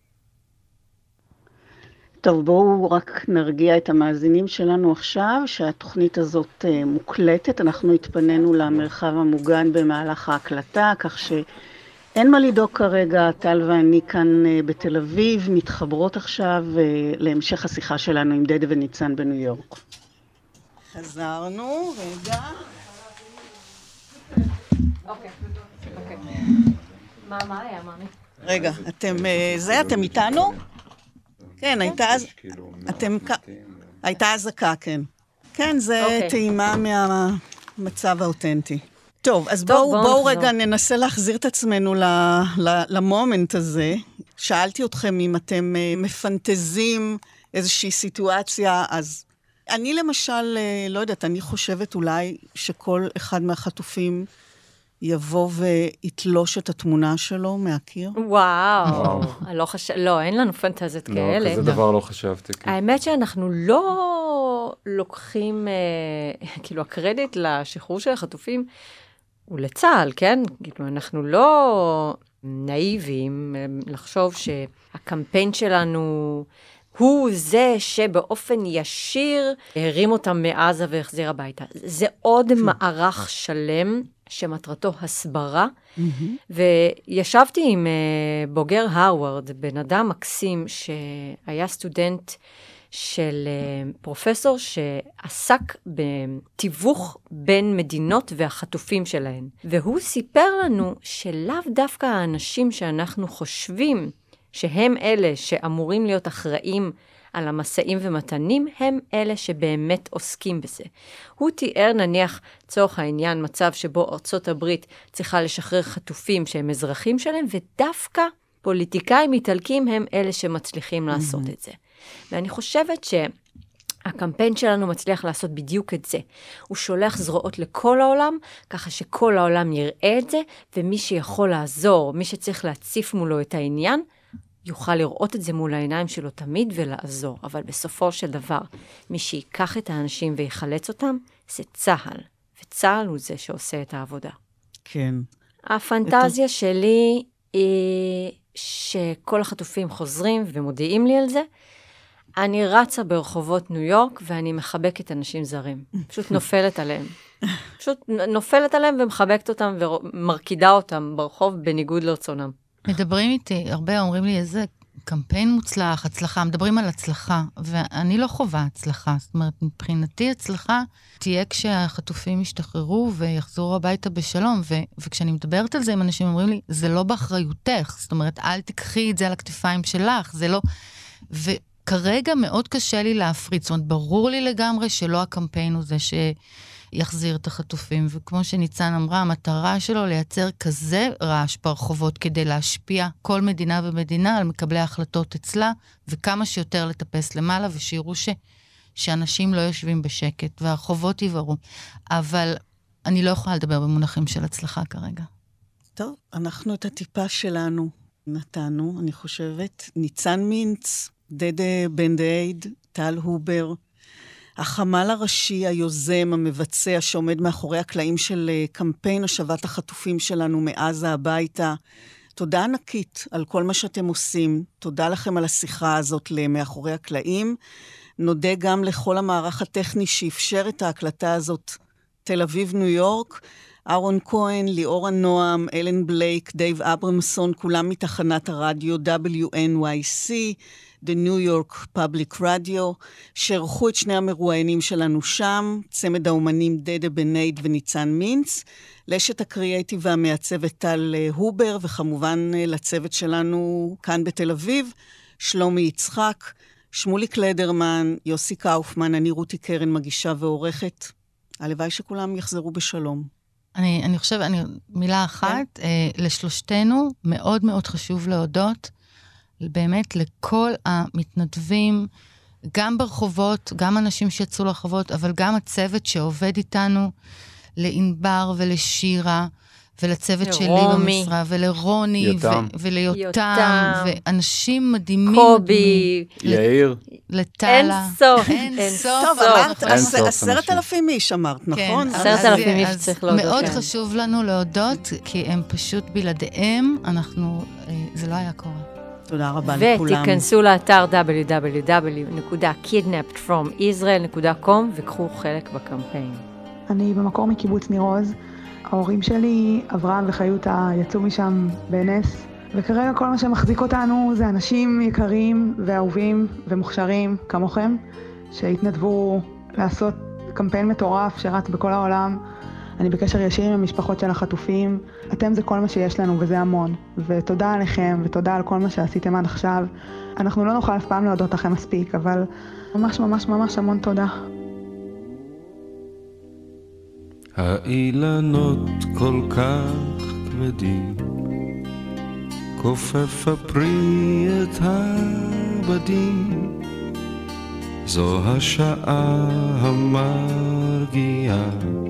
טוב, בואו רק נרגיע את המאזינים שלנו עכשיו, שהתוכנית הזאת מוקלטת. אנחנו התפנינו למרחב המוגן במהלך ההקלטה, כך שאין מה לדאוג כרגע. טל ואני כאן בתל אביב, מתחברות עכשיו להמשך השיחה שלנו עם דדה וניצן בניו יורק. חזרנו, רגע. אוקיי, אוקיי. מה, מה היה, מאמי? רגע, אתם, זה, אתם איתנו? כן, הייתה, אתם, הייתה הזקה, כן. כן, זה טעימה מהמצב האותנטי. טוב, אז בואו, בואו רגע ננסה להחזיר את עצמנו למומנט הזה. שאלתי אתכם אם אתם מפנטזים איזושהי סיטואציה, אז אני למשל, לא יודעת, אני חושבת אולי שכל אחד מהחטופים יבוא ויתלוש את התמונה שלו מהקיר. וואו, לא חשב, לא, אין לנו פנטזיות כאלה. לא, כזה דבר לא חשבתי. האמת שאנחנו לא לוקחים, כאילו, הקרדיט לשחרור של החטופים הוא לצה"ל, כן? כאילו, אנחנו לא נאיביים לחשוב שהקמפיין שלנו הוא זה שבאופן ישיר הרים אותם מעזה והחזיר הביתה. זה עוד מערך שלם שמטרתו הסברה, וישבתי עם בוגר הרווארד, בן אדם מקסים שהיה סטודנט של פרופסור שעסק בתיווך בין מדינות והחטופים שלהן. והוא סיפר לנו שלאו דווקא האנשים שאנחנו חושבים שהם אלה שאמורים להיות אחראים על המסעים ומתנים, הם אלה שבאמת עוסקים בזה. הוא תיאר נניח צורך העניין מצב שבו ארצות הברית צריכה לשחרר חטופים שהם אזרחים שלהם, ודווקא פוליטיקאים איטלקים הם אלה שמצליחים לעשות את זה. ואני חושבת שהקמפיין שלנו מצליח לעשות בדיוק את זה. הוא שולח זרועות לכל העולם, ככה שכל העולם יראה את זה, ומי שיכול לעזור, מי שצריך להציף מולו את העניין, יוכל לראות את זה מול העיניים שלו תמיד ולעזור. אבל בסופו של דבר, מי שיקח את האנשים ויחלץ אותם, זה צה"ל. וצה"ל הוא זה שעושה את העבודה. כן. הפנטזיה שלי היא שכל החטופים חוזרים ומודיעים לי על זה. אני רצה ברחובות ניו יורק ואני מחבקת אנשים זרים. פשוט נופלת עליהם. פשוט נופלת עליהם ומחבקת אותם ומרקידה אותם ברחוב בניגוד לרצונם. מדברים איתי, הרבה אומרים לי איזה קמפיין מוצלח, הצלחה, מדברים על הצלחה, ואני לא חובה הצלחה. זאת אומרת, מבחינתי הצלחה תהיה כשהחטופים ישתחררו ויחזרו הביתה בשלום, ו- וכשאני מדברת על זה עם אנשים אומרים לי, זה לא באחריותך, זאת אומרת, אל תקחי את זה על הכתפיים שלך, זה לא... וכרגע מאוד קשה לי להפריד, זאת אומרת, ברור לי לגמרי שלא הקמפיין הוא זה ש... יחזיר את החטופים, וכמו שניצן אמרה, המטרה שלו לייצר כזה רעש ברחובות כדי להשפיע כל מדינה ומדינה על מקבלי ההחלטות אצלה, וכמה שיותר לטפס למעלה, ושיראו ש... שאנשים לא יושבים בשקט, והרחובות יברו. אבל אני לא יכולה לדבר במונחים של הצלחה כרגע. טוב, אנחנו את הטיפה שלנו נתנו, אני חושבת. ניצן מינץ, דדה בן דייד, טל הובר, החמל הראשי, היוזם, המבצע, שעומד מאחורי הקלעים של קמפיין השבת החטופים שלנו מעזה הביתה. תודה ענקית על כל מה שאתם עושים. תודה לכם על השיחה הזאת למאחורי הקלעים. נודה גם לכל המערך הטכני שאפשר את ההקלטה הזאת, תל אביב, ניו יורק. אהרון כהן, ליאורה נועם, אלן בלייק, דייב אברמסון, כולם מתחנת הרדיו דאבליו אן וואי סי, The New York Public Radio, שערכו את שני המרואיינים שלנו שם, צמד האומנים דדה בנייד וניצן מינץ, לשת הקריאייטיב והמעצבת טל הובר, וכמובן לצוות שלנו כאן בתל אביב, שלומי יצחק, שמולי קלדרמן, יוסי קאופמן, אני רותי קרן, מגישה ועורכת. הלוואי שכולם יחזרו בשלום. אני, אני חושב, אני, מילה אחת, אה, לשלושתנו מאוד מאוד חשוב להודות, באמת לכל המתנדבים, גם ברחובות, גם אנשים שיצאו לרחובות, אבל גם הצוות שעובד איתנו, לענבר ולשירה, ולצוות שלי במשרה, ולרוני, וליותם, ואנשים מדהימים. קובי, יאיר. לטלה. אין סוף. אין סוף. טוב, אמרת, עשרת אלפים איש אמרת, נכון? עשרת אלפים איש צריך להודות. מאוד חשוב לנו להודות, כי הם פשוט בלעדיהם, אנחנו, זה לא היה קורה. תודה רבה לכולם. ותיכנסו לאתר דאבליו דאבליו דאבליו נקודה קידנפט פרום ישראל נקודה קום וקחו חלק בקמפיין. אני במקור מקיבוץ ניר עוז. ההורים שלי, אברהם וחיותה, יצאו משם בנס, וכרגע כל מה שמחזיק אותנו זה אנשים יקרים ואהובים ומוכשרים כמוכם, שהתנדבו לעשות קמפיין מטורף שרץ בכל העולם. אני בקשר ישיר עם המשפחות של החטופים. אתם זה כל מה שיש לנו וזה המון. ותודה עליכם ותודה על כל מה שעשיתם עד עכשיו. אנחנו לא נוכל אף פעם להודות לכם מספיק, אבל ממש ממש ממש המון תודה. האילנות כל כך כבדים, כופף הפרי את הבדים, זו השעה המרגיעה,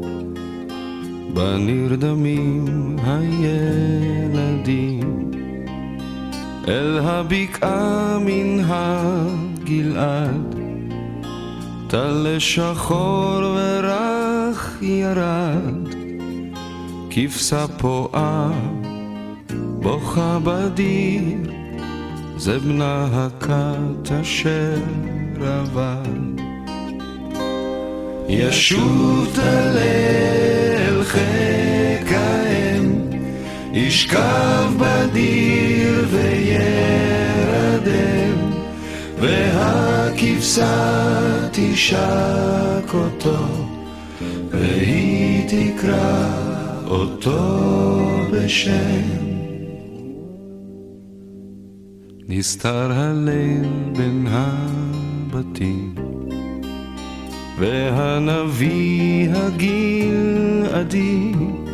בנרדמים הילדים, אל הבקעה מן הגלעד, טל שחור ורח ירד, כבשה פועה בוכה בדיר, זה בנה הכת אשר עבד. ישוב תלל חיק האם, ישכב בדיר וירדם, והכבשה תשק אותו, והיא תקרא אותו בשם. נסתר הליל בין הבתים, והנביא הגלעדי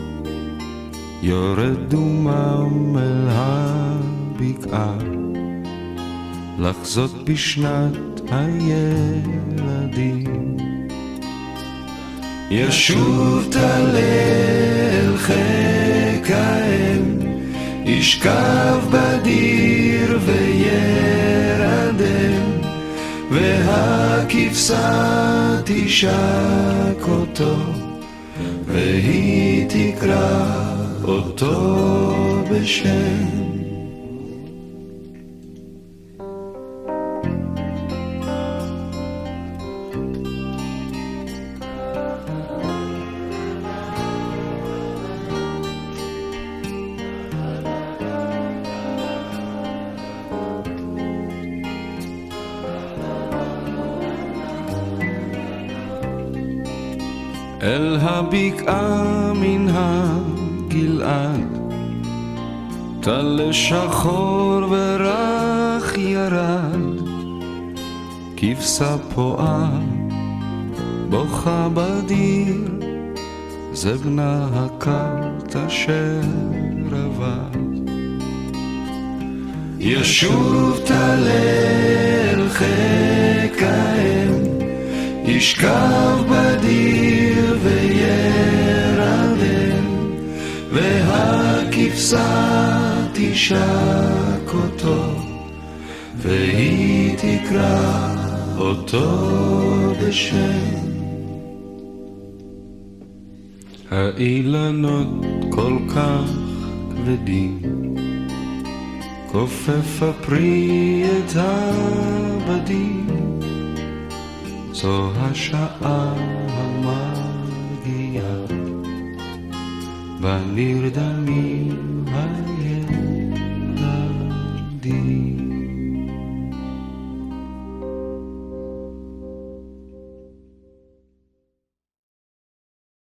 יורד דומם אל הבקעה, לחזות בשנת הילדים. ישוב תלל חיק האם, ישכב בדיר וירדם, והכבשה תשק אותו, והיא תקרא אותו בשם. אל הבקעה מן הגלעד, טל שחור ורח ירד, כבשה פועה בוכה בדיר, זה בנה הכת אשר עבד. ישוב תלל חיק האם, ישכב בדיר וירדם, והכבשה תשק אותו, והיא תקרא אותו בשם. האילנות כל כך כבדים, כופף הפרי את הבדים, זו השעה המרגיעה, בנרדמים